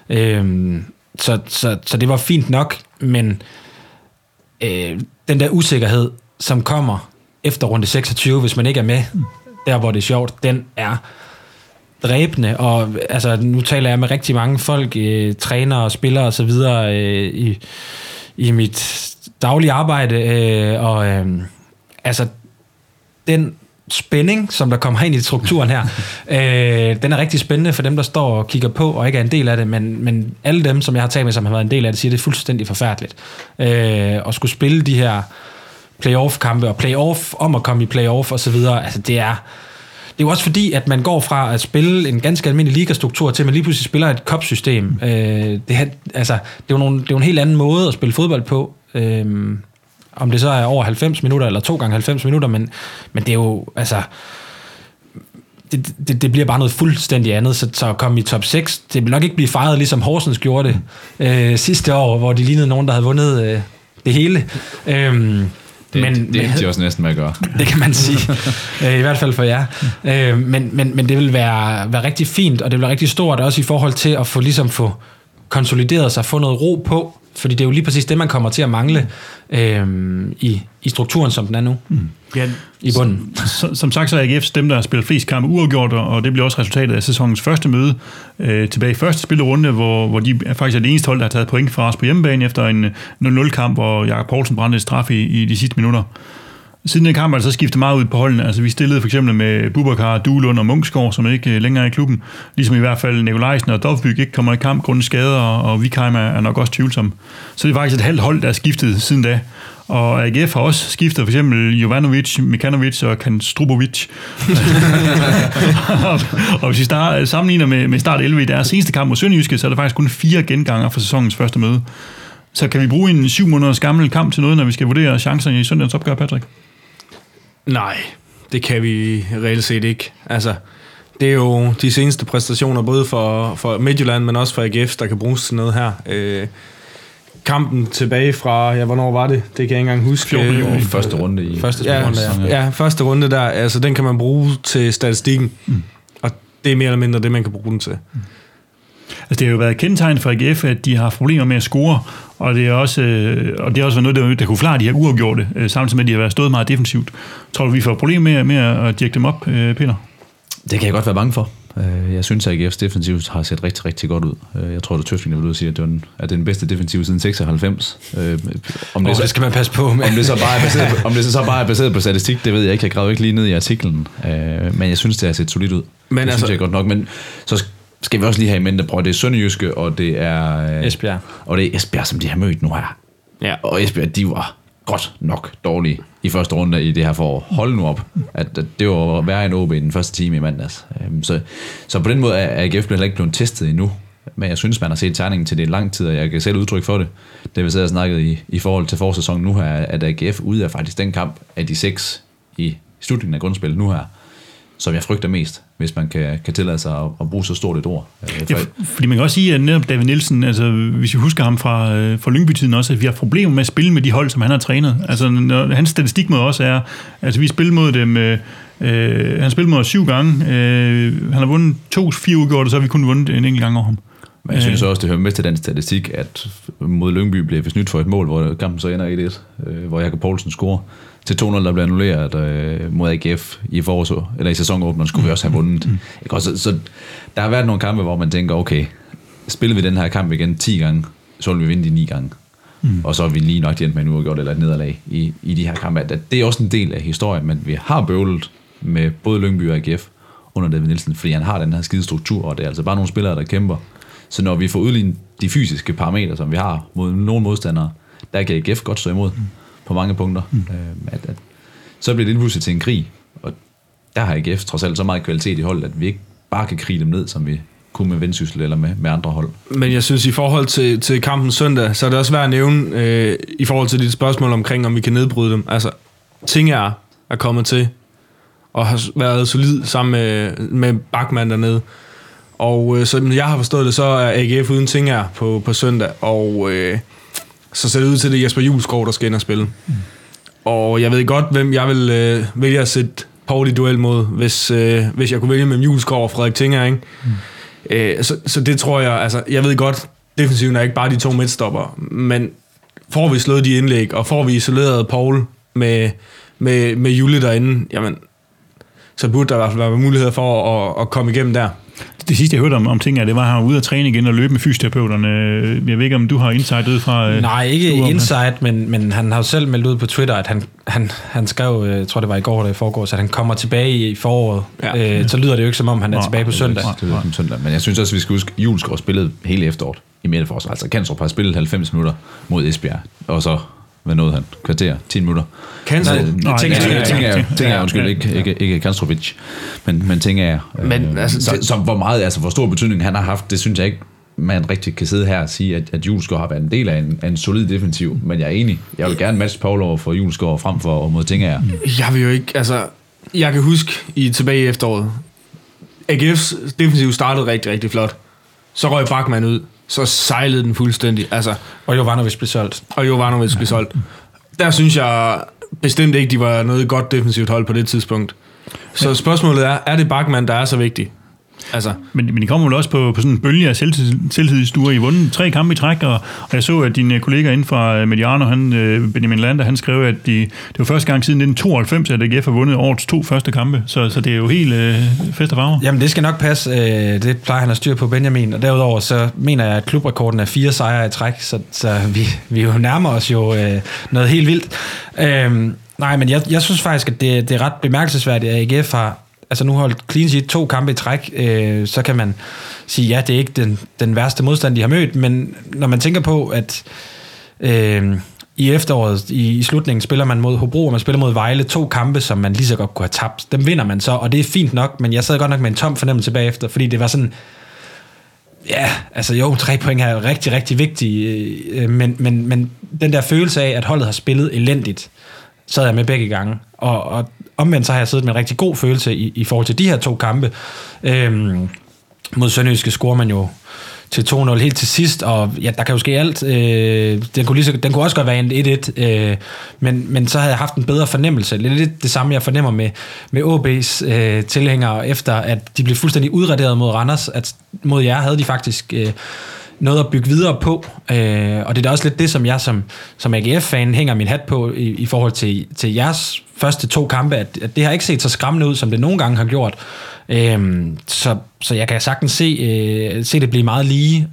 Så det var fint nok, men den der usikkerhed, som kommer efter runde 26, hvis man ikke er med, der hvor det er sjovt, den er dræbende, og altså, nu taler jeg med rigtig mange folk, trænere, spillere og så videre i mit daglige arbejde, altså den spænding, som der kommer ind i strukturen her, den er rigtig spændende for dem, der står og kigger på og ikke er en del af det, men alle dem, som jeg har talt med, som har været en del af det, siger, det er fuldstændig forfærdeligt. At skulle spille de her playoff-kampe og playoff om at komme i playoff og så videre, altså det er jo også fordi, at man går fra at spille en ganske almindelig ligastruktur til, at man lige pludselig spiller et cup-system. Det er jo en helt anden måde at spille fodbold på. Om det så er over 90 minutter, eller 2 gange 90 minutter, men det er jo, altså, det bliver bare noget fuldstændig andet, så at komme i top 6, det vil nok ikke blive fejret, ligesom Horsens gjorde det sidste år, hvor de lignede nogen, der havde vundet det hele. Det er de også næsten med at gøre. Det kan man sige. I hvert fald for jer. Men det vil være rigtig fint, og det vil være rigtig stort, også i forhold til at få konsolideret sig, få noget ro på, fordi det er jo lige præcis det, man kommer til at mangle i strukturen, som den er nu. I bunden. Som sagt, så er AGF dem, der har spillet flest kampe uafgjort, og det bliver også resultatet af sæsonens første møde tilbage i første spillerunde, hvor de faktisk er det eneste hold, der har taget point fra os på hjemmebane efter en 0-0-kamp, hvor Jakob Poulsen brændte et straf i de sidste minutter. Siden den kamp er der så skiftet meget ud på holdene. Altså, vi stillede for eksempel med Bubakar, Duelund og Munksgaard, som ikke længere er i klubben. Ligesom i hvert fald Nikolajsen og Dovbyk ikke kommer i kamp grundet skader, og Vikheim er nok også tvivlsom. Så det er faktisk et halvt hold, der er skiftet siden da. Og AGF har også skiftet for eksempel Jovanovic, Mikanovic og Kanstrubovic. Og hvis vi sammenligner med start 11 i deres seneste kamp mod Sønderjyske, så er der faktisk kun 4 genganger for sæsonens første møde. Så kan vi bruge en 7 måneders gammel kamp til noget, når vi skal vurdere chancerne i søndagens opgør, Patrick? Nej, det kan vi reelt set ikke. Altså, det er jo de seneste præstationer, både for Midtjylland, men også for AGF, der kan bruges til noget her. Kampen tilbage fra, hvornår var det? Det kan jeg ikke engang huske. Første runde i... Første runde der, altså den kan man bruge til statistikken. Og det er mere eller mindre det, man kan bruge den til. Altså, det har jo været kendetegn for AGF, at de har problemer med at score, og det er også noget, der kunne klare de her uafgjorte, samtidig med, at de har været stået meget defensivt. Tror du, vi får problemer med at dirke dem op, Peter? Det kan jeg godt være bange for. Jeg synes, at AGF's defensivt har set rigtig, rigtig godt ud. Jeg tror, at Tøfting vil ud og sige, at det er den bedste defensiv siden 96. Det skal man passe på med. Om det så bare er baseret på statistik, det ved jeg ikke. Jeg gravede ikke lige ned i artiklen. Men jeg synes, det har set solidt ud. Men det synes jeg godt nok. Men så skal vi også lige have i mente, at det er Sønderjyske, og det er Esbjerg. Og det er Esbjerg, som de har mødt nu her. Ja. Og Esbjerg, de var godt nok dårlige i første runde i det her forår. Hold nu op, at det var værre end OB i den første time i mandags. Så på den måde er AGF heller ikke blevet testet endnu. Men jeg synes, man har set tegningen til det i lang tid, og jeg kan selv udtrykke for det. Det vi sidder og snakket i forhold til forsæsonen nu her, at AGF ude af faktisk den kamp af de 6 i slutningen af grundspillet nu her, som jeg frygter mest, hvis man kan tillade sig at bruge så stort et ord. Fordi man kan også sige, at netop David Nielsen, altså hvis vi husker ham fra Lyngby-tiden også, at vi har problemer med at spille med de hold, som han har trænet. Altså hans statistik mod os er, altså vi spiller mod dem, han spillede mod os 7 gange, han har vundet 2-4 udgjort, og så har vi kun vundet en enkelt gang over ham. Men jeg synes også, det hører med til den statistik, at mod Lyngby bliver vi snydt for et mål, hvor kampen så ender 1-1, hvor Jakob Poulsen scorer til 2-0, der bliver annulleret mod AGF i sæsonåbneren, skulle vi også have vundet. Så der har været nogle kampe, hvor man tænker, okay, spiller vi den her kamp igen 10 gange, så vil vi vinde de 9 gange. Og så er vi lige nok endt med en uafgjort eller et nederlag i de her kampe. Det er også en del af historien, men vi har bøvlet med både Lyngby og AGF under David Nielsen, fordi han har den her skide struktur, og det er altså bare nogle spillere, der kæmper. Så når vi får udlignet de fysiske parametre, som vi har mod nogle modstandere, der kan AGF godt stå imod på mange punkter. Så bliver det indpusset til en krig, og der har AGF trods alt så meget kvalitet i holdet, at vi ikke bare kan krige dem ned, som vi kunne med Vendsyssel eller med andre hold. Men jeg synes, i forhold til kampen søndag, så er det også værd at nævne, i forhold til dit spørgsmål omkring, om vi kan nedbryde dem. Altså, Tinger er kommet til, og har været solid sammen med Bachmann dernede. Og som jeg har forstået det, så er AGF uden Tinger på søndag, og så ser det ud til, det Jesper Hjulsgaard, der skal ind og spille. Og jeg ved godt, hvem jeg vil vælge at sætte Paul i duel mod, hvis jeg kunne vælge mellem Hjulsgaard og Frederik Tinger, ikke? Så det tror jeg, altså jeg ved godt, defensiven er ikke bare de 2 midtstopper, men får vi slået de indlæg, og får vi isoleret Paul med Jule derinde, jamen, så burde der i hvert fald være muligheder for at komme igennem der. Det sidste, jeg hørte om ting, det var, at han var ude at træne igen og løbe med fysioterapeuterne. Jeg ved ikke, om du har insight ud fra... Nej, ikke insight, men han har jo selv meldt ud på Twitter, at han skrev, jeg tror det var i går eller i forgårs, at han kommer tilbage i foråret. Ja. Så lyder det jo ikke, som om han er tilbage på søndag. Det lyder som søndag. Men jeg synes også, at vi skal huske, at Hjulsgaard spillede hele efteråret i midterforsvaret. Altså Kanstrup har spillet 90 minutter mod Esbjerg, og så... Hvad nåede han? Kvarter? 10 minutter? Tinger, undskyld, ikke Kanstrupic, men Tinger. Men altså, hvor stor betydning han har haft, det synes jeg ikke, man rigtig kan sidde her og sige, at Hjulsgaard har været en del af en solid defensiv, men jeg er enig. Jeg vil gerne matche Paul over for Hjulsgaard frem for mod Tinger. Jeg vil jo ikke, altså, jeg kan huske tilbage i efteråret, AGF's defensiv startede rigtig, rigtig flot. Så røg Bachmann ud. Så sejlede den fuldstændig. Altså, og Jovanovic blev solgt. Der synes jeg bestemt ikke, de var noget godt defensivt hold på det tidspunkt. Så spørgsmålet er det Bachmann, der er så vigtig? Altså. Men de kommer vel også på sådan en bølge af selvtidsstuer. I vundet 3 kampe i træk, og jeg så, at din kollega inden fra Mediano, Benjamin Lander, han skrev, at det var første gang siden 1992, at AGF har vundet årets 2 første kampe, så det er jo helt fest og farver. Jamen det skal nok passe, det plejer han at styre på Benjamin, og derudover så mener jeg, at klubrekorden er 4 sejre i træk, så vi jo nærmer os jo noget helt vildt. Nej, men jeg synes faktisk, at det er ret bemærkelsesværdigt, at AGF har nu holdt clean sheet 2 kampe i træk. Så kan man sige, ja, det er ikke den værste modstand, de har mødt, men når man tænker på, at i efteråret, i slutningen, spiller man mod Hobro, og man spiller mod Vejle, 2 kampe, som man lige så godt kunne have tabt. Dem vinder man så, og det er fint nok, men jeg sad godt nok med en tom fornemmelse bagefter, fordi det var sådan, ja, 3 point er rigtig, rigtig vigtige, men den der følelse af, at holdet har spillet elendigt, sad jeg med begge gange, og omvendt så har jeg siddet med en rigtig god følelse i forhold til de her 2 kampe. Mod Sønderjyske scorer man jo til 2-0 helt til sidst, og ja, der kan jo ske alt. Den kunne også godt være en 1-1, men så havde jeg haft en bedre fornemmelse. Lidt det samme, jeg fornemmer med AaB's tilhængere, efter at de blev fuldstændig udraderet mod Randers, at mod jer havde de faktisk noget at bygge videre på, og det er da også lidt det, som jeg som AGF-fan hænger min hat på i forhold til jeres første 2 kampe, at det har ikke set så skræmmende ud, som det nogle gange har gjort. Så jeg kan sagtens se det blive meget lige,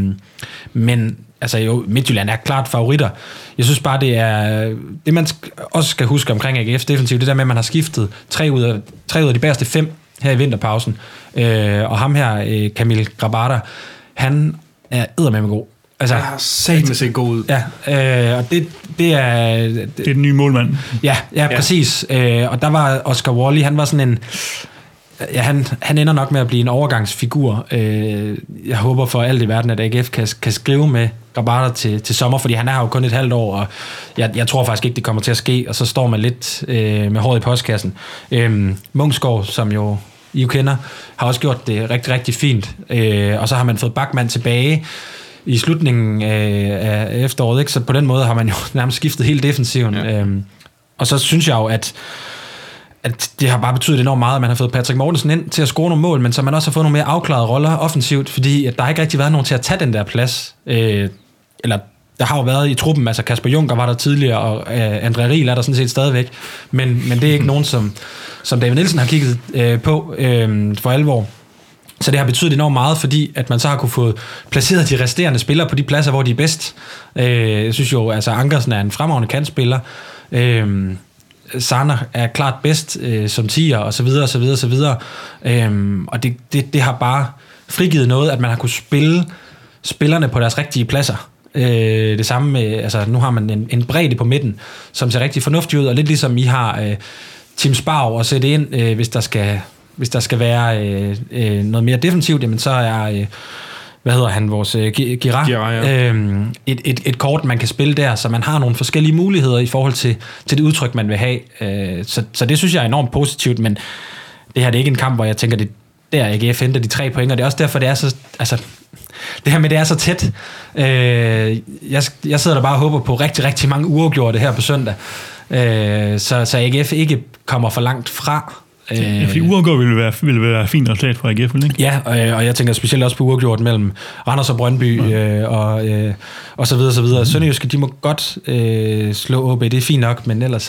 men Midtjylland er klart favoritter. Jeg synes bare, det er det, man også skal huske omkring AGF defensivt, det der med, at man har skiftet 3 ud af de bedste 5 her i vinterpausen, og ham her, Kamil Grabara, han er eddermame god. Jeg har satme set god ud. Ja, og det er... Det er den nye målmand. Ja, præcis. Og der var Oscar Wally, han var sådan en... Ja, han ender nok med at blive en overgangsfigur. Jeg håber for alt i verden, at AGF kan skrive med Grabara til sommer, fordi han er jo kun et halvt år, og jeg tror faktisk ikke, det kommer til at ske, og så står man lidt med håret i postkassen. Munksgaard, som jo I jo kender, har også gjort det rigtig, rigtig fint. Og så har man fået Bachmann tilbage i slutningen af efteråret, ikke? Så på den måde har man jo nærmest skiftet hele defensiven. Ja. Og så synes jeg jo, at det har bare betydet enormt meget, at man har fået Patrick Mortensen ind til at score nogle mål, men så man også har fået nogle mere afklarede roller offensivt, fordi at der ikke rigtig været nogen til at tage den der plads. Eller der har jo været i truppen, altså Kasper Juncker var der tidligere, og André Riel er der sådan set stadigvæk, men det er ikke nogen, som David Nielsen har kigget på for alvor. Så det har betydet enormt meget, fordi at man så har kunne få placeret de resterende spillere på de pladser, hvor de er bedst. Jeg synes jo, altså Ankersen er en fremragende kantspiller. Sarner er klart bedst som 10'er, og så videre, og så videre, og så videre. Og det har bare frigivet noget, at man har kunne spille spillerne på deres rigtige pladser. Det samme med, altså nu har man en bredde på midten, som ser rigtig fornuftig ud, og lidt ligesom I har Tim Sparv at sætte ind, hvis der skal være noget mere defensivt, jamen så er vores Girard, ja. Et kort, man kan spille der, så man har nogle forskellige muligheder i forhold til det udtryk, man vil have. Så det synes jeg er enormt positivt, men det her det er ikke en kamp, hvor jeg tænker, det der AGF henter de 3 point, og det er også derfor, det er så... Altså, det her med, det er så tæt. Jeg sidder der bare og håber på rigtig, rigtig mange uafgjorte her på søndag, så AGF ikke kommer for langt fra. Fordi uafgjort ville være fint resultat for AGF, ikke? Ja, og jeg tænker specielt også på uafgjort mellem Randers og Brøndby, og så videre, så videre. Sønderjyske, de må godt slå AB, det er fint nok, men ellers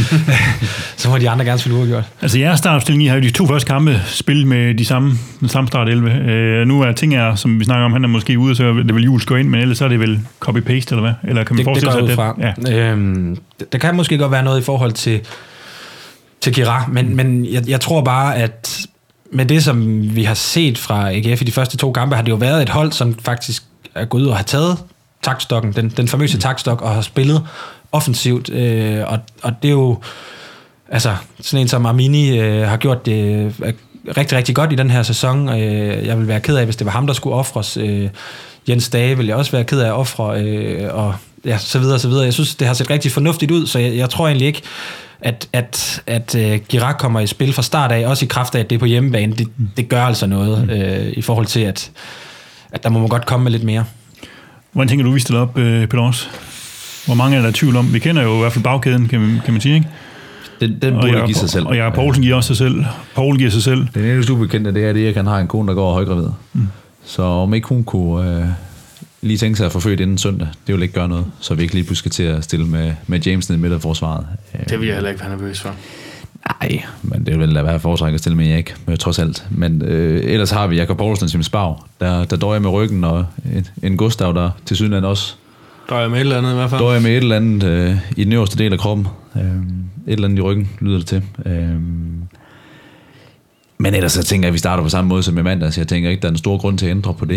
så må de andre gerne spille uafgjort. Altså jeres startopstilling, I har jo de 2 første kampe spillet med den samme start 11. Nu er ting, som vi snakker om, han er måske ude, så det vil Jules gå ind, men ellers så er det vel copy-paste, eller hvad? Eller kan man forestille sig det? Ja. Der kan måske godt være noget i forhold til Girard, men jeg tror bare, at med det, som vi har set fra AGF i de første 2 kampe, har det jo været et hold, som faktisk er gået ud og har taget taktstokken, den famøse taktstok, og har spillet offensivt, og det er jo altså sådan en som Armini har gjort det rigtig, rigtig godt i den her sæson. Jeg vil være ked af, hvis det var ham, der skulle ofres. Jens Dage vil jeg også være ked af at ofre, og ja, så videre, så videre. Jeg synes, det har set rigtig fornuftigt ud, så jeg tror egentlig ikke, at Girard kommer i spil fra start af, også i kraft af, at det er på hjemmebane. Det gør altså noget i forhold til, at der må man godt komme med lidt mere. Hvordan tænker du, vi stiller op, Peter Aars? Hvor mange er der tvivl om? Vi kender jo i hvert fald bagkæden, kan man sige, ikke? Den burde give sig selv. Og Jakob Poulsen giver også sig selv. Paul giver sig selv. Den eneste ubekendte, det er det, at han har en kone, der går højgravid. Så om ikke hun kunne lige tænke sig at forføde inden søndag, det vil ikke gøre noget, så vi ikke lige pludselig til at stille med James ned i midterforsvaret. Det vil jeg heller ikke være nervøs for. Nej, men det vil da være foretræk at stille med Erik, trods alt. Men ellers har vi Jakob Poulsen som Sparv, der døjer med ryggen, og en Gustav, der til sydenland også døjer med et eller andet i hvert fald. Døjer med et eller andet i den øverste del af kroppen. Et eller andet i ryggen lyder det til. Men ellers så tænker jeg, at vi starter på samme måde som i mandags. Jeg tænker ikke, der er en stor grund til at ændre på det.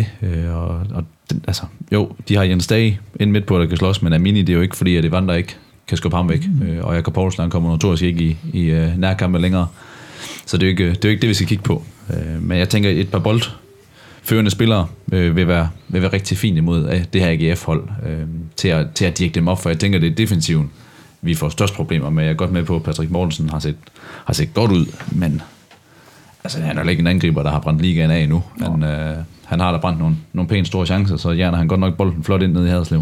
Jo, de har Jens Dage ind midt på, der kan slås, men Amini, det er jo ikke fordi, at Evander ikke kan skubbe ham væk. Og Jakob Poulsen, han kommer notorisk ikke i nærkampe længere. Så det er jo ikke det, vi skal kigge på. Men jeg tænker, at et par boldførende spillere vil være rigtig fint imod det her AGF-hold til at dirke dem op, for jeg tænker, det er defensiven, vi får størst problemer med. Jeg er godt med på, at Patrick Mortensen har set godt ud, men altså, han er jo ikke en angriber, der har brændt ligaen af endnu. Han har da brændt nogle pænt store chancer, så hjerner han godt nok bolden flot ind ned i Haderslev.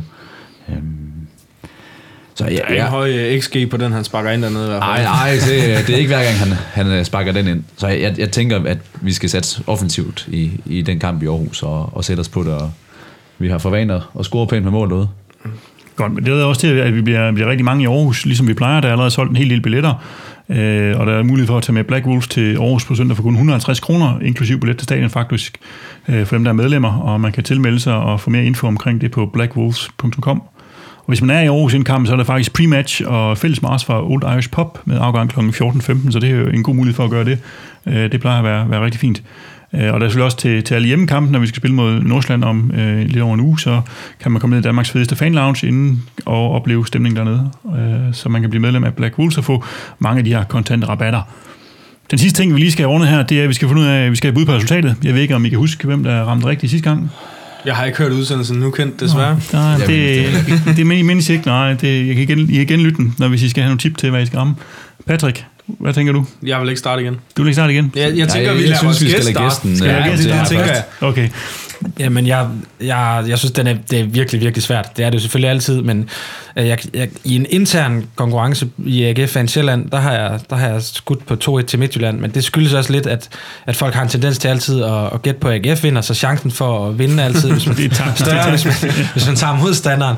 Så ja, en høj XG på den, han sparker ind dernede. Nej, det er ikke hver gang, han sparker den ind. Så jeg tænker, at vi skal satse offensivt i den kamp i Aarhus og sætte os på det. Og vi har forvanet at score pænt med mål derude. Godt, men det er også til, at vi bliver rigtig mange i Aarhus, ligesom vi plejer. Der er allerede solgt en hel del billetter, og der er mulighed for at tage med Black Wolves til Aarhus på søndag for kun 150 kroner, inklusiv billet til stadion faktisk, for dem, der er medlemmer, og man kan tilmelde sig og få mere info omkring det på blackwolves.com. Og hvis man er i Aarhus i en kamp, så er der faktisk pre-match og fælles march fra Old Irish Pub med afgang kl. 14.15, så det er jo en god mulighed for at gøre det. Det plejer at være rigtig fint. Og der er selvfølgelig også til alle hjemmekampen, når vi skal spille mod Nordsjælland om lidt over en uge, så kan man komme ned i Danmarks fedeste fanlounge inden og opleve stemningen dernede. Så man kan blive medlem af Black Wolves og få mange af de her kontante rabatter. Den sidste ting, vi lige skal have ordnet her, det er, at vi skal finde ud af, at vi skal have bud på resultatet. Jeg ved ikke, om I kan huske, hvem der ramte rigtigt sidste gang. Jeg har ikke hørt udsendelsen nu kendt, desværre. Nej, det mindes ikke. Nej, I kan genlytte den, når I skal have nogle tip til, hvad I skal ramme. Patrick, hvad tænker du? Jeg vil ikke starte igen. Du vil ikke starte igen? Jeg tænker, vi lader vores gæst starte. Skal jeg tænker jeg. Okay. Jamen, jeg synes, det er virkelig, virkelig svært. Det er det jo selvfølgelig altid, men i en intern konkurrence i AGF Fan Sjælland, der har jeg skudt på 2-1 til Midtjylland, men det skyldes også lidt, at folk har en tendens til altid at gætte på AGF vinder, så chancen for at vinde altid, hvis man større, hvis man tager modstanderen.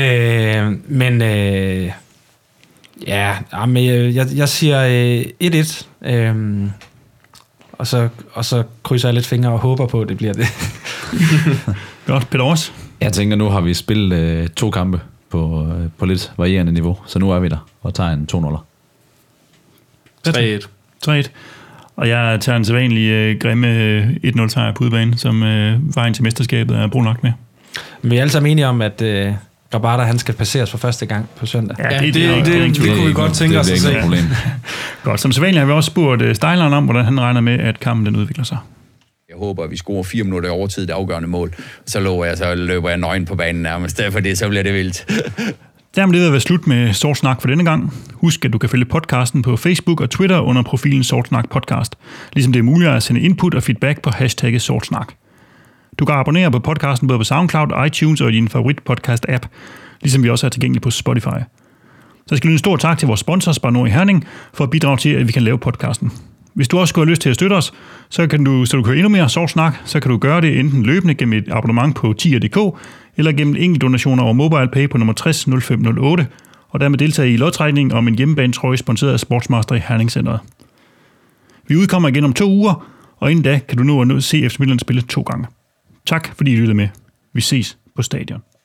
Jeg siger 1-1. Og så krydser jeg lidt fingre og håber på, at det bliver det. Godt, Peter Aars. Jeg tænker, nu har vi spillet 2 kampe på lidt varierende niveau, så nu er vi der og tager en 2-0'er. 3-1. Og jeg tager en sædvanlig grimme 1-0-sejr på udebane, som vejen til mesterskabet er brunlagt med. Vi er alle sammen enige om, at Grabara, han skal passeres for første gang på søndag. Ja, det kunne vi godt tænke os at se. Godt, som sædvanligt har vi også spurgt Stejleren om, hvordan han regner med, at kampen den udvikler sig. Jeg håber, at vi scorer 4 minutter i overtid, det afgørende mål. Så løber jeg nøgen på banen nærmest, fordi så bliver det vildt. Dermed det vil være slut med Sort Snak for denne gang. Husk, at du kan følge podcasten på Facebook og Twitter under profilen Sort Snak Podcast. Ligesom det er muligt at sende input og feedback på hashtagget Sort Snak. Du kan abonnere på podcasten både på SoundCloud, iTunes og i din favorit podcast-app, ligesom vi også er tilgængelige på Spotify. Så skal lyde en stor tak til vores sponsor, Spar Nord i Herning, for at bidrage til, at vi kan lave podcasten. Hvis du også skulle have lyst til at støtte os, så du kan endnu mere Sort Snak, så kan du gøre det enten løbende gennem et abonnement på tier.dk, eller gennem enkeltdonationer over MobilePay på nummer 60 0508, og dermed deltage i lodtrækningen om en hjemmebanetrøje sponsoreret af Sportsmaster i Herning Centeret. Vi udkommer igen om 2 uger, og inden da kan du nå at se FC Midtjylland spille 2 gange. Tak fordi I lyttede med. Vi ses på stadion.